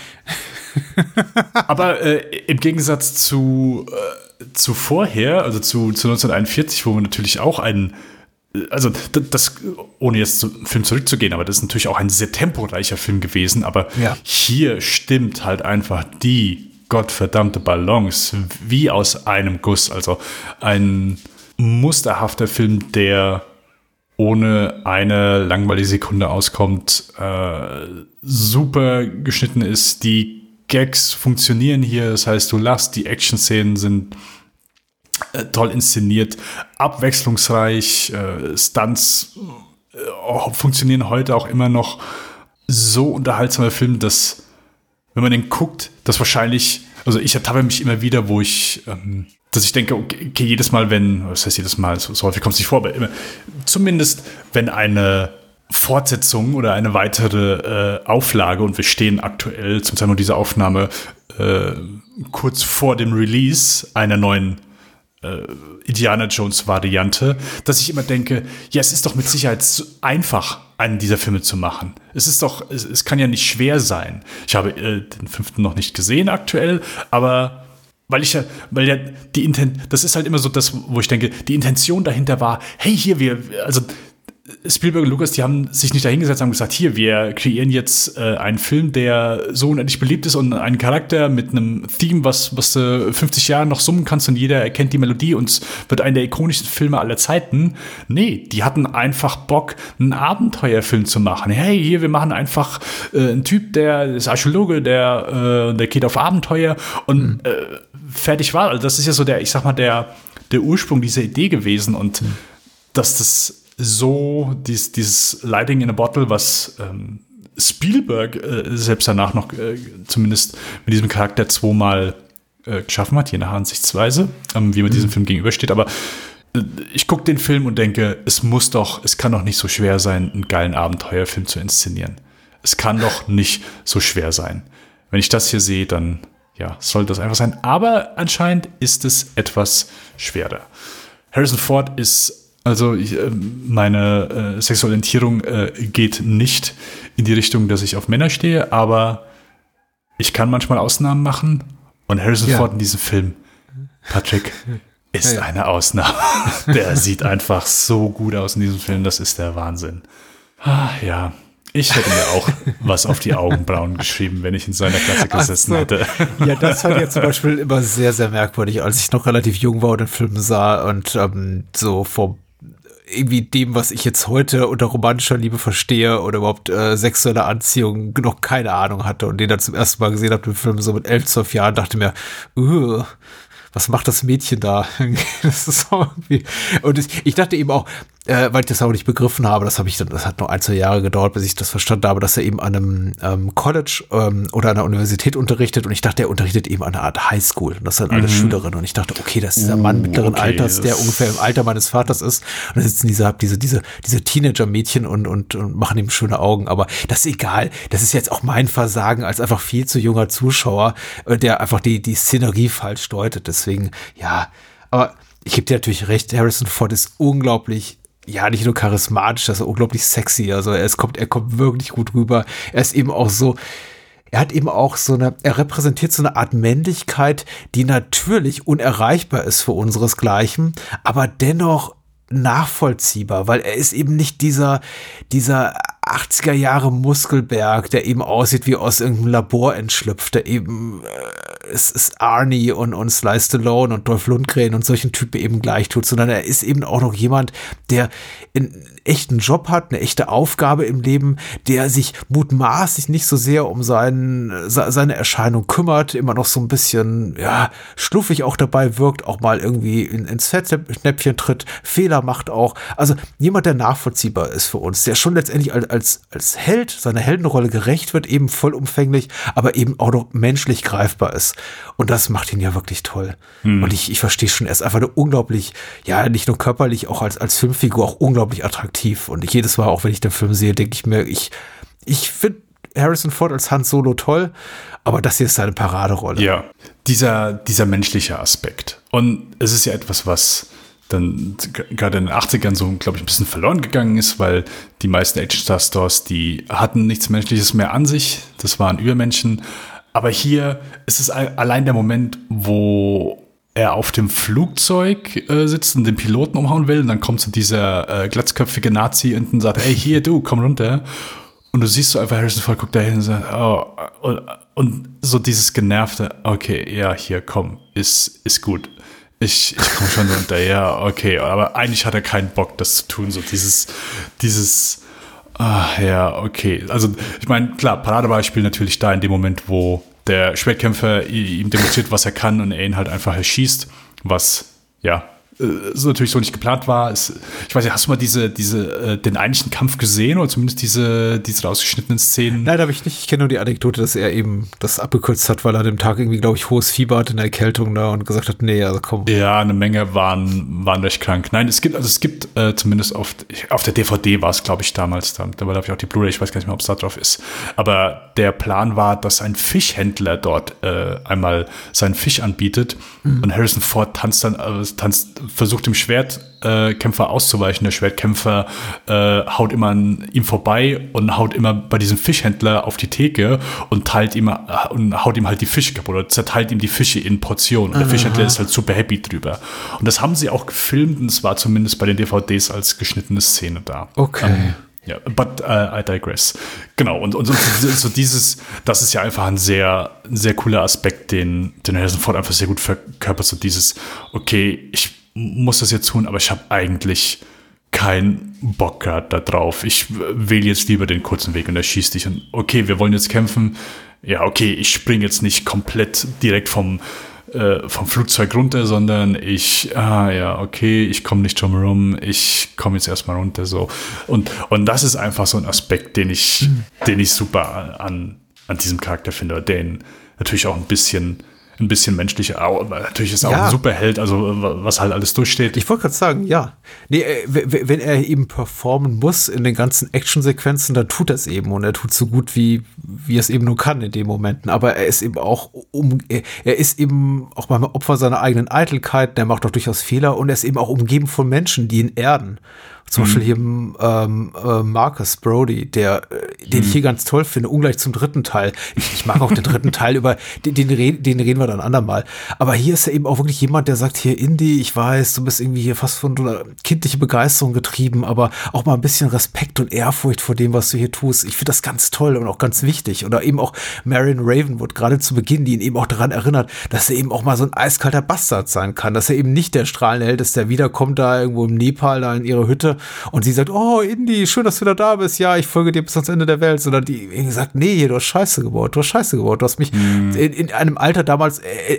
Aber im Gegensatz zu vorher, also zu 1941, wo wir natürlich auch das, ohne jetzt zum Film zurückzugehen, aber das ist natürlich auch ein sehr temporeicher Film gewesen, aber hier stimmt halt einfach die gottverdammte Balance wie aus einem Guss. Also ein musterhafter Film, der ohne eine langweilige Sekunde auskommt, super geschnitten ist. Die Gags funktionieren hier, das heißt, du lachst, die Action-Szenen sind toll inszeniert, abwechslungsreich, Stunts funktionieren heute auch immer noch. So unterhaltsamer Film, dass wenn man den guckt, das wahrscheinlich, also ich ertappe mich immer wieder, wo ich dass ich denke, okay, jedes Mal, was heißt jedes Mal, so häufig kommt es nicht vor, aber immer, zumindest wenn eine Fortsetzung oder eine weitere Auflage, und wir stehen aktuell zum Zeitpunkt dieser Aufnahme kurz vor dem Release einer neuen Indiana Jones Variante, dass ich immer denke, ja, es ist doch mit Sicherheit einfach, einen dieser Filme zu machen. Es kann ja nicht schwer sein. Ich habe den 5. noch nicht gesehen aktuell, aber das ist halt immer so das, wo ich denke, die Intention dahinter war, hey, hier, Spielberg und Lucas, die haben sich nicht dahingesetzt und haben gesagt, hier, wir kreieren jetzt einen Film, der so unendlich beliebt ist und einen Charakter mit einem Theme, was du 50 Jahre noch summen kannst und jeder erkennt die Melodie und es wird einer der ikonischsten Filme aller Zeiten. Nee, die hatten einfach Bock, einen Abenteuerfilm zu machen. Hey, hier, wir machen einfach einen Typ, der ist Archäologe, der geht auf Abenteuer und fertig war. Also das ist ja so der Ursprung dieser Idee gewesen und dass das so dieses Lightning in a Bottle, was Spielberg selbst danach noch zumindest mit diesem Charakter 2-mal geschaffen hat, je nach Ansichtsweise, wie man diesem Film gegenübersteht. Aber ich gucke den Film und denke, es kann doch nicht so schwer sein, einen geilen Abenteuerfilm zu inszenieren. Es kann doch nicht so schwer sein. Wenn ich das hier sehe, dann soll das einfach sein. Aber anscheinend ist es etwas schwerer. Harrison Ford ist meine sexuelle Orientierung geht nicht in die Richtung, dass ich auf Männer stehe, aber ich kann manchmal Ausnahmen machen und Harrison Ford in diesem Film, Patrick, ist eine Ausnahme. Der sieht einfach so gut aus in diesem Film, das ist der Wahnsinn. Ja, ich hätte mir auch was auf die Augenbrauen geschrieben, wenn ich in seiner Klasse gesessen hätte. Ja, das fand ich zum Beispiel immer sehr, sehr merkwürdig, als ich noch relativ jung war und den Film sah und so vor irgendwie dem, was ich jetzt heute unter romantischer Liebe verstehe oder überhaupt sexuelle Anziehung noch keine Ahnung hatte und den dann zum ersten Mal gesehen habe, den Film so mit 11, 12 Jahren, dachte mir, was macht das Mädchen da? Das ist irgendwie. Und ich dachte eben auch, weil ich das auch nicht begriffen habe, das hat noch 1, 2 Jahre gedauert, bis ich das verstanden habe, dass er eben an einem College oder einer Universität unterrichtet und ich dachte, er unterrichtet eben an einer Art Highschool und das sind alle Schülerinnen und ich dachte, okay, das ist dieser Mann mittleren Alters, der ungefähr im Alter meines Vaters ist und da sitzen diese Teenager-Mädchen und machen ihm schöne Augen, aber das ist egal, das ist jetzt auch mein Versagen als einfach viel zu junger Zuschauer, der einfach die Szenerie falsch deutet, deswegen, aber ich gebe dir natürlich recht, Harrison Ford ist unglaublich, nicht nur charismatisch, das ist unglaublich sexy, also er kommt wirklich gut rüber, er repräsentiert so eine Art Männlichkeit, die natürlich unerreichbar ist für unseresgleichen, aber dennoch nachvollziehbar, weil er ist eben nicht dieser 80er Jahre Muskelberg, der eben aussieht wie aus irgendeinem Labor entschlüpft, der eben es ist Arnie und Sly Stallone und Dolph Lundgren und solchen Typen eben gleich tut, sondern er ist eben auch noch jemand, der einen echten Job hat, eine echte Aufgabe im Leben, der sich mutmaßlich nicht so sehr um seine Erscheinung kümmert, immer noch so ein bisschen schluffig auch dabei wirkt, auch mal irgendwie ins Fettnäpfchen tritt, Fehler macht auch. Also jemand, der nachvollziehbar ist für uns, der schon letztendlich als Held seiner Heldenrolle gerecht wird, eben vollumfänglich, aber eben auch noch menschlich greifbar ist. Und das macht ihn ja wirklich toll. Und ich verstehe schon, er ist einfach eine unglaublich, nicht nur körperlich, auch als Filmfigur auch unglaublich attraktiv. Und jedes Mal, auch wenn ich den Film sehe, denke ich mir, ich finde Harrison Ford als Han Solo toll, aber das hier ist seine Paraderolle. Ja, dieser menschliche Aspekt. Und es ist ja etwas, was dann gerade in den 80ern so, glaube ich, ein bisschen verloren gegangen ist, weil die meisten Action-Star-Stores, die hatten nichts Menschliches mehr an sich. Das waren Übermenschen. Aber hier ist es allein der Moment, wo er auf dem Flugzeug sitzt und den Piloten umhauen will. Und dann kommt so dieser glatzköpfige Nazi und sagt, hey, hier, du, komm runter. Und du siehst so einfach, Harrison Ford guckt dahin und sagt, und so dieses genervte, okay, ja, hier, komm, ist gut. Ich komme schon runter, ja, okay. Aber eigentlich hat er keinen Bock, das zu tun. So dieses okay. Also, ich meine, klar, Paradebeispiel natürlich da in dem Moment, wo der Schwertkämpfer ihm demonstriert, was er kann und er ihn halt einfach erschießt, was, so natürlich so nicht geplant war. Ich weiß nicht, hast du mal den eigentlichen Kampf gesehen oder zumindest diese rausgeschnittenen Szenen? Nein, habe ich nicht. Ich kenne nur die Anekdote, dass er eben das abgekürzt hat, weil er an dem Tag irgendwie, glaube ich, hohes Fieber hatte in der Erkältung da und gesagt hat, nee, also komm. Ja, eine Menge waren recht krank. Nein, es gibt zumindest auf der DVD war es, glaube ich, damals. Da war, glaube ich, auch die Blu-ray, ich weiß gar nicht mehr, ob es da drauf ist. Aber der Plan war, dass ein Fischhändler dort einmal seinen Fisch anbietet und Harrison Ford versucht dem Schwertkämpfer auszuweichen. Der Schwertkämpfer haut immer an ihm vorbei und haut immer bei diesem Fischhändler auf die Theke und haut ihm halt die Fische kaputt oder zerteilt ihm die Fische in Portionen. Und der Fischhändler ist halt super happy drüber. Und das haben sie auch gefilmt und es war zumindest bei den DVDs als geschnittene Szene da. Okay. Ja, but I digress. Genau, und so das ist ja einfach ein sehr, sehr cooler Aspekt, den Harrison Ford einfach sehr gut verkörpert. So dieses, okay, ich muss das jetzt tun, aber ich habe eigentlich keinen Bock da drauf. Ich wähle jetzt lieber den kurzen Weg und er schießt dich. Und okay, wir wollen jetzt kämpfen. Ja, okay, ich springe jetzt nicht komplett direkt vom Flugzeug runter, sondern ich komme nicht drum herum, ich komme jetzt erstmal runter, so. Und das ist einfach so ein Aspekt, den ich super an diesem Charakter finde, der ihn natürlich auch ein bisschen menschlicher, aber natürlich ist er auch ein Superheld, also was halt alles durchsteht. Ich wollte gerade sagen, ja. Nee, wenn er eben performen muss in den ganzen Actionsequenzen, dann tut er es eben und er tut so gut, wie er es eben nur kann in den Momenten. Aber er ist eben auch beim Opfer seiner eigenen Eitelkeit, der macht doch durchaus Fehler und er ist eben auch umgeben von Menschen, die ihn erden. Zum Beispiel hier Marcus Brody, den ich hier ganz toll finde, ungleich zum dritten Teil. Ich mag auch den dritten Teil, über den reden wir dann andermal. Aber hier ist er eben auch wirklich jemand, der sagt, hier Indy, ich weiß, du bist irgendwie hier fast von einer kindlichen Begeisterung getrieben, aber auch mal ein bisschen Respekt und Ehrfurcht vor dem, was du hier tust. Ich finde das ganz toll und auch ganz wichtig. Oder eben auch Marion Ravenwood, gerade zu Beginn, die ihn eben auch daran erinnert, dass er eben auch mal so ein eiskalter Bastard sein kann, dass er eben nicht der strahlende Held ist, der wiederkommt da irgendwo im Nepal, da in ihre Hütte und sie sagt, oh, Indy, schön, dass du wieder da bist. Ja, ich folge dir bis ans Ende der Welt. Sondern die irgendwie sagt, nee, du hast Scheiße gebaut. Du hast mich in einem Alter damals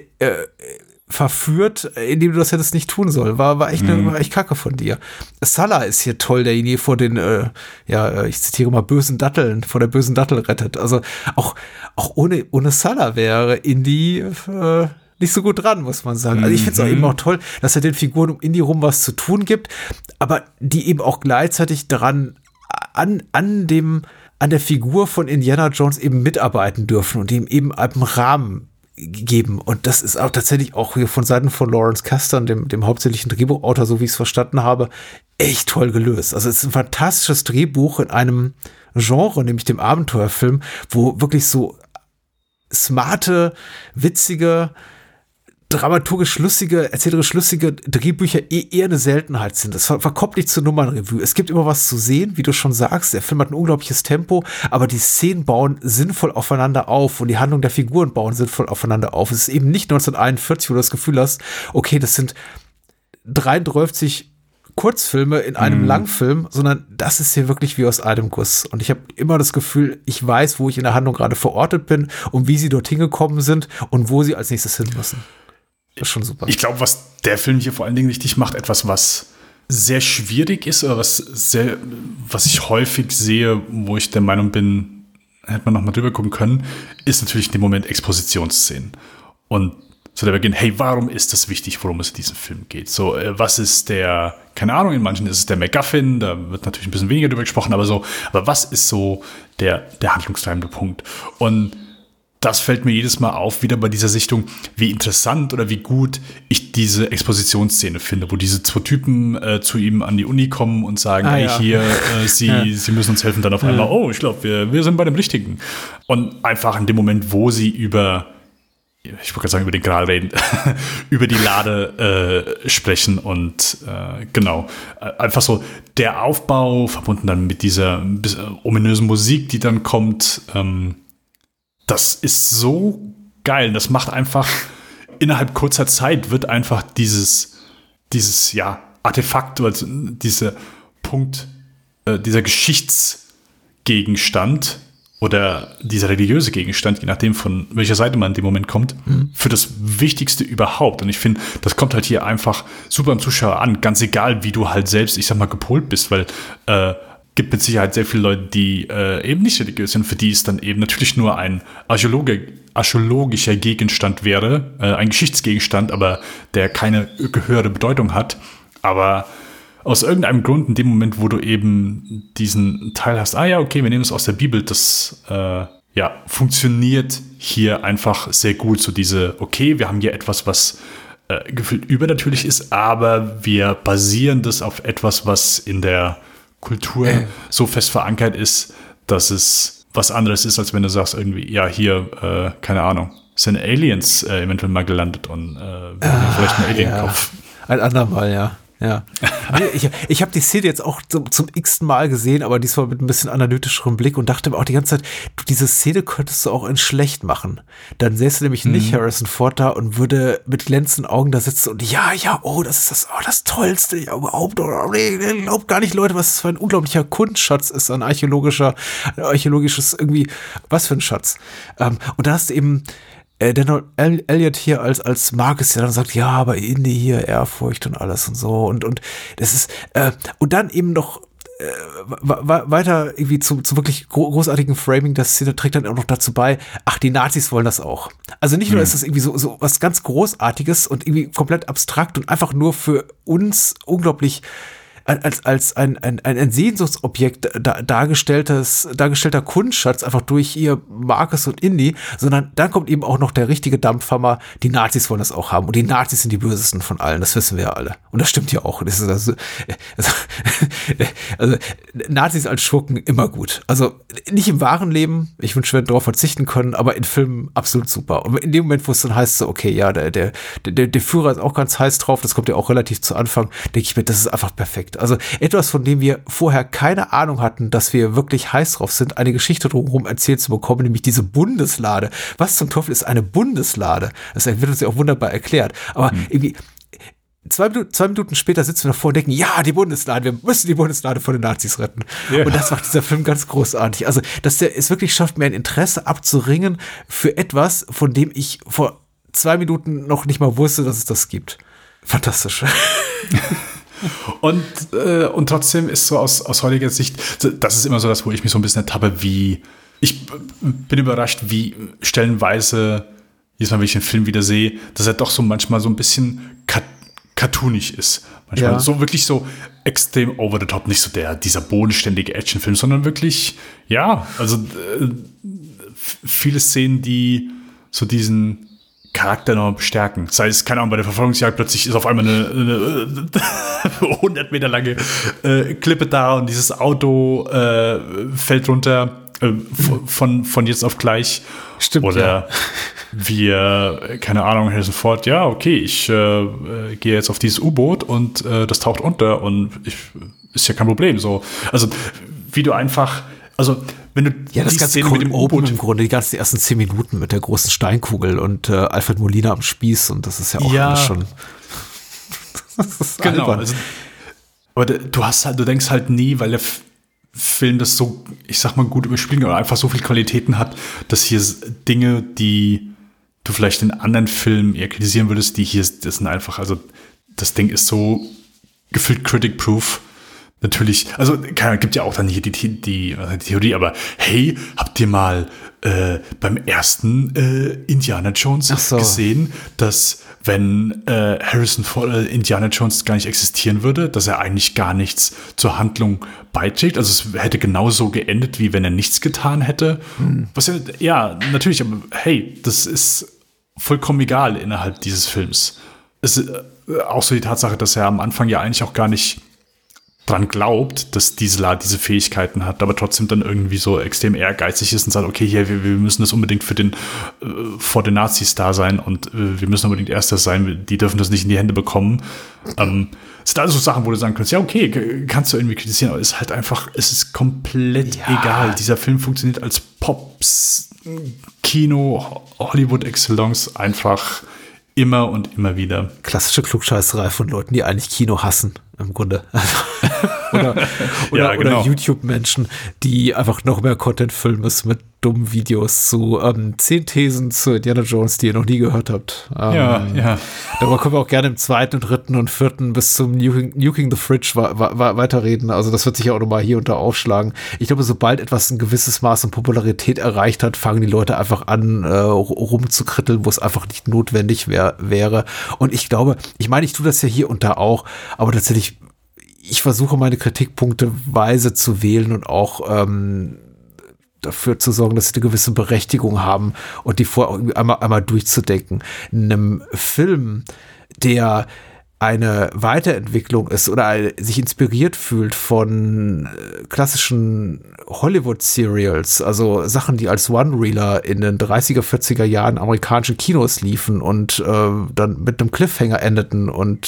verführt, in dem du das hättest nicht tun sollen. War echt kacke von dir. Salah ist hier toll, der ihn hier vor den, ich zitiere mal, vor der bösen Dattel rettet. Also auch ohne Salah wäre Indy nicht so gut dran, muss man sagen. Also ich finde es auch eben auch toll, dass er den Figuren um Indy rum was zu tun gibt, aber die eben auch gleichzeitig daran an der Figur von Indiana Jones eben mitarbeiten dürfen und ihm eben einen Rahmen geben. Und das ist auch tatsächlich auch hier von Seiten von Lawrence Kasdan, dem hauptsächlichen Drehbuchautor, so wie ich es verstanden habe, echt toll gelöst. Also es ist ein fantastisches Drehbuch in einem Genre, nämlich dem Abenteuerfilm, wo wirklich so smarte, witzige, dramaturgisch lustige, erzählerisch lustige Drehbücher eher eine Seltenheit sind. Das verkommt nicht zur Nummernrevue. Es gibt immer was zu sehen, wie du schon sagst. Der Film hat ein unglaubliches Tempo, aber die Szenen bauen sinnvoll aufeinander auf und die Handlung der Figuren bauen sinnvoll aufeinander auf. Es ist eben nicht 1941, wo du das Gefühl hast, okay, das sind 33 Kurzfilme in einem Langfilm, sondern das ist hier wirklich wie aus einem Guss. Und ich habe immer das Gefühl, ich weiß, wo ich in der Handlung gerade verortet bin und wie sie dorthin gekommen sind und wo sie als nächstes hin müssen. Das ist schon super. Ich glaube, was der Film hier vor allen Dingen richtig macht, etwas, was sehr schwierig ist oder was ich häufig sehe, wo ich der Meinung bin, hätte man noch mal drüber gucken können, ist natürlich in dem Moment Expositionsszenen. Und so der Beginn, hey, warum ist das wichtig, worum es in diesem Film geht? So, was ist keine Ahnung, in manchen ist es der MacGuffin, da wird natürlich ein bisschen weniger drüber gesprochen, aber was ist so der handlungstreibende Punkt? Und das fällt mir jedes Mal auf, wieder bei dieser Sichtung, wie interessant oder wie gut ich diese Expositionsszene finde, wo diese zwei Typen zu ihm an die Uni kommen und sagen, Sie müssen uns helfen, dann auf einmal, ich glaube, wir sind bei dem Richtigen. Und einfach in dem Moment, wo sie ich wollte gerade sagen, über den Gral reden, über die Lade sprechen und genau, einfach so der Aufbau, verbunden dann mit dieser ominösen Musik, die dann kommt, das ist so geil. Das macht einfach, innerhalb kurzer Zeit wird einfach dieses Artefakt oder dieser Punkt, dieser Geschichtsgegenstand oder dieser religiöse Gegenstand, je nachdem von welcher Seite man in dem Moment kommt, für das Wichtigste überhaupt. Und ich finde, das kommt halt hier einfach super am Zuschauer an, ganz egal, wie du halt selbst, ich sag mal, gepolt bist, weil gibt mit Sicherheit sehr viele Leute, die eben nicht religiös sind, für die es dann eben natürlich nur ein archäologischer Gegenstand wäre, ein Geschichtsgegenstand, aber der keine höhere Bedeutung hat. Aber aus irgendeinem Grund, in dem Moment, wo du eben diesen Teil hast, okay, wir nehmen es aus der Bibel, das funktioniert hier einfach sehr gut. So wir haben hier etwas, was gefühlt übernatürlich ist, aber wir basieren das auf etwas, was in der Kultur so fest verankert ist, dass es was anderes ist, als wenn du sagst irgendwie, hier, keine Ahnung, sind Aliens eventuell mal gelandet und wir haben vielleicht einen Alien-Kopf. Ein andermal, ja. Nee, ich habe die Szene jetzt auch zum x-ten Mal gesehen, aber diesmal mit ein bisschen analytischem Blick und dachte mir auch die ganze Zeit, diese Szene könntest du auch in schlecht machen. Dann säße nämlich nicht Harrison Ford da und würde mit glänzenden Augen da sitzen und das ist das Tollste überhaupt. Ich glaube gar nicht, Leute, was das für ein unglaublicher Kunstschatz ist, ein archäologisches irgendwie, was für ein Schatz. Und da hast du eben Daniel Elliott hier als Marcus, der dann sagt, aber Indy hier, Ehrfurcht und alles und so und das ist, und dann eben noch weiter irgendwie zum wirklich großartigen Framing der Szene trägt dann auch noch dazu bei, die Nazis wollen das auch. Also nicht nur ist das irgendwie so was ganz Großartiges und irgendwie komplett abstrakt und einfach nur für uns unglaublich als ein Sehnsuchtsobjekt dargestellter Kunstschatz einfach durch ihr Marcus und Indy, sondern dann kommt eben auch noch der richtige Dampfhammer, die Nazis wollen das auch haben und die Nazis sind die bösesten von allen, das wissen wir ja alle und das stimmt ja auch. Das ist also Nazis als Schurken immer gut, also nicht im wahren Leben, ich wünsche, wir hätten darauf verzichten können, aber in Filmen absolut super und in dem Moment, wo es dann heißt so, der Führer ist auch ganz heiß drauf, das kommt ja auch relativ zu Anfang, denke ich mir, das ist einfach perfekt. Also etwas, von dem wir vorher keine Ahnung hatten, dass wir wirklich heiß drauf sind, eine Geschichte drumherum erzählt zu bekommen, nämlich diese Bundeslade. Was zum Teufel ist eine Bundeslade? Das wird uns ja auch wunderbar erklärt. Aber irgendwie 2 Minuten später sitzen wir davor und denken, die Bundeslade, wir müssen die Bundeslade vor den Nazis retten. Ja. Und das macht dieser Film ganz großartig. Also, dass der es wirklich schafft, mir ein Interesse abzuringen für etwas, von dem ich vor 2 Minuten noch nicht mal wusste, dass es das gibt. Fantastisch. Und trotzdem ist so aus heutiger Sicht, das ist immer so das, wo ich mich so ein bisschen ertappe, ich bin überrascht, wie stellenweise, jedes Mal, wenn ich den Film wieder sehe, dass er doch so manchmal so ein bisschen cartoonisch ist. Manchmal so wirklich so extrem over the top, nicht so dieser bodenständige Actionfilm, sondern wirklich, viele Szenen, die so diesen Charakter noch bestärken. Sei es, keine Ahnung, bei der Verfolgungsjagd plötzlich ist auf einmal eine 100 Meter lange Klippe da und dieses Auto fällt runter von jetzt auf gleich. Stimmt, oder wir, keine Ahnung, Harrison Ford, ich gehe jetzt auf dieses U-Boot und das taucht unter und ist ja kein Problem. So. Also, wie du einfach, wenn du das ganze Szene mit dem U-Boot im Grunde, die ganzen ersten 10 Minuten mit der großen Steinkugel und Alfred Molina am Spieß und das ist ja auch alles schon. Das ist genau. Also, aber du denkst halt nie, weil der Film das so, ich sag mal, gut überspielen oder einfach so viele Qualitäten hat, dass hier Dinge, die du vielleicht in anderen Filmen eher kritisieren würdest, das sind einfach, das Ding ist so gefühlt critic-proof. Natürlich, gibt ja auch dann hier die Theorie, aber hey, habt ihr mal beim ersten Indiana Jones gesehen, dass wenn Harrison Ford Indiana Jones gar nicht existieren würde, dass er eigentlich gar nichts zur Handlung beiträgt? Also es hätte genauso geendet, wie wenn er nichts getan hätte. Was natürlich, aber hey, das ist vollkommen egal innerhalb dieses Films. Es ist auch so die Tatsache, dass er am Anfang ja eigentlich auch gar nicht dran glaubt, dass diese Fähigkeiten hat, aber trotzdem dann irgendwie so extrem ehrgeizig ist und sagt, okay, hier, wir müssen das unbedingt vor den Nazis da sein und wir müssen unbedingt Erster sein, die dürfen das nicht in die Hände bekommen. Es sind also so Sachen, wo du sagen kannst, okay, kannst du irgendwie kritisieren, aber es ist halt einfach, es ist komplett egal. Dieser Film funktioniert als Pops, Kino, Hollywood Excellence einfach immer und immer wieder. Klassische Klugscheißerei von Leuten, die eigentlich Kino hassen. im Grunde. oder Ja, genau. Oder YouTube-Menschen, die einfach noch mehr Content füllen müssen mit dummen Videos zu 10 Thesen zu Indiana Jones, die ihr noch nie gehört habt. Ja. Darüber können wir auch gerne im 2., 3. und 4. bis zum Nuking the Fridge weiterreden. Also das wird sich ja auch nochmal hier und da aufschlagen. Ich glaube, sobald etwas ein gewisses Maß an Popularität erreicht hat, fangen die Leute einfach an, rumzukritteln, wo es einfach nicht notwendig wäre. Und ich glaube, ich meine, ich tue das ja hier und da auch, aber tatsächlich, ich versuche meine Kritikpunkte weise zu wählen und auch dafür zu sorgen, dass sie eine gewisse Berechtigung haben und die vorher irgendwie einmal durchzudenken. In einem Film, der eine Weiterentwicklung ist oder sich inspiriert fühlt von klassischen Hollywood-Serials, also Sachen, die als One-Reeler in den 30er, 40er Jahren amerikanischen Kinos liefen und dann mit einem Cliffhanger endeten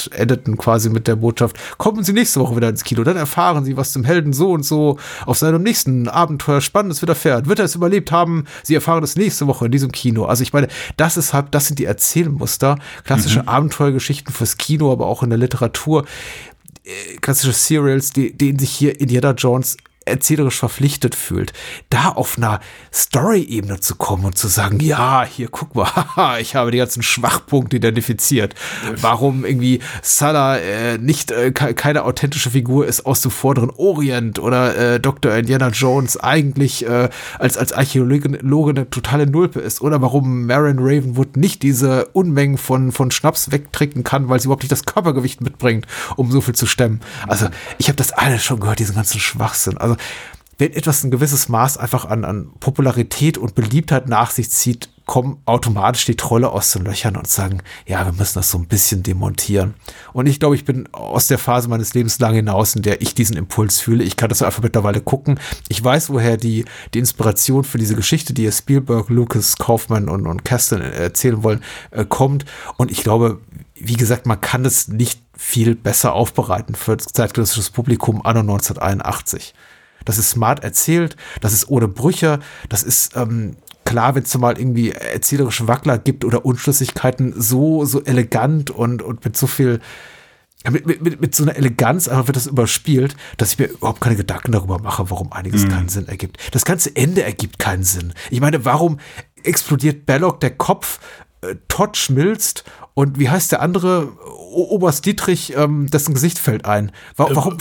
quasi mit der Botschaft, kommen Sie nächste Woche wieder ins Kino, dann erfahren Sie, was dem Helden so und so auf seinem nächsten Abenteuer Spannendes widerfährt. Wird er es überlebt haben? Sie erfahren das nächste Woche in diesem Kino. Also ich meine, das sind die Erzählmuster, klassische Abenteuergeschichten fürs Kino, aber auch in der Literatur, klassische Serials, denen sich hier Indiana Jones erzählerisch verpflichtet fühlt, da auf einer Story-Ebene zu kommen und zu sagen, ja, hier, guck mal, haha, ich habe die ganzen Schwachpunkte identifiziert. Warum irgendwie Salah nicht keine authentische Figur ist aus dem vorderen Orient oder Dr. Indiana Jones eigentlich als Archäologin eine totale Nulpe ist oder warum Marion Ravenwood nicht diese Unmengen von Schnaps wegtrinken kann, weil sie überhaupt nicht das Körpergewicht mitbringt, um so viel zu stemmen. Also ich habe das alles schon gehört, diesen ganzen Schwachsinn. Also wenn etwas ein gewisses Maß einfach an Popularität und Beliebtheit nach sich zieht, kommen automatisch die Trolle aus den Löchern und sagen, ja, wir müssen das so ein bisschen demontieren. Und ich glaube, ich bin aus der Phase meines Lebens lang hinaus, in der ich diesen Impuls fühle. Ich kann das einfach mittlerweile gucken. Ich weiß, woher die Inspiration für diese Geschichte, die Spielberg, Lucas, Kaufman und Kasdan erzählen wollen, kommt. Und ich glaube, wie gesagt, man kann es nicht viel besser aufbereiten für zeitgenössisches Publikum anno 1981. Das ist smart erzählt, das ist ohne Brüche, das ist klar, wenn es mal irgendwie erzählerische Wackler gibt oder Unschlüssigkeiten, so elegant und mit so viel, mit so einer Eleganz einfach wird das überspielt, dass ich mir überhaupt keine Gedanken darüber mache, warum einiges keinen Sinn ergibt. Das ganze Ende ergibt keinen Sinn. Ich meine, warum explodiert Belloq der Kopf, Todd schmilzt und wie heißt der andere? Oberst Dietrich, dessen Gesicht fällt ein. Warum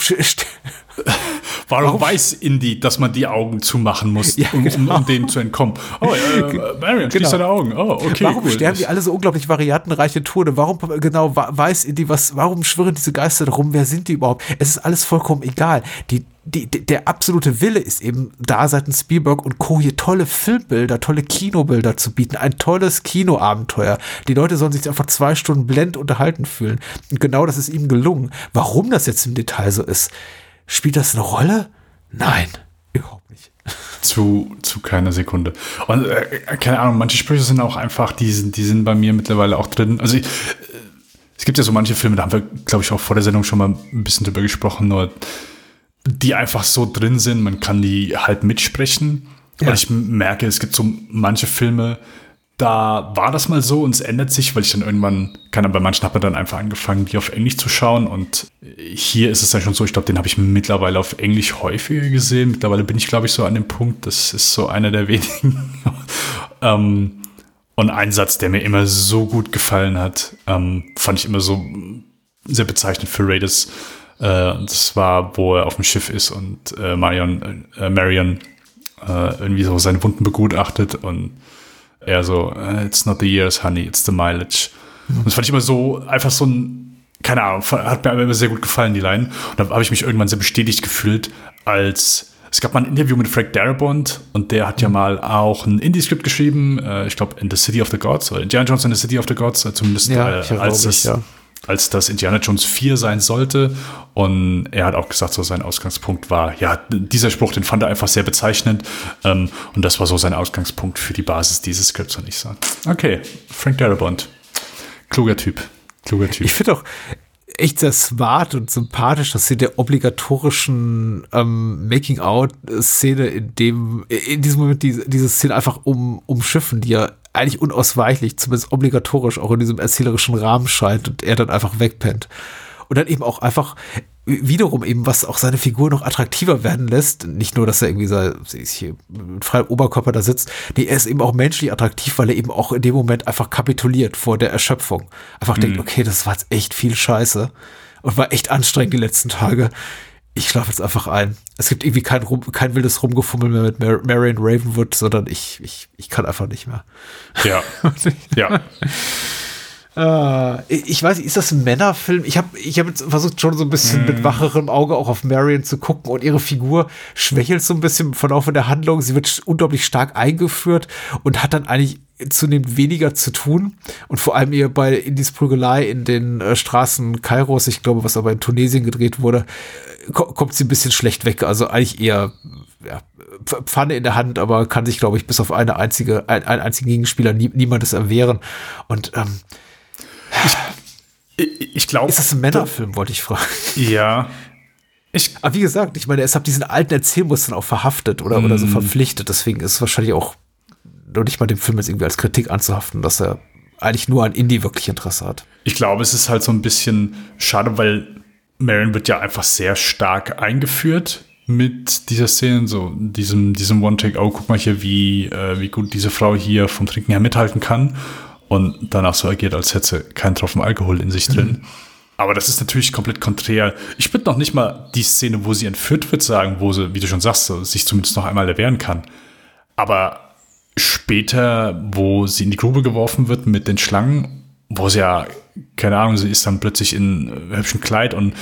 weiß Indy, dass man die Augen zumachen muss, Ja, genau. um denen zu entkommen? Oh, Marion, schließ deine Augen. Oh, okay. Warum cool. sterben die alle so unglaublich variantenreiche Tode? Warum genau weiß Indy warum schwirren diese Geister darum? Wer sind die überhaupt? Es ist alles vollkommen egal. Der absolute Wille ist eben da, seitens Spielberg und Co. hier tolle Filmbilder, tolle Kinobilder zu bieten, ein tolles Kinoabenteuer. Die Leute sollen sich einfach 2 Stunden blend unterhalten fühlen. Und genau das ist ihm gelungen. Warum das jetzt im Detail so ist, spielt das eine Rolle? Nein, überhaupt nicht. Zu keiner Sekunde. Und keine Ahnung, manche Sprüche sind auch einfach, die sind bei mir mittlerweile auch drin. Also es gibt ja so manche Filme, da haben wir, glaube ich, auch vor der Sendung schon mal ein bisschen drüber gesprochen, nur die einfach so drin sind, man kann die halt mitsprechen. Ja. Und ich merke, es gibt so manche Filme, da war das mal so und es ändert sich, weil ich dann irgendwann, bei manchen hat man dann einfach angefangen, die auf Englisch zu schauen und hier ist es dann schon so, ich glaube, den habe ich mittlerweile auf Englisch häufiger gesehen. Mittlerweile bin ich, glaube ich, so an dem Punkt, das ist so einer der wenigen. Und ein Satz, der mir immer so gut gefallen hat, fand ich immer so sehr bezeichnend für Raiders. Das war, wo er auf dem Schiff ist und Marion irgendwie so seine Wunden begutachtet und er so, it's not the years, honey, it's the mileage. Und das fand ich immer so, einfach so ein, keine Ahnung, hat mir immer sehr gut gefallen, die Line. Und da habe ich mich irgendwann sehr bestätigt gefühlt, es gab mal ein Interview mit Frank Darabont und der hat ja mal auch ein Indie-Skript geschrieben, ich glaube in The City of the Gods, oder Indiana Jones in the City of the Gods, zumindest als das Indiana Jones 4 sein sollte. Und er hat auch gesagt, so sein Ausgangspunkt war, ja, dieser Spruch, den fand er einfach sehr bezeichnend. Und das war so sein Ausgangspunkt für die Basis dieses Skripts. Und ich sage, okay, Frank Darabont, kluger Typ. Ich finde auch echt sehr smart und sympathisch, dass sie der obligatorischen Making-out-Szene in diesem Moment diese Szene einfach umschiffen, die ja eigentlich unausweichlich, zumindest obligatorisch auch in diesem erzählerischen Rahmen scheint und er dann einfach wegpennt. Und dann eben auch einfach wiederum eben, was auch seine Figur noch attraktiver werden lässt, nicht nur, dass er irgendwie hier mit freiem Oberkörper da sitzt, nee, er ist eben auch menschlich attraktiv, weil er eben auch in dem Moment einfach kapituliert vor der Erschöpfung. Einfach denkt, okay, das war jetzt echt viel Scheiße und war echt anstrengend die letzten Tage. Ich schlafe jetzt einfach ein. Es gibt irgendwie kein wildes Rumgefummel mehr mit Marion Ravenwood, sondern ich kann einfach nicht mehr. Ja, ja. Ich weiß nicht, ist das ein Männerfilm? Ich hab jetzt versucht, schon so ein bisschen mit wacherem Auge auch auf Marion zu gucken und ihre Figur schwächelt so ein bisschen im Verlauf der Handlung. Sie wird unglaublich stark eingeführt und hat dann eigentlich zunehmend weniger zu tun. Und vor allem ihr bei Indis Prügelei in den Straßen Kairos, ich glaube, was aber in Tunesien gedreht wurde, kommt sie ein bisschen schlecht weg. Also eigentlich eher Pfanne in der Hand, aber kann sich, glaube ich, bis auf einen einzigen Gegenspieler niemandes erwehren. Und ich glaube. Ist das ein Männerfilm, wollte ich fragen. Ja. Aber wie gesagt, ich meine, er ist ab diesen alten Erzählmustern auch verhaftet oder so verpflichtet. Deswegen ist es wahrscheinlich auch noch nicht mal dem Film jetzt irgendwie als Kritik anzuhaften, dass er eigentlich nur an Indie wirklich Interesse hat. Ich glaube, es ist halt so ein bisschen schade, weil Marion wird ja einfach sehr stark eingeführt mit dieser Szene, so diesem One-Take, oh, guck mal hier, wie gut diese Frau hier vom Trinken her mithalten kann. Und danach so agiert, als hätte sie keinen Tropfen Alkohol in sich drin. Aber das ist natürlich komplett konträr. Ich würde noch nicht mal die Szene, wo sie entführt wird, sagen, wo sie, wie du schon sagst, so, sich zumindest noch einmal erwehren kann. Aber später, wo sie in die Grube geworfen wird mit den Schlangen, wo sie ja, keine Ahnung, sie ist dann plötzlich in hübschem Kleid und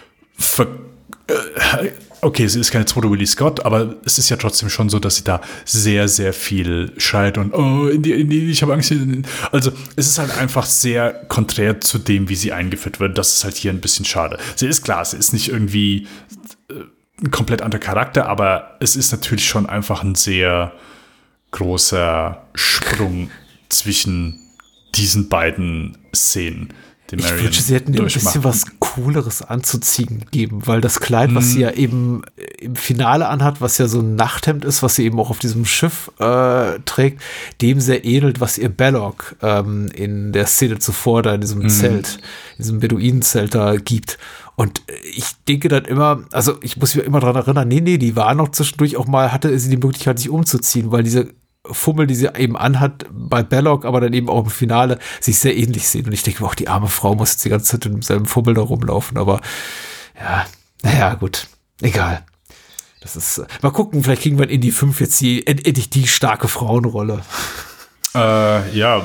okay, sie ist keine zweite Willie Scott, aber es ist ja trotzdem schon so, dass sie da sehr, sehr viel schreit und ich habe Angst. Also es ist halt einfach sehr konträr zu dem, wie sie eingeführt wird. Das ist halt hier ein bisschen schade. Sie ist klar, sie ist nicht irgendwie ein komplett anderer Charakter, aber es ist natürlich schon einfach ein sehr großer Sprung zwischen diesen beiden Szenen. Ich wünsche, sie hätten ihr ein bisschen was Cooleres anzuziehen geben, weil das Kleid, was sie ja eben im Finale anhat, was ja so ein Nachthemd ist, was sie eben auch auf diesem Schiff trägt, dem sehr ähnelt, was ihr Belloc in der Szene zuvor da in diesem Zelt, in diesem Beduinenzelt da gibt. Und ich denke dann immer, also ich muss mich immer daran erinnern, nee, die war noch zwischendurch auch mal, hatte sie die Möglichkeit, sich umzuziehen, weil diese Fummel, die sie eben anhat bei Belloc, aber dann eben auch im Finale sich sehr ähnlich sehen. Und ich denke auch, die arme Frau muss jetzt die ganze Zeit in demselben Fummel da rumlaufen. Aber ja, naja, gut. Egal. Das ist, mal gucken, vielleicht kriegen wir in Indie 5 jetzt endlich die starke Frauenrolle. Ja,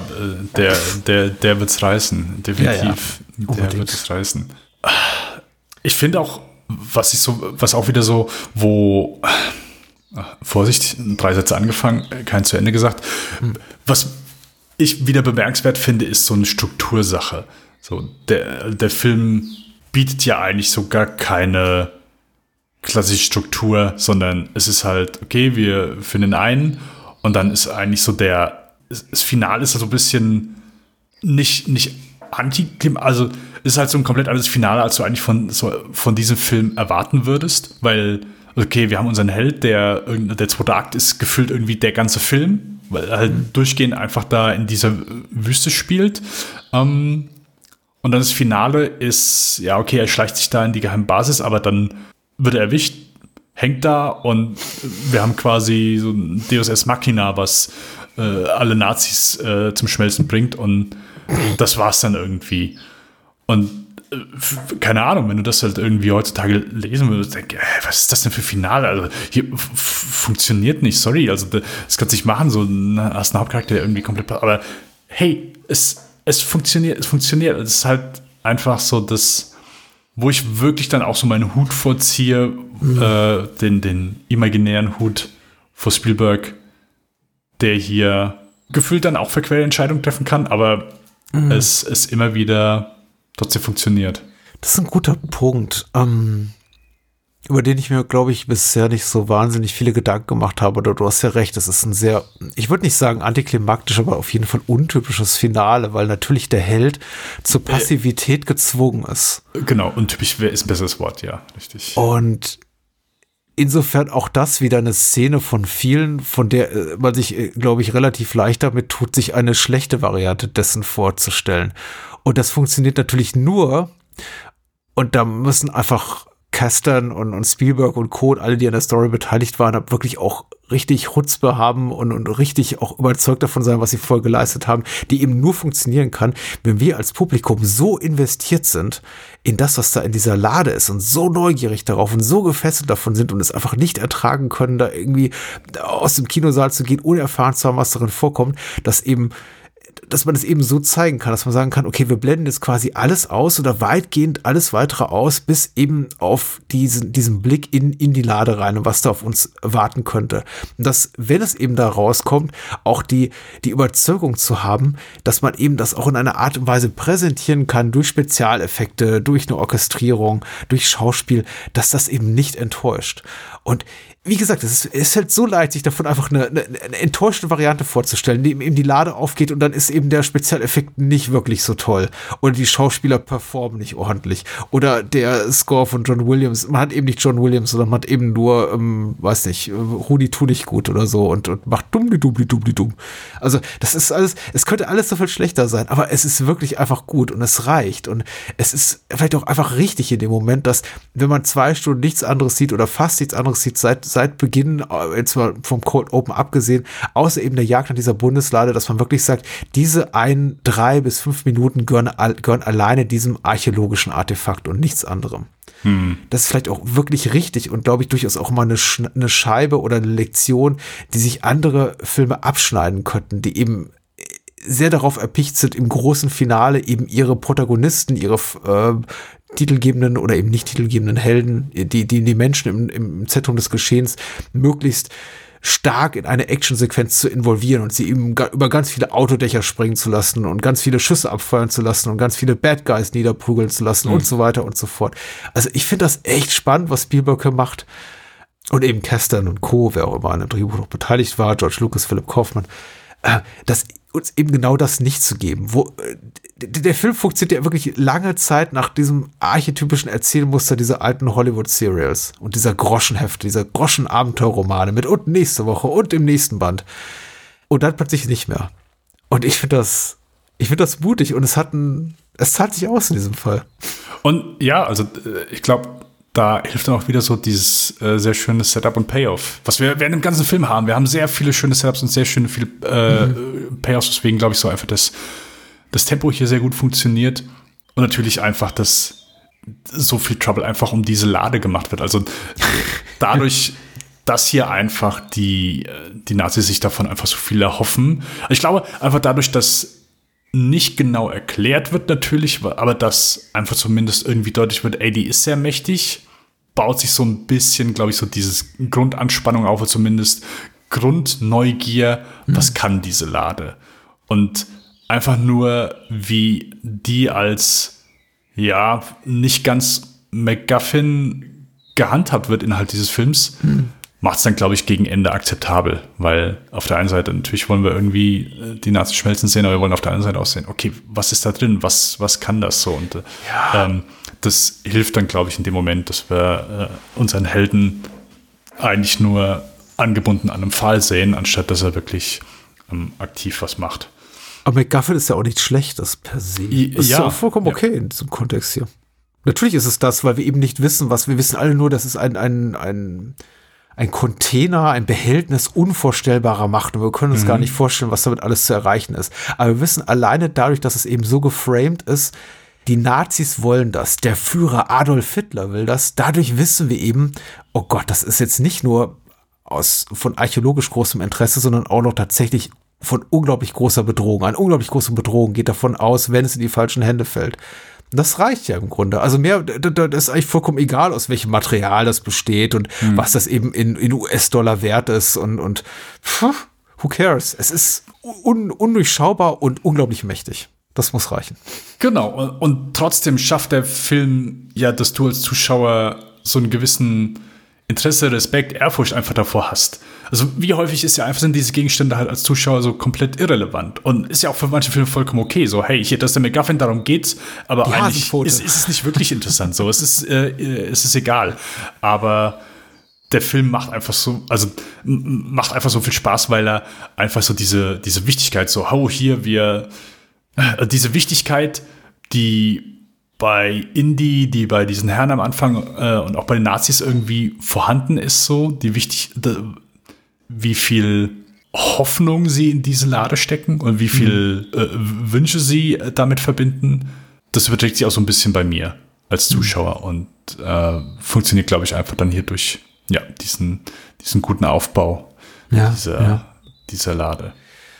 der wird's reißen. Definitiv. Ja. Der wird es reißen. Ich finde auch, was auch wieder so, wo Vorsicht, 3 Sätze angefangen, kein zu Ende gesagt. Was ich wieder bemerkenswert finde, ist so eine Struktursache. So, der Film bietet ja eigentlich so gar keine klassische Struktur, sondern es ist halt, okay, wir finden einen und dann ist eigentlich so das Finale ist so ein bisschen nicht also es ist halt so ein komplett anderes Finale, als du eigentlich von diesem Film erwarten würdest, weil okay, wir haben unseren Held, der zweite Akt ist gefühlt irgendwie der ganze Film, weil er halt durchgehend einfach da in dieser Wüste spielt. Und dann das Finale ist, ja, okay, er schleicht sich da in die geheime Basis, aber dann wird er erwischt, hängt da und wir haben quasi so ein Deus Ex Machina, was alle Nazis zum Schmelzen bringt und das war's dann irgendwie. Und keine Ahnung, wenn du das halt irgendwie heutzutage lesen würdest, denke ich, was ist das denn für Finale? Also hier funktioniert nicht, sorry, also das kannst du nicht machen, so hast einen Hauptcharakter, der irgendwie komplett, aber hey, es funktioniert, es ist halt einfach so das, wo ich wirklich dann auch so meinen Hut vorziehe, den imaginären Hut vor Spielberg, der hier gefühlt dann auch verquere Entscheidungen treffen kann, aber es ist immer wieder trotzdem funktioniert. Das ist ein guter Punkt, über den ich mir, glaube ich, bisher nicht so wahnsinnig viele Gedanken gemacht habe. Du hast ja recht, es ist ein sehr, ich würde nicht sagen antiklimaktisch, aber auf jeden Fall untypisches Finale, weil natürlich der Held zur Passivität gezwungen ist. Genau, untypisch ist ein besseres Wort, ja, richtig. Und insofern auch das wieder eine Szene von vielen, von der man sich, glaube ich, relativ leicht damit tut, sich eine schlechte Variante dessen vorzustellen. Und das funktioniert natürlich nur, Und da müssen einfach Kasdan und Spielberg und Co. und alle, die an der Story beteiligt waren, wirklich auch richtig Chutzpe haben und richtig auch überzeugt davon sein, was sie vorher geleistet haben, die eben nur funktionieren kann, wenn wir als Publikum so investiert sind in das, was da in dieser Lade ist und so neugierig darauf und so gefesselt davon sind und es einfach nicht ertragen können, da irgendwie aus dem Kinosaal zu gehen, ohne erfahren zu haben, was darin vorkommt, dass man es eben so zeigen kann, dass man sagen kann, okay, wir blenden jetzt quasi alles aus oder weitgehend alles weitere aus, bis eben auf diesen Blick in die Lade rein und was da auf uns warten könnte. Und dass, wenn es eben da rauskommt, auch die Überzeugung zu haben, dass man eben das auch in einer Art und Weise präsentieren kann, durch Spezialeffekte, durch eine Orchestrierung, durch Schauspiel, dass das eben nicht enttäuscht. Und wie gesagt, es fällt so leicht, sich davon einfach eine enttäuschte Variante vorzustellen, die eben die Lade aufgeht und dann ist eben der Spezialeffekt nicht wirklich so toll. Oder die Schauspieler performen nicht ordentlich. Oder der Score von John Williams, man hat eben nicht John Williams, sondern man hat eben nur, weiß nicht, Rudi tu nicht gut oder so und macht dumm. Also das ist alles, es könnte alles so viel schlechter sein, aber es ist wirklich einfach gut und es reicht. Und es ist vielleicht auch einfach richtig in dem Moment, dass, wenn man 2 Stunden nichts anderes sieht oder fast nichts anderes sieht, seit Beginn, jetzt mal vom Cold Open abgesehen, außer eben der Jagd nach dieser Bundeslade, dass man wirklich sagt, diese 3 bis 5 Minuten gehören alleine diesem archäologischen Artefakt und nichts anderem. Das ist vielleicht auch wirklich richtig und glaube ich durchaus auch mal eine Scheibe oder eine Lektion, die sich andere Filme abschneiden könnten, die eben sehr darauf erpicht sind, im großen Finale eben ihre Protagonisten, ihre titelgebenden oder eben nicht titelgebenden Helden, die Menschen im Zentrum des Geschehens möglichst stark in eine Actionsequenz zu involvieren und sie eben über ganz viele Autodächer springen zu lassen und ganz viele Schüsse abfeuern zu lassen und ganz viele Bad Guys niederprügeln zu lassen und so weiter und so fort. Also ich finde das echt spannend, was Spielberg hier macht. Und eben Kasdan und Co., wer auch immer an dem Drehbuch noch beteiligt war, George Lucas, Philip Kaufman, das uns eben genau das nicht zu geben. Der Film funktioniert ja wirklich lange Zeit nach diesem archetypischen Erzählmuster dieser alten Hollywood-Serials und dieser Groschenhefte, dieser Groschen-Abenteuerromane mit und nächste Woche und im nächsten Band. Und dann plötzlich nicht mehr. Und ich finde das mutig und es zahlt sich aus in diesem Fall. Und ja, also ich glaube, da hilft dann auch wieder so dieses sehr schöne Setup und Payoff, was wir während dem ganzen Film haben. Wir haben sehr viele schöne Setups und sehr schöne viele Payoffs, deswegen glaube ich so einfach, dass das Tempo hier sehr gut funktioniert und natürlich einfach, dass so viel Trouble einfach um diese Lade gemacht wird. Also dadurch, dass hier einfach die Nazis sich davon einfach so viel erhoffen. Ich glaube einfach dadurch, dass nicht genau erklärt wird natürlich, aber dass einfach zumindest irgendwie deutlich wird, ey, die ist sehr mächtig, baut sich so ein bisschen, glaube ich, so dieses Grundanspannung auf, oder zumindest Grundneugier, was kann diese Lade? Und einfach nur, wie die als, ja, nicht ganz MacGuffin gehandhabt wird innerhalb dieses Films, macht es dann, glaube ich, gegen Ende akzeptabel, weil auf der einen Seite natürlich wollen wir irgendwie die Nazis schmelzen sehen, aber wir wollen auf der anderen Seite auch sehen, okay, was ist da drin, was kann das so? Und das hilft dann, glaube ich, in dem Moment, dass wir unseren Helden eigentlich nur angebunden an einem Pfahl sehen, anstatt dass er wirklich aktiv was macht. Aber MacGuffin ist ja auch nichts Schlechtes per se. Das ist ja auch vollkommen okay in diesem Kontext hier. Natürlich ist es das, weil wir eben nicht wissen, wir wissen alle nur, dass es ein Container, ein Behältnis unvorstellbarer Macht und wir können uns gar nicht vorstellen, was damit alles zu erreichen ist. Aber wir wissen alleine dadurch, dass es eben so geframed ist, die Nazis wollen das, der Führer Adolf Hitler will das, dadurch wissen wir eben, oh Gott, das ist jetzt nicht nur von archäologisch großem Interesse, sondern auch noch tatsächlich von unglaublich großer Bedrohung. Eine unglaublich große Bedrohung geht davon aus, wenn es in die falschen Hände fällt. Das reicht ja im Grunde. Also mehr, das ist eigentlich vollkommen egal, aus welchem Material das besteht und was das eben in US-Dollar wert ist und who cares? Es ist undurchschaubar und unglaublich mächtig. Das muss reichen. Genau. Und trotzdem schafft der Film ja, dass du als Zuschauer so einen gewissen Interesse, Respekt, Ehrfurcht einfach davor hast. Also wie häufig sind diese Gegenstände halt als Zuschauer so komplett irrelevant und ist ja auch für manche Filme vollkommen okay. So, hey, hier, das ist der MacGuffin, darum geht's, aber die eigentlich ist es nicht wirklich interessant. So, es ist egal. Aber der Film macht einfach so viel Spaß, weil er einfach so diese Wichtigkeit, so, diese Wichtigkeit, die bei Indy, die bei diesen Herren am Anfang und auch bei den Nazis irgendwie vorhanden ist, so, wie viel Hoffnung sie in diese Lade stecken und wie viel Wünsche sie damit verbinden, das überträgt sich auch so ein bisschen bei mir als Zuschauer und funktioniert, glaube ich, einfach dann hier durch diesen guten Aufbau dieser Lade.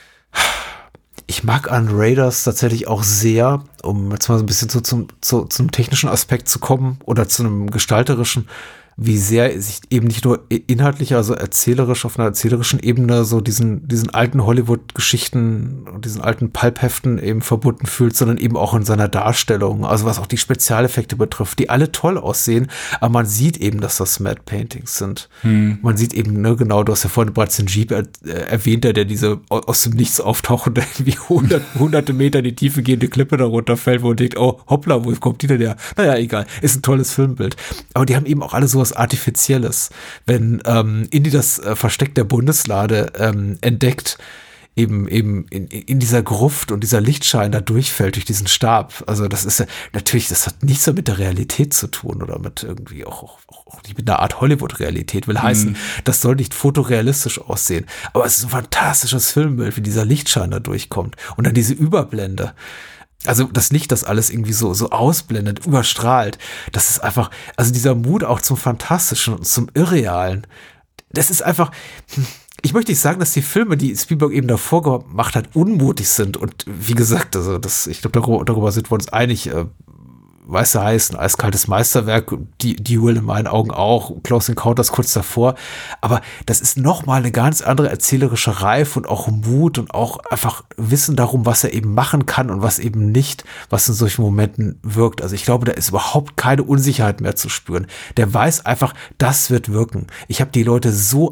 Ich mag an Raiders tatsächlich auch sehr, um jetzt mal so ein bisschen zum technischen Aspekt zu kommen oder zu einem gestalterischen, wie sehr sich eben nicht nur inhaltlich, also erzählerisch auf einer erzählerischen Ebene so diesen alten Hollywood-Geschichten und diesen alten Pulp-Heften eben verbunden fühlt, sondern eben auch in seiner Darstellung, also was auch die Spezialeffekte betrifft, die alle toll aussehen, aber man sieht eben, dass das Matte Paintings sind. Man sieht eben, ne, genau, du hast ja vorhin bereits den Jeep erwähnt, der diese aus dem Nichts auftaucht und irgendwie hunderte Meter in die Tiefe gehende Klippe da runterfällt, wo man denkt, oh, hoppla, wo kommt die denn her? Naja, egal, ist ein tolles Filmbild. Aber die haben eben auch alle so was Artifizielles. Wenn Indy das Versteck der Bundeslade entdeckt, eben in dieser Gruft und dieser Lichtschein da durchfällt durch diesen Stab. Also das ist ja natürlich, das hat nichts mit der Realität zu tun oder mit irgendwie auch nicht mit einer Art Hollywood-Realität. Will heißen, das soll nicht fotorealistisch aussehen. Aber es ist ein fantastisches Filmbild, wie dieser Lichtschein da durchkommt. Und dann diese Überblende. Also das Licht, das alles irgendwie so ausblendet, überstrahlt, das ist einfach, also dieser Mut auch zum Fantastischen und zum Irrealen, das ist einfach, ich möchte nicht sagen, dass die Filme, die Spielberg eben davor gemacht hat, unmutig sind und wie gesagt, also ich glaube, darüber sind wir uns einig, Weißer Heiß, ein eiskaltes Meisterwerk, die Duel in meinen Augen auch, Close Encounters kurz davor, aber das ist nochmal eine ganz andere erzählerische Reife und auch Mut und auch einfach Wissen darum, was er eben machen kann und was eben nicht, was in solchen Momenten wirkt. Also ich glaube, da ist überhaupt keine Unsicherheit mehr zu spüren. Der weiß einfach, das wird wirken. Ich habe die Leute so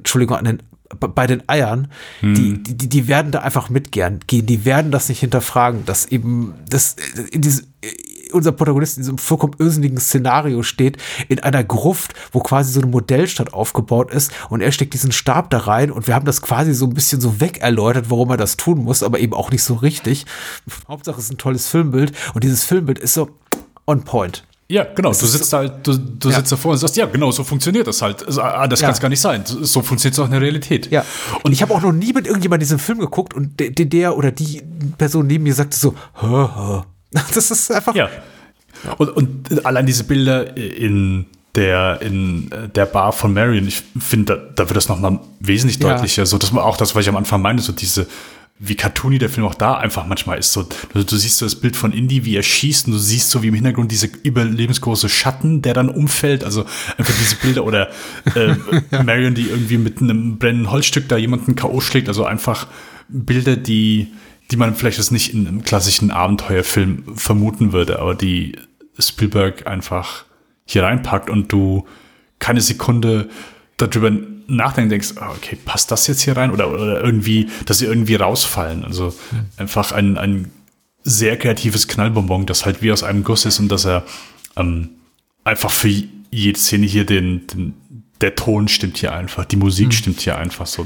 bei den Eiern, die werden da einfach mitgehen, die werden das nicht hinterfragen, dass eben unser Protagonist in diesem vollkommen irrsinnigen Szenario steht, in einer Gruft, wo quasi so eine Modellstadt aufgebaut ist und er steckt diesen Stab da rein und wir haben das quasi so ein bisschen so wegerläutert, warum er das tun muss, aber eben auch nicht so richtig. Hauptsache es ist ein tolles Filmbild und dieses Filmbild ist so on point. Ja, genau. Du sitzt sitzt davor und sagst, ja, genau, so funktioniert das halt. Das kann es gar nicht sein. So funktioniert es auch in der Realität. Ja. Und ich habe auch noch nie mit irgendjemandem diesen Film geguckt und der oder die Person neben mir sagte so, das ist einfach. Ja. Und allein diese Bilder in der Bar von Marion, ich finde, da wird das nochmal wesentlich deutlicher. So, dass man auch das, was ich am Anfang meinte, so wie cartoony der Film auch da einfach manchmal ist. So, du siehst so das Bild von Indy, wie er schießt, und du siehst so wie im Hintergrund diese überlebensgroße Schatten, der dann umfällt. Also einfach diese Bilder oder Marion, die irgendwie mit einem brennenden Holzstück da jemanden K.O. schlägt. Also einfach Bilder, die man vielleicht jetzt nicht in einem klassischen Abenteuerfilm vermuten würde, aber die Spielberg einfach hier reinpackt und du keine Sekunde darüber nachdenken, denkst, okay, passt das jetzt hier rein? Oder irgendwie, dass sie irgendwie rausfallen. Also einfach ein sehr kreatives Knallbonbon, das halt wie aus einem Guss ist und dass er einfach für jede Szene hier der Ton stimmt hier einfach, die Musik stimmt hier einfach so,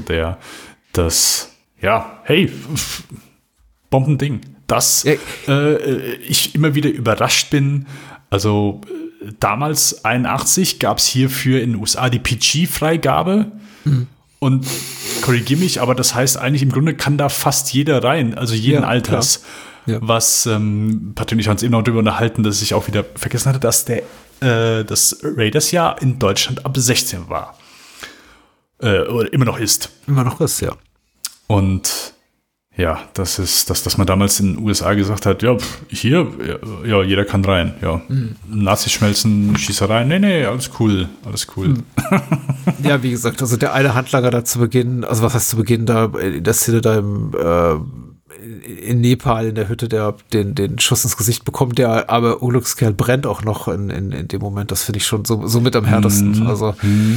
Bombending. Dass ich immer wieder überrascht bin. Also damals, 81, gab es hierfür in den USA die PG-Freigabe. Und korrigiere mich, aber das heißt eigentlich, im Grunde kann da fast jeder rein, also jeden Alters. Ja. Was Patrick und ich uns eben noch darüber unterhalten, dass ich auch wieder vergessen hatte, dass das Raiders-Jahr in Deutschland ab 16 war. Oder immer noch ist. Immer noch ist, ja. Und ja, das ist, dass man damals in den USA gesagt hat, hier, jeder kann rein. Ja, Nazis schmelzen, Schießereien, nee, alles cool. Ja, wie gesagt, also der eine Handlanger da zu Beginn, also was heißt zu Beginn da, in der Szene da in Nepal, in der Hütte, der den Schuss ins Gesicht bekommt, der aber Unglückskerl brennt auch noch in dem Moment, das finde ich schon so mit am härtesten. Also,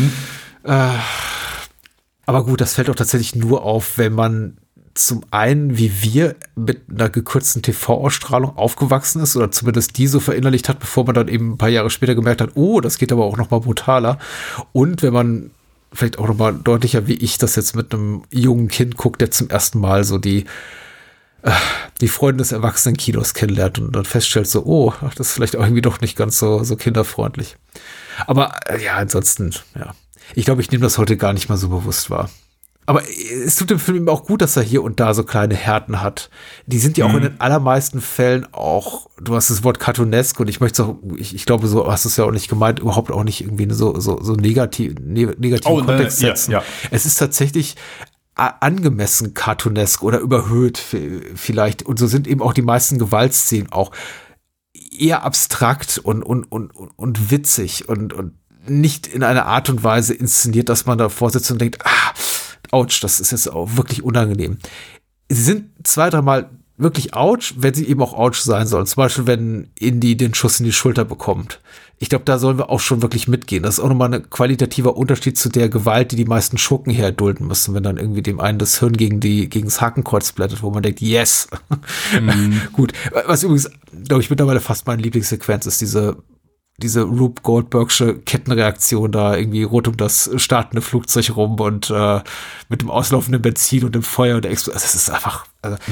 aber gut, das fällt auch tatsächlich nur auf, wenn man zum einen, wie wir, mit einer gekürzten TV-Ausstrahlung aufgewachsen ist oder zumindest die so verinnerlicht hat, bevor man dann eben ein paar Jahre später gemerkt hat, das geht aber auch noch mal brutaler. Und wenn man vielleicht auch noch mal deutlicher, wie ich das jetzt mit einem jungen Kind guckt, der zum ersten Mal so die die Freunde des Erwachsenenkinos kennenlernt und dann feststellt so, oh, das ist vielleicht auch irgendwie doch nicht ganz so kinderfreundlich. Aber ja, ansonsten, ja. Ich glaube, ich nehme das heute gar nicht mal so bewusst wahr. Aber es tut dem Film eben auch gut, dass er hier und da so kleine Härten hat. Die sind ja auch in den allermeisten Fällen auch, du hast das Wort cartoonesk und ich möchte auch, ich glaube, so hast du es ja auch nicht gemeint, überhaupt auch nicht irgendwie so negativen Kontext setzen. Ja. Es ist tatsächlich angemessen cartoonesk oder überhöht vielleicht. Und so sind eben auch die meisten Gewaltszenen auch eher abstrakt und witzig und nicht in einer Art und Weise inszeniert, dass man davor sitzt und denkt, ouch, das ist jetzt auch wirklich unangenehm. Sie sind 2-3 Mal wirklich ouch, wenn sie eben auch ouch sein sollen. Zum Beispiel, wenn Indy den Schuss in die Schulter bekommt. Ich glaube, da sollen wir auch schon wirklich mitgehen. Das ist auch nochmal ein qualitativer Unterschied zu der Gewalt, die die meisten Schurken hier erdulden müssen, wenn dann irgendwie dem einen das Hirn gegen das Hakenkreuz blättert, wo man denkt, yes. Gut. Was übrigens, glaube ich, mittlerweile fast meine Lieblingssequenz ist, diese Rube Goldbergsche Kettenreaktion da irgendwie rund um das startende Flugzeug rum und mit dem auslaufenden Benzin und dem Feuer und der Explosion. Das ist einfach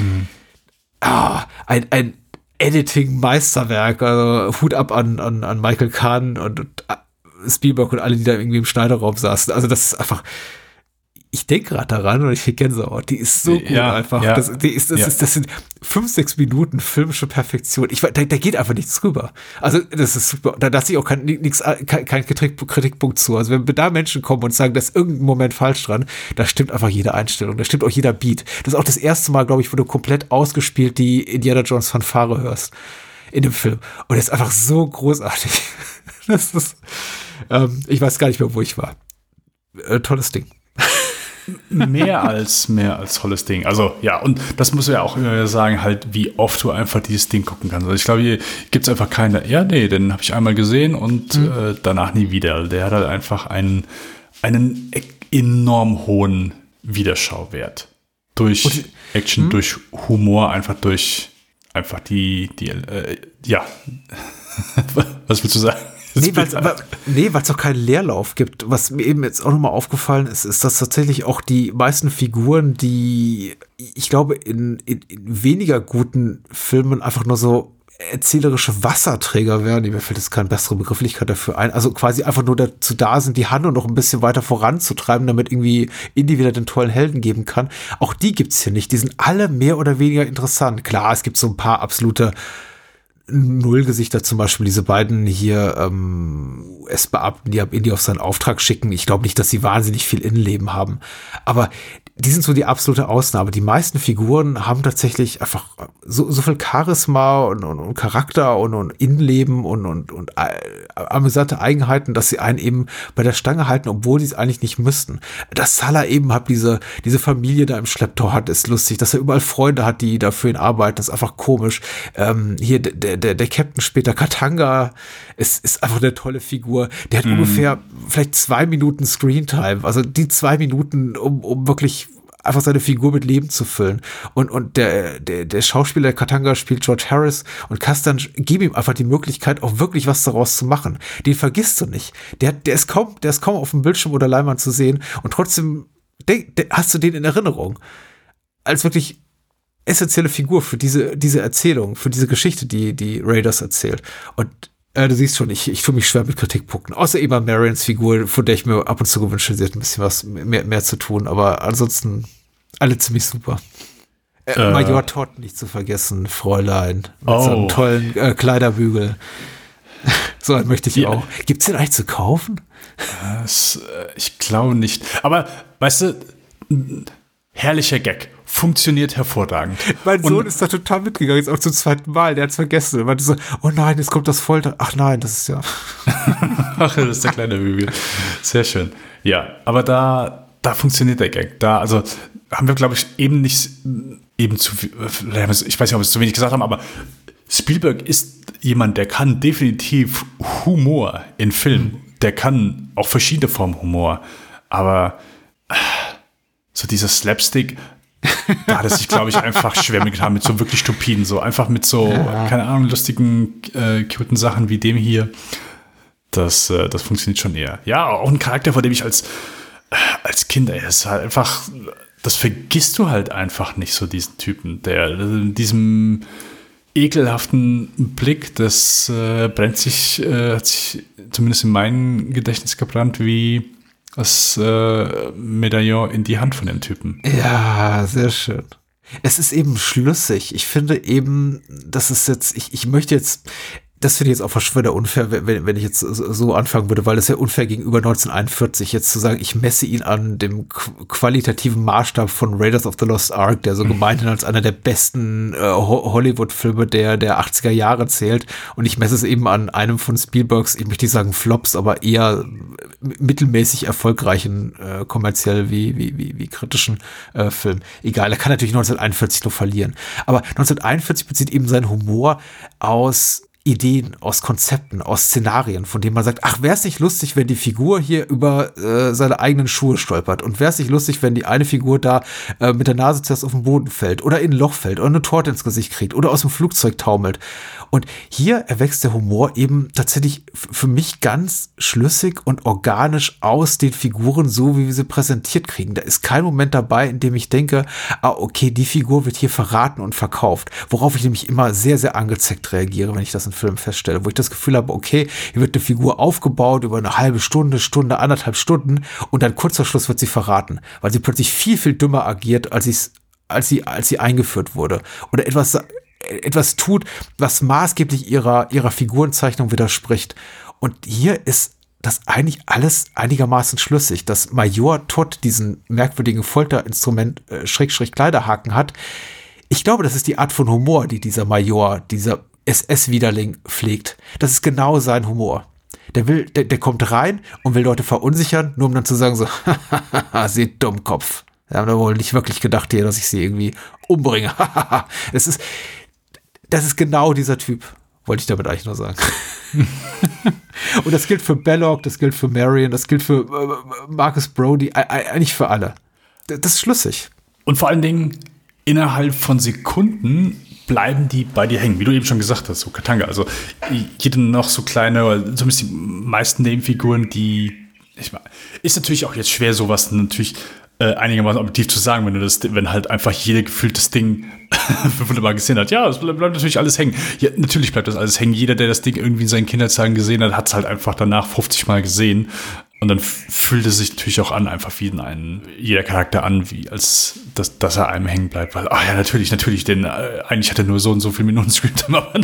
ein Editing-Meisterwerk. Also Hut ab an Michael Kahn und Spielberg und alle, die da irgendwie im Schneiderraum saßen. Also das ist einfach, ich denke gerade daran und ich kriege Gänsehaut. Die ist so gut einfach. Ja. Das sind 5-6 Minuten filmische Perfektion. Da geht einfach nichts drüber. Also das ist super. Da lasse ich auch kein Kritikpunkt zu. Also wenn da Menschen kommen und sagen, da ist irgendein Moment falsch dran, da stimmt einfach jede Einstellung. Da stimmt auch jeder Beat. Das ist auch das erste Mal, glaube ich, wo du komplett ausgespielt die Indiana Jones Fanfare hörst in dem Film. Und das ist einfach so großartig. Das ist, ich weiß gar nicht mehr, wo ich war. Tolles Ding. Mehr als tolles Ding. Also ja, und das muss ja auch immer sagen, halt, wie oft du einfach dieses Ding gucken kannst. Also ich glaube, hier gibt es einfach keine, den habe ich einmal gesehen und danach nie wieder. Der hat halt einfach einen enorm hohen Wiederschauwert. Durch Action, durch Humor, einfach die was willst du sagen? Nee, weil es doch keinen Leerlauf gibt. Was mir eben jetzt auch nochmal aufgefallen ist, ist, dass tatsächlich auch die meisten Figuren, die, ich glaube, in weniger guten Filmen einfach nur so erzählerische Wasserträger werden, mir fällt jetzt keine bessere Begrifflichkeit dafür ein, also quasi einfach nur dazu da sind, die Handlung noch ein bisschen weiter voranzutreiben, damit irgendwie Indy wieder den tollen Helden geben kann. Auch die gibt's hier nicht. Die sind alle mehr oder weniger interessant. Klar, es gibt so ein paar absolute Nullgesichter, zum Beispiel diese beiden hier US-Beamten, die Indy auf seinen Auftrag schicken. Ich glaube nicht, dass sie wahnsinnig viel Innenleben haben. Aber die sind so die absolute Ausnahme. Die meisten Figuren haben tatsächlich einfach so viel Charisma und Charakter und Innenleben und amüsante Eigenheiten, dass sie einen eben bei der Stange halten, obwohl sie es eigentlich nicht müssten. Dass Salah eben hat diese Familie da im Schlepptau hat, ist lustig. Dass er überall Freunde hat, die da für ihn arbeiten, das ist einfach komisch. Hier der Captain später, Katanga, ist einfach eine tolle Figur. Der hat ungefähr vielleicht 2 Minuten Screentime. Also die 2 Minuten, um wirklich einfach seine Figur mit Leben zu füllen. Und der Schauspieler, der Katanga spielt George Harris und Kasdan geben ihm einfach die Möglichkeit, auch wirklich was daraus zu machen. Den vergisst du nicht. Der ist kaum auf dem Bildschirm oder Leinwand zu sehen und trotzdem hast du den in Erinnerung. Als wirklich essentielle Figur für diese Erzählung, für diese Geschichte, die Raiders erzählt. Und du siehst schon, ich tue mich schwer mit Kritikpunkten. Außer eben Marions Figur, von der ich mir ab und zu gewünscht hätte, sie hat ein bisschen was mehr zu tun. Aber ansonsten alle ziemlich super. Major Todd nicht zu vergessen, Fräulein. Mit so einem tollen Kleiderbügel. So einen möchte ich auch. Gibt's den eigentlich zu kaufen? Ich glaube nicht. Aber, weißt du, herrlicher Gag. Funktioniert hervorragend. Mein Sohn ist da total mitgegangen, jetzt auch zum 2. Mal. Der hat's vergessen. Er meinte so, oh nein, jetzt kommt das Folter. Ach nein, das ist ja. Ach, das ist der kleine Bügel. Sehr schön. Ja, aber da funktioniert der Gag. Da, also, haben wir, glaube ich, eben zu viel, ich weiß nicht, ob wir es zu wenig gesagt haben, aber Spielberg ist jemand, der kann definitiv Humor in Filmen. Der kann auch verschiedene Formen Humor. Aber so dieser Slapstick, da hat es sich, glaube ich, einfach schwer mitgetan, mit so wirklich stupiden, so einfach mit so, keine Ahnung, lustigen, cuten Sachen wie dem hier. Das funktioniert schon eher. Ja, auch ein Charakter, vor dem ich als Kind, ist halt einfach das vergisst du halt einfach nicht, so diesen Typen, der diesem ekelhaften Blick, das hat sich zumindest in meinem Gedächtnis gebrannt, wie das Medaillon in die Hand von dem Typen. Ja, sehr schön. Es ist eben schlüssig. Ich finde eben, das ist jetzt, ich möchte jetzt, das finde ich jetzt auch fast wieder unfair, wenn ich jetzt so anfangen würde, weil es ja unfair gegenüber 1941 jetzt zu sagen, ich messe ihn an dem qualitativen Maßstab von Raiders of the Lost Ark, der so gemeinhin als einer der besten Hollywood-Filme der 80er Jahre zählt, und ich messe es eben an einem von Spielbergs, ich möchte nicht sagen Flops, aber eher mittelmäßig erfolgreichen kommerziell wie kritischen Film. Egal, er kann natürlich 1941 nur verlieren. Aber 1941 bezieht eben seinen Humor aus Ideen, aus Konzepten, aus Szenarien, von denen man sagt, ach, wäre es nicht lustig, wenn die Figur hier über seine eigenen Schuhe stolpert, und wäre es nicht lustig, wenn die eine Figur da mit der Nase zuerst auf den Boden fällt oder in ein Loch fällt oder eine Torte ins Gesicht kriegt oder aus dem Flugzeug taumelt. Und hier erwächst der Humor eben tatsächlich für mich ganz schlüssig und organisch aus den Figuren, so wie wir sie präsentiert kriegen. Da ist kein Moment dabei, in dem ich denke, okay, die Figur wird hier verraten und verkauft. Worauf ich nämlich immer sehr, sehr angezeckt reagiere, wenn ich das in Filmen feststelle, wo ich das Gefühl habe, okay, hier wird eine Figur aufgebaut über eine halbe Stunde, 1,5 Stunden, und dann kurz vor Schluss wird sie verraten, weil sie plötzlich viel, viel dümmer agiert, als sie eingeführt wurde. Oder etwas tut, was maßgeblich ihrer Figurenzeichnung widerspricht. Und hier ist das eigentlich alles einigermaßen schlüssig, dass Major Todd diesen merkwürdigen Folterinstrument Kleiderhaken hat. Ich glaube, das ist die Art von Humor, die dieser Major, dieser SS-Widerling pflegt. Das ist genau sein Humor. Der kommt rein und will Leute verunsichern, nur um dann zu sagen so, Sie Dummkopf. Sie haben da wohl nicht wirklich gedacht hier, dass ich sie irgendwie umbringe. Das ist genau dieser Typ, wollte ich damit eigentlich nur sagen. Und das gilt für Belloq, das gilt für Marion, das gilt für Marcus Brody, eigentlich für alle. Das ist schlüssig. Und vor allen Dingen, innerhalb von Sekunden bleiben die bei dir hängen, wie du eben schon gesagt hast, so Katanga. Also jede noch so kleine, zumindest die meisten Nebenfiguren, ist natürlich auch jetzt schwer, sowas natürlich einigermaßen objektiv zu sagen, wenn halt einfach jeder gefühlt das Ding 500 Mal gesehen hat. Ja, es bleibt natürlich alles hängen. Ja, natürlich bleibt das alles hängen. Jeder, der das Ding irgendwie in seinen Kinderzeigen gesehen hat, hat es halt einfach danach 50 Mal gesehen. Und dann fühlt es sich natürlich auch an, einfach wie jeder Charakter an, wie als dass er einem hängen bleibt. Weil, ja, natürlich, denn eigentlich hat er nur so und so viele Minuten Screentime, aber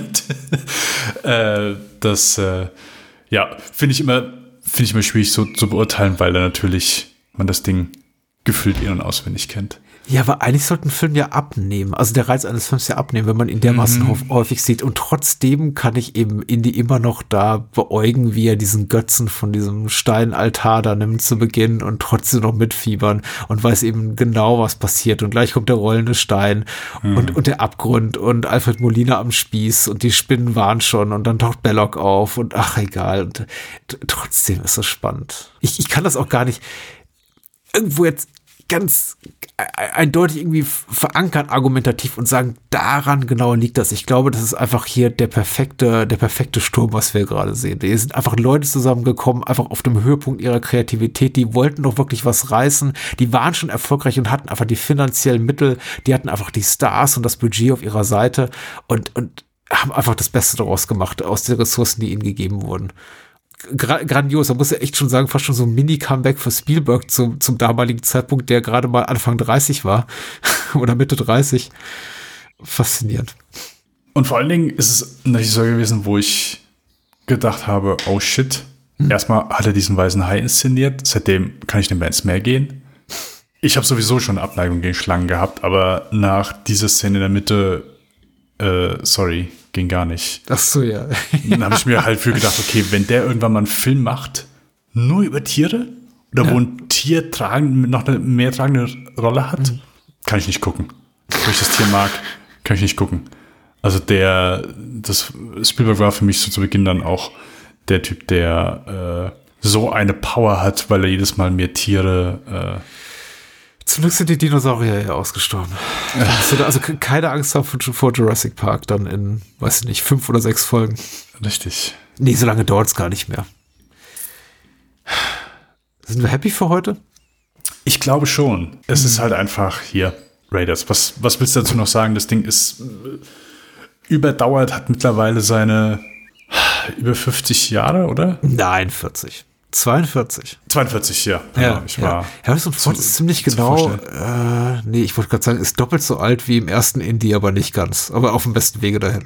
finde ich immer schwierig so zu beurteilen, weil man das Ding gefühlt in- und auswendig kennt. Ja, aber eigentlich sollte ein Film ja abnehmen. Also der Reiz eines Films ja abnehmen, wenn man ihn dermaßen häufig sieht. Und trotzdem kann ich eben Indy immer noch da beäugen, wie er diesen Götzen von diesem Steinaltar da nimmt zu Beginn und trotzdem noch mitfiebern und weiß eben genau, was passiert. Und gleich kommt der rollende Stein und der Abgrund und Alfred Molina am Spieß und die Spinnen waren schon und dann taucht Belloq auf und ach, egal. Und trotzdem ist es spannend. Ich kann das auch gar nicht irgendwo jetzt ganz eindeutig irgendwie verankern, argumentativ und sagen, daran genau liegt das. Ich glaube, das ist einfach hier der perfekte Sturm, was wir gerade sehen. Hier sind einfach Leute zusammengekommen, einfach auf dem Höhepunkt ihrer Kreativität, die wollten doch wirklich was reißen, die waren schon erfolgreich und hatten einfach die finanziellen Mittel, die hatten einfach die Stars und das Budget auf ihrer Seite und haben einfach das Beste daraus gemacht, aus den Ressourcen, die ihnen gegeben wurden. Grandios, da muss ja echt schon sagen, fast schon so ein Mini-Comeback für Spielberg zum damaligen Zeitpunkt, der gerade mal Anfang 30 war oder Mitte 30. Faszinierend. Und vor allen Dingen ist es natürlich so gewesen, wo ich gedacht habe, oh shit, erstmal hat er diesen weißen Hai inszeniert, seitdem kann ich den Bands mehr gehen. Ich habe sowieso schon eine Abneigung gegen Schlangen gehabt, aber nach dieser Szene in der Mitte, ging gar nicht. Ach so, ja. Dann habe ich mir halt für gedacht, okay, wenn der irgendwann mal einen Film macht, nur über Tiere, oder wo ein Tier noch eine mehr tragende Rolle hat, kann ich nicht gucken. Wenn ich das Tier mag, kann ich nicht gucken. Also Spielberg war für mich so zu Beginn dann auch der Typ, der so eine Power hat, weil er jedes Mal mehr Tiere Zum Glück sind die Dinosaurier ja ausgestorben. Also keine Angst haben vor Jurassic Park dann in, 5 oder 6 Folgen. Richtig. Nee, so lange dauert es gar nicht mehr. Sind wir happy für heute? Ich glaube schon. Es ist halt einfach hier Raiders. Was willst du dazu noch sagen? Das Ding ist überdauert, hat mittlerweile seine über 50 Jahre, oder? Nein, 40. 42. 42, ja. Ja, ich war Harrison Ford ist ziemlich genau, ich wollte gerade sagen, ist doppelt so alt wie im ersten Indie, aber nicht ganz. Aber auf dem besten Wege dahin.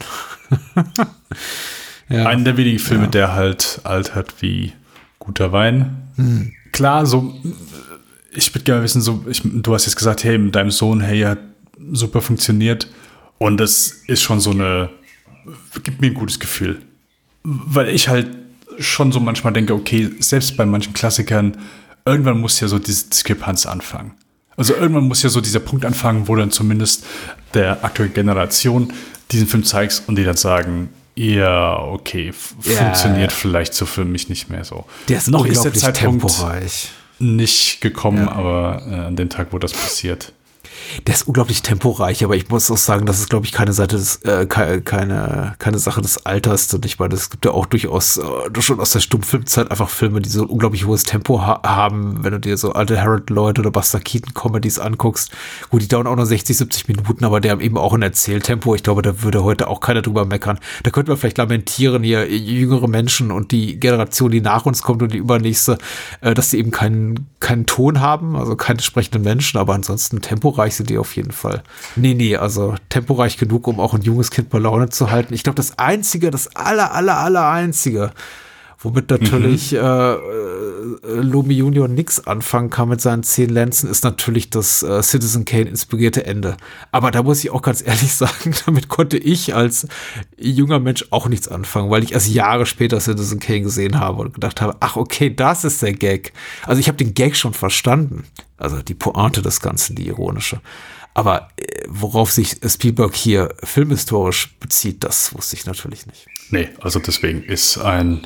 Ja. Einen der wenigen Filme, der halt altert wie guter Wein. Klar, so, ich würde gerne wissen, du hast jetzt gesagt, hey, mit deinem Sohn, hey, er hat super funktioniert. Und das ist schon gibt mir ein gutes Gefühl. Weil ich halt schon so manchmal denke, okay, selbst bei manchen Klassikern, irgendwann muss ja so diese Diskrepanz anfangen. Also irgendwann muss ja so dieser Punkt anfangen, wo dann zumindest der aktuellen Generation diesen Film zeigst und die dann sagen, ja, okay, funktioniert vielleicht so für mich nicht mehr so. Der ist noch ist der Zeitpunkt temporeich. Nicht gekommen, aber an dem Tag, wo das passiert. Der ist unglaublich temporeich, aber ich muss auch sagen, das ist, glaube ich, keine Sache des Alters. Und ich meine, es gibt ja auch durchaus schon aus der Stummfilmzeit einfach Filme, die so ein unglaublich hohes Tempo haben. Wenn du dir so alte Harold Lloyd oder Buster Keaton Comedies anguckst, gut, die dauern auch nur 60, 70 Minuten, aber die haben eben auch ein Erzähltempo. Ich glaube, da würde heute auch keiner drüber meckern. Da könnte man vielleicht lamentieren, hier jüngere Menschen und die Generation, die nach uns kommt und die übernächste, dass sie eben keinen Ton haben, also keine sprechenden Menschen, aber ansonsten temporeich sind die auf jeden Fall. Nee, also temporeich genug, um auch ein junges Kind bei Laune zu halten. Ich glaube, das aller einzige, womit natürlich Lomi Junior nix anfangen kann mit seinen 10 Lenzen, ist natürlich das Citizen Kane inspirierte Ende. Aber da muss ich auch ganz ehrlich sagen, damit konnte ich als junger Mensch auch nichts anfangen, weil ich erst Jahre später Citizen Kane gesehen habe und gedacht habe, ach okay, das ist der Gag. Also ich habe den Gag schon verstanden. Also die Pointe des Ganzen, die ironische. Aber worauf sich Spielberg hier filmhistorisch bezieht, das wusste ich natürlich nicht. Nee, also deswegen ist ein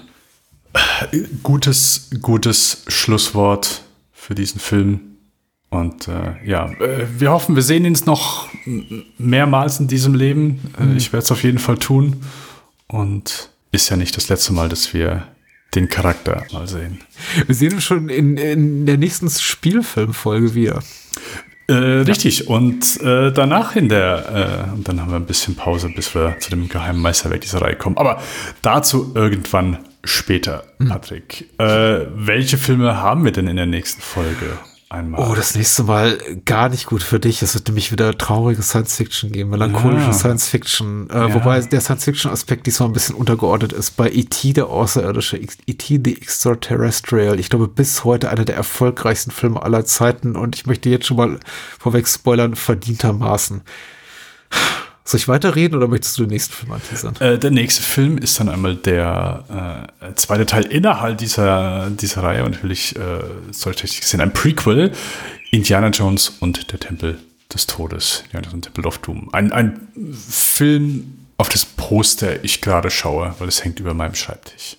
gutes Schlusswort für diesen Film. Und wir hoffen, wir sehen ihn noch mehrmals in diesem Leben. Ich werde es auf jeden Fall tun. Und ist ja nicht das letzte Mal, dass wir den Charakter mal sehen. Wir sehen ihn schon in der nächsten Spielfilmfolge wieder. Richtig. Und danach und dann haben wir ein bisschen Pause, bis wir zu dem geheimen Meisterwerk dieser Reihe kommen. Aber dazu irgendwann später, Patrick. Welche Filme haben wir denn in der nächsten Folge? Oh, das nächste Mal gar nicht gut für dich. Es wird nämlich wieder traurige Science-Fiction geben, melancholische Science-Fiction. Wobei der Science-Fiction-Aspekt diesmal ein bisschen untergeordnet ist. Bei E.T. der Außerirdische, E.T. the Extraterrestrial. Ich glaube, bis heute einer der erfolgreichsten Filme aller Zeiten. Und ich möchte jetzt schon mal vorweg spoilern, verdientermaßen. Soll ich weiterreden oder möchtest du den nächsten Film anteasern? Der nächste Film ist dann einmal der zweite Teil innerhalb dieser Reihe und natürlich, soll ich richtig gesehen, ein Prequel, Indiana Jones und der Tempel des Todes, Indiana Jones und Temple of Doom. Ein Film, auf das Poster ich gerade schaue, weil es hängt über meinem Schreibtisch.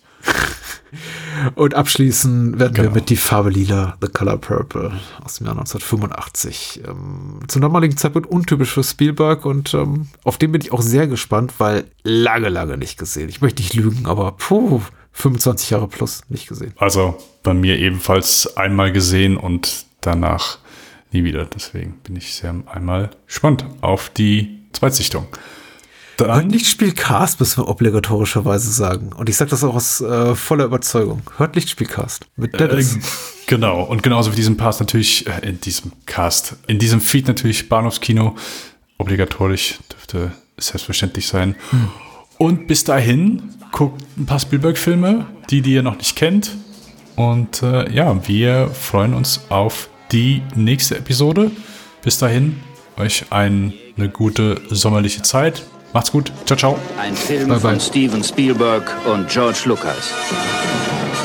Und abschließen werden wir mit Die Farbe Lila, The Color Purple aus dem Jahr 1985. Zum damaligen Zeitpunkt untypisch für Spielberg und auf den bin ich auch sehr gespannt, weil lange nicht gesehen. Ich möchte nicht lügen, aber 25 Jahre plus nicht gesehen. Also bei mir ebenfalls einmal gesehen und danach nie wieder. Deswegen bin ich sehr einmal gespannt auf die Zweitsichtung. Hört Lichtspielcast, müssen wir obligatorischerweise sagen. Und ich sage das auch aus voller Überzeugung. Hört Lichtspielcast mit Dennis. Genau. Und genauso wie diesem Cast natürlich, in diesem Feed natürlich Bahnhofskino. Obligatorisch, dürfte selbstverständlich sein. Und bis dahin, guckt ein paar Spielberg-Filme, die ihr noch nicht kennt. Und wir freuen uns auf die nächste Episode. Bis dahin, euch eine gute sommerliche Zeit. Macht's gut. Ciao, ciao. Ein Film von Steven Spielberg und George Lucas.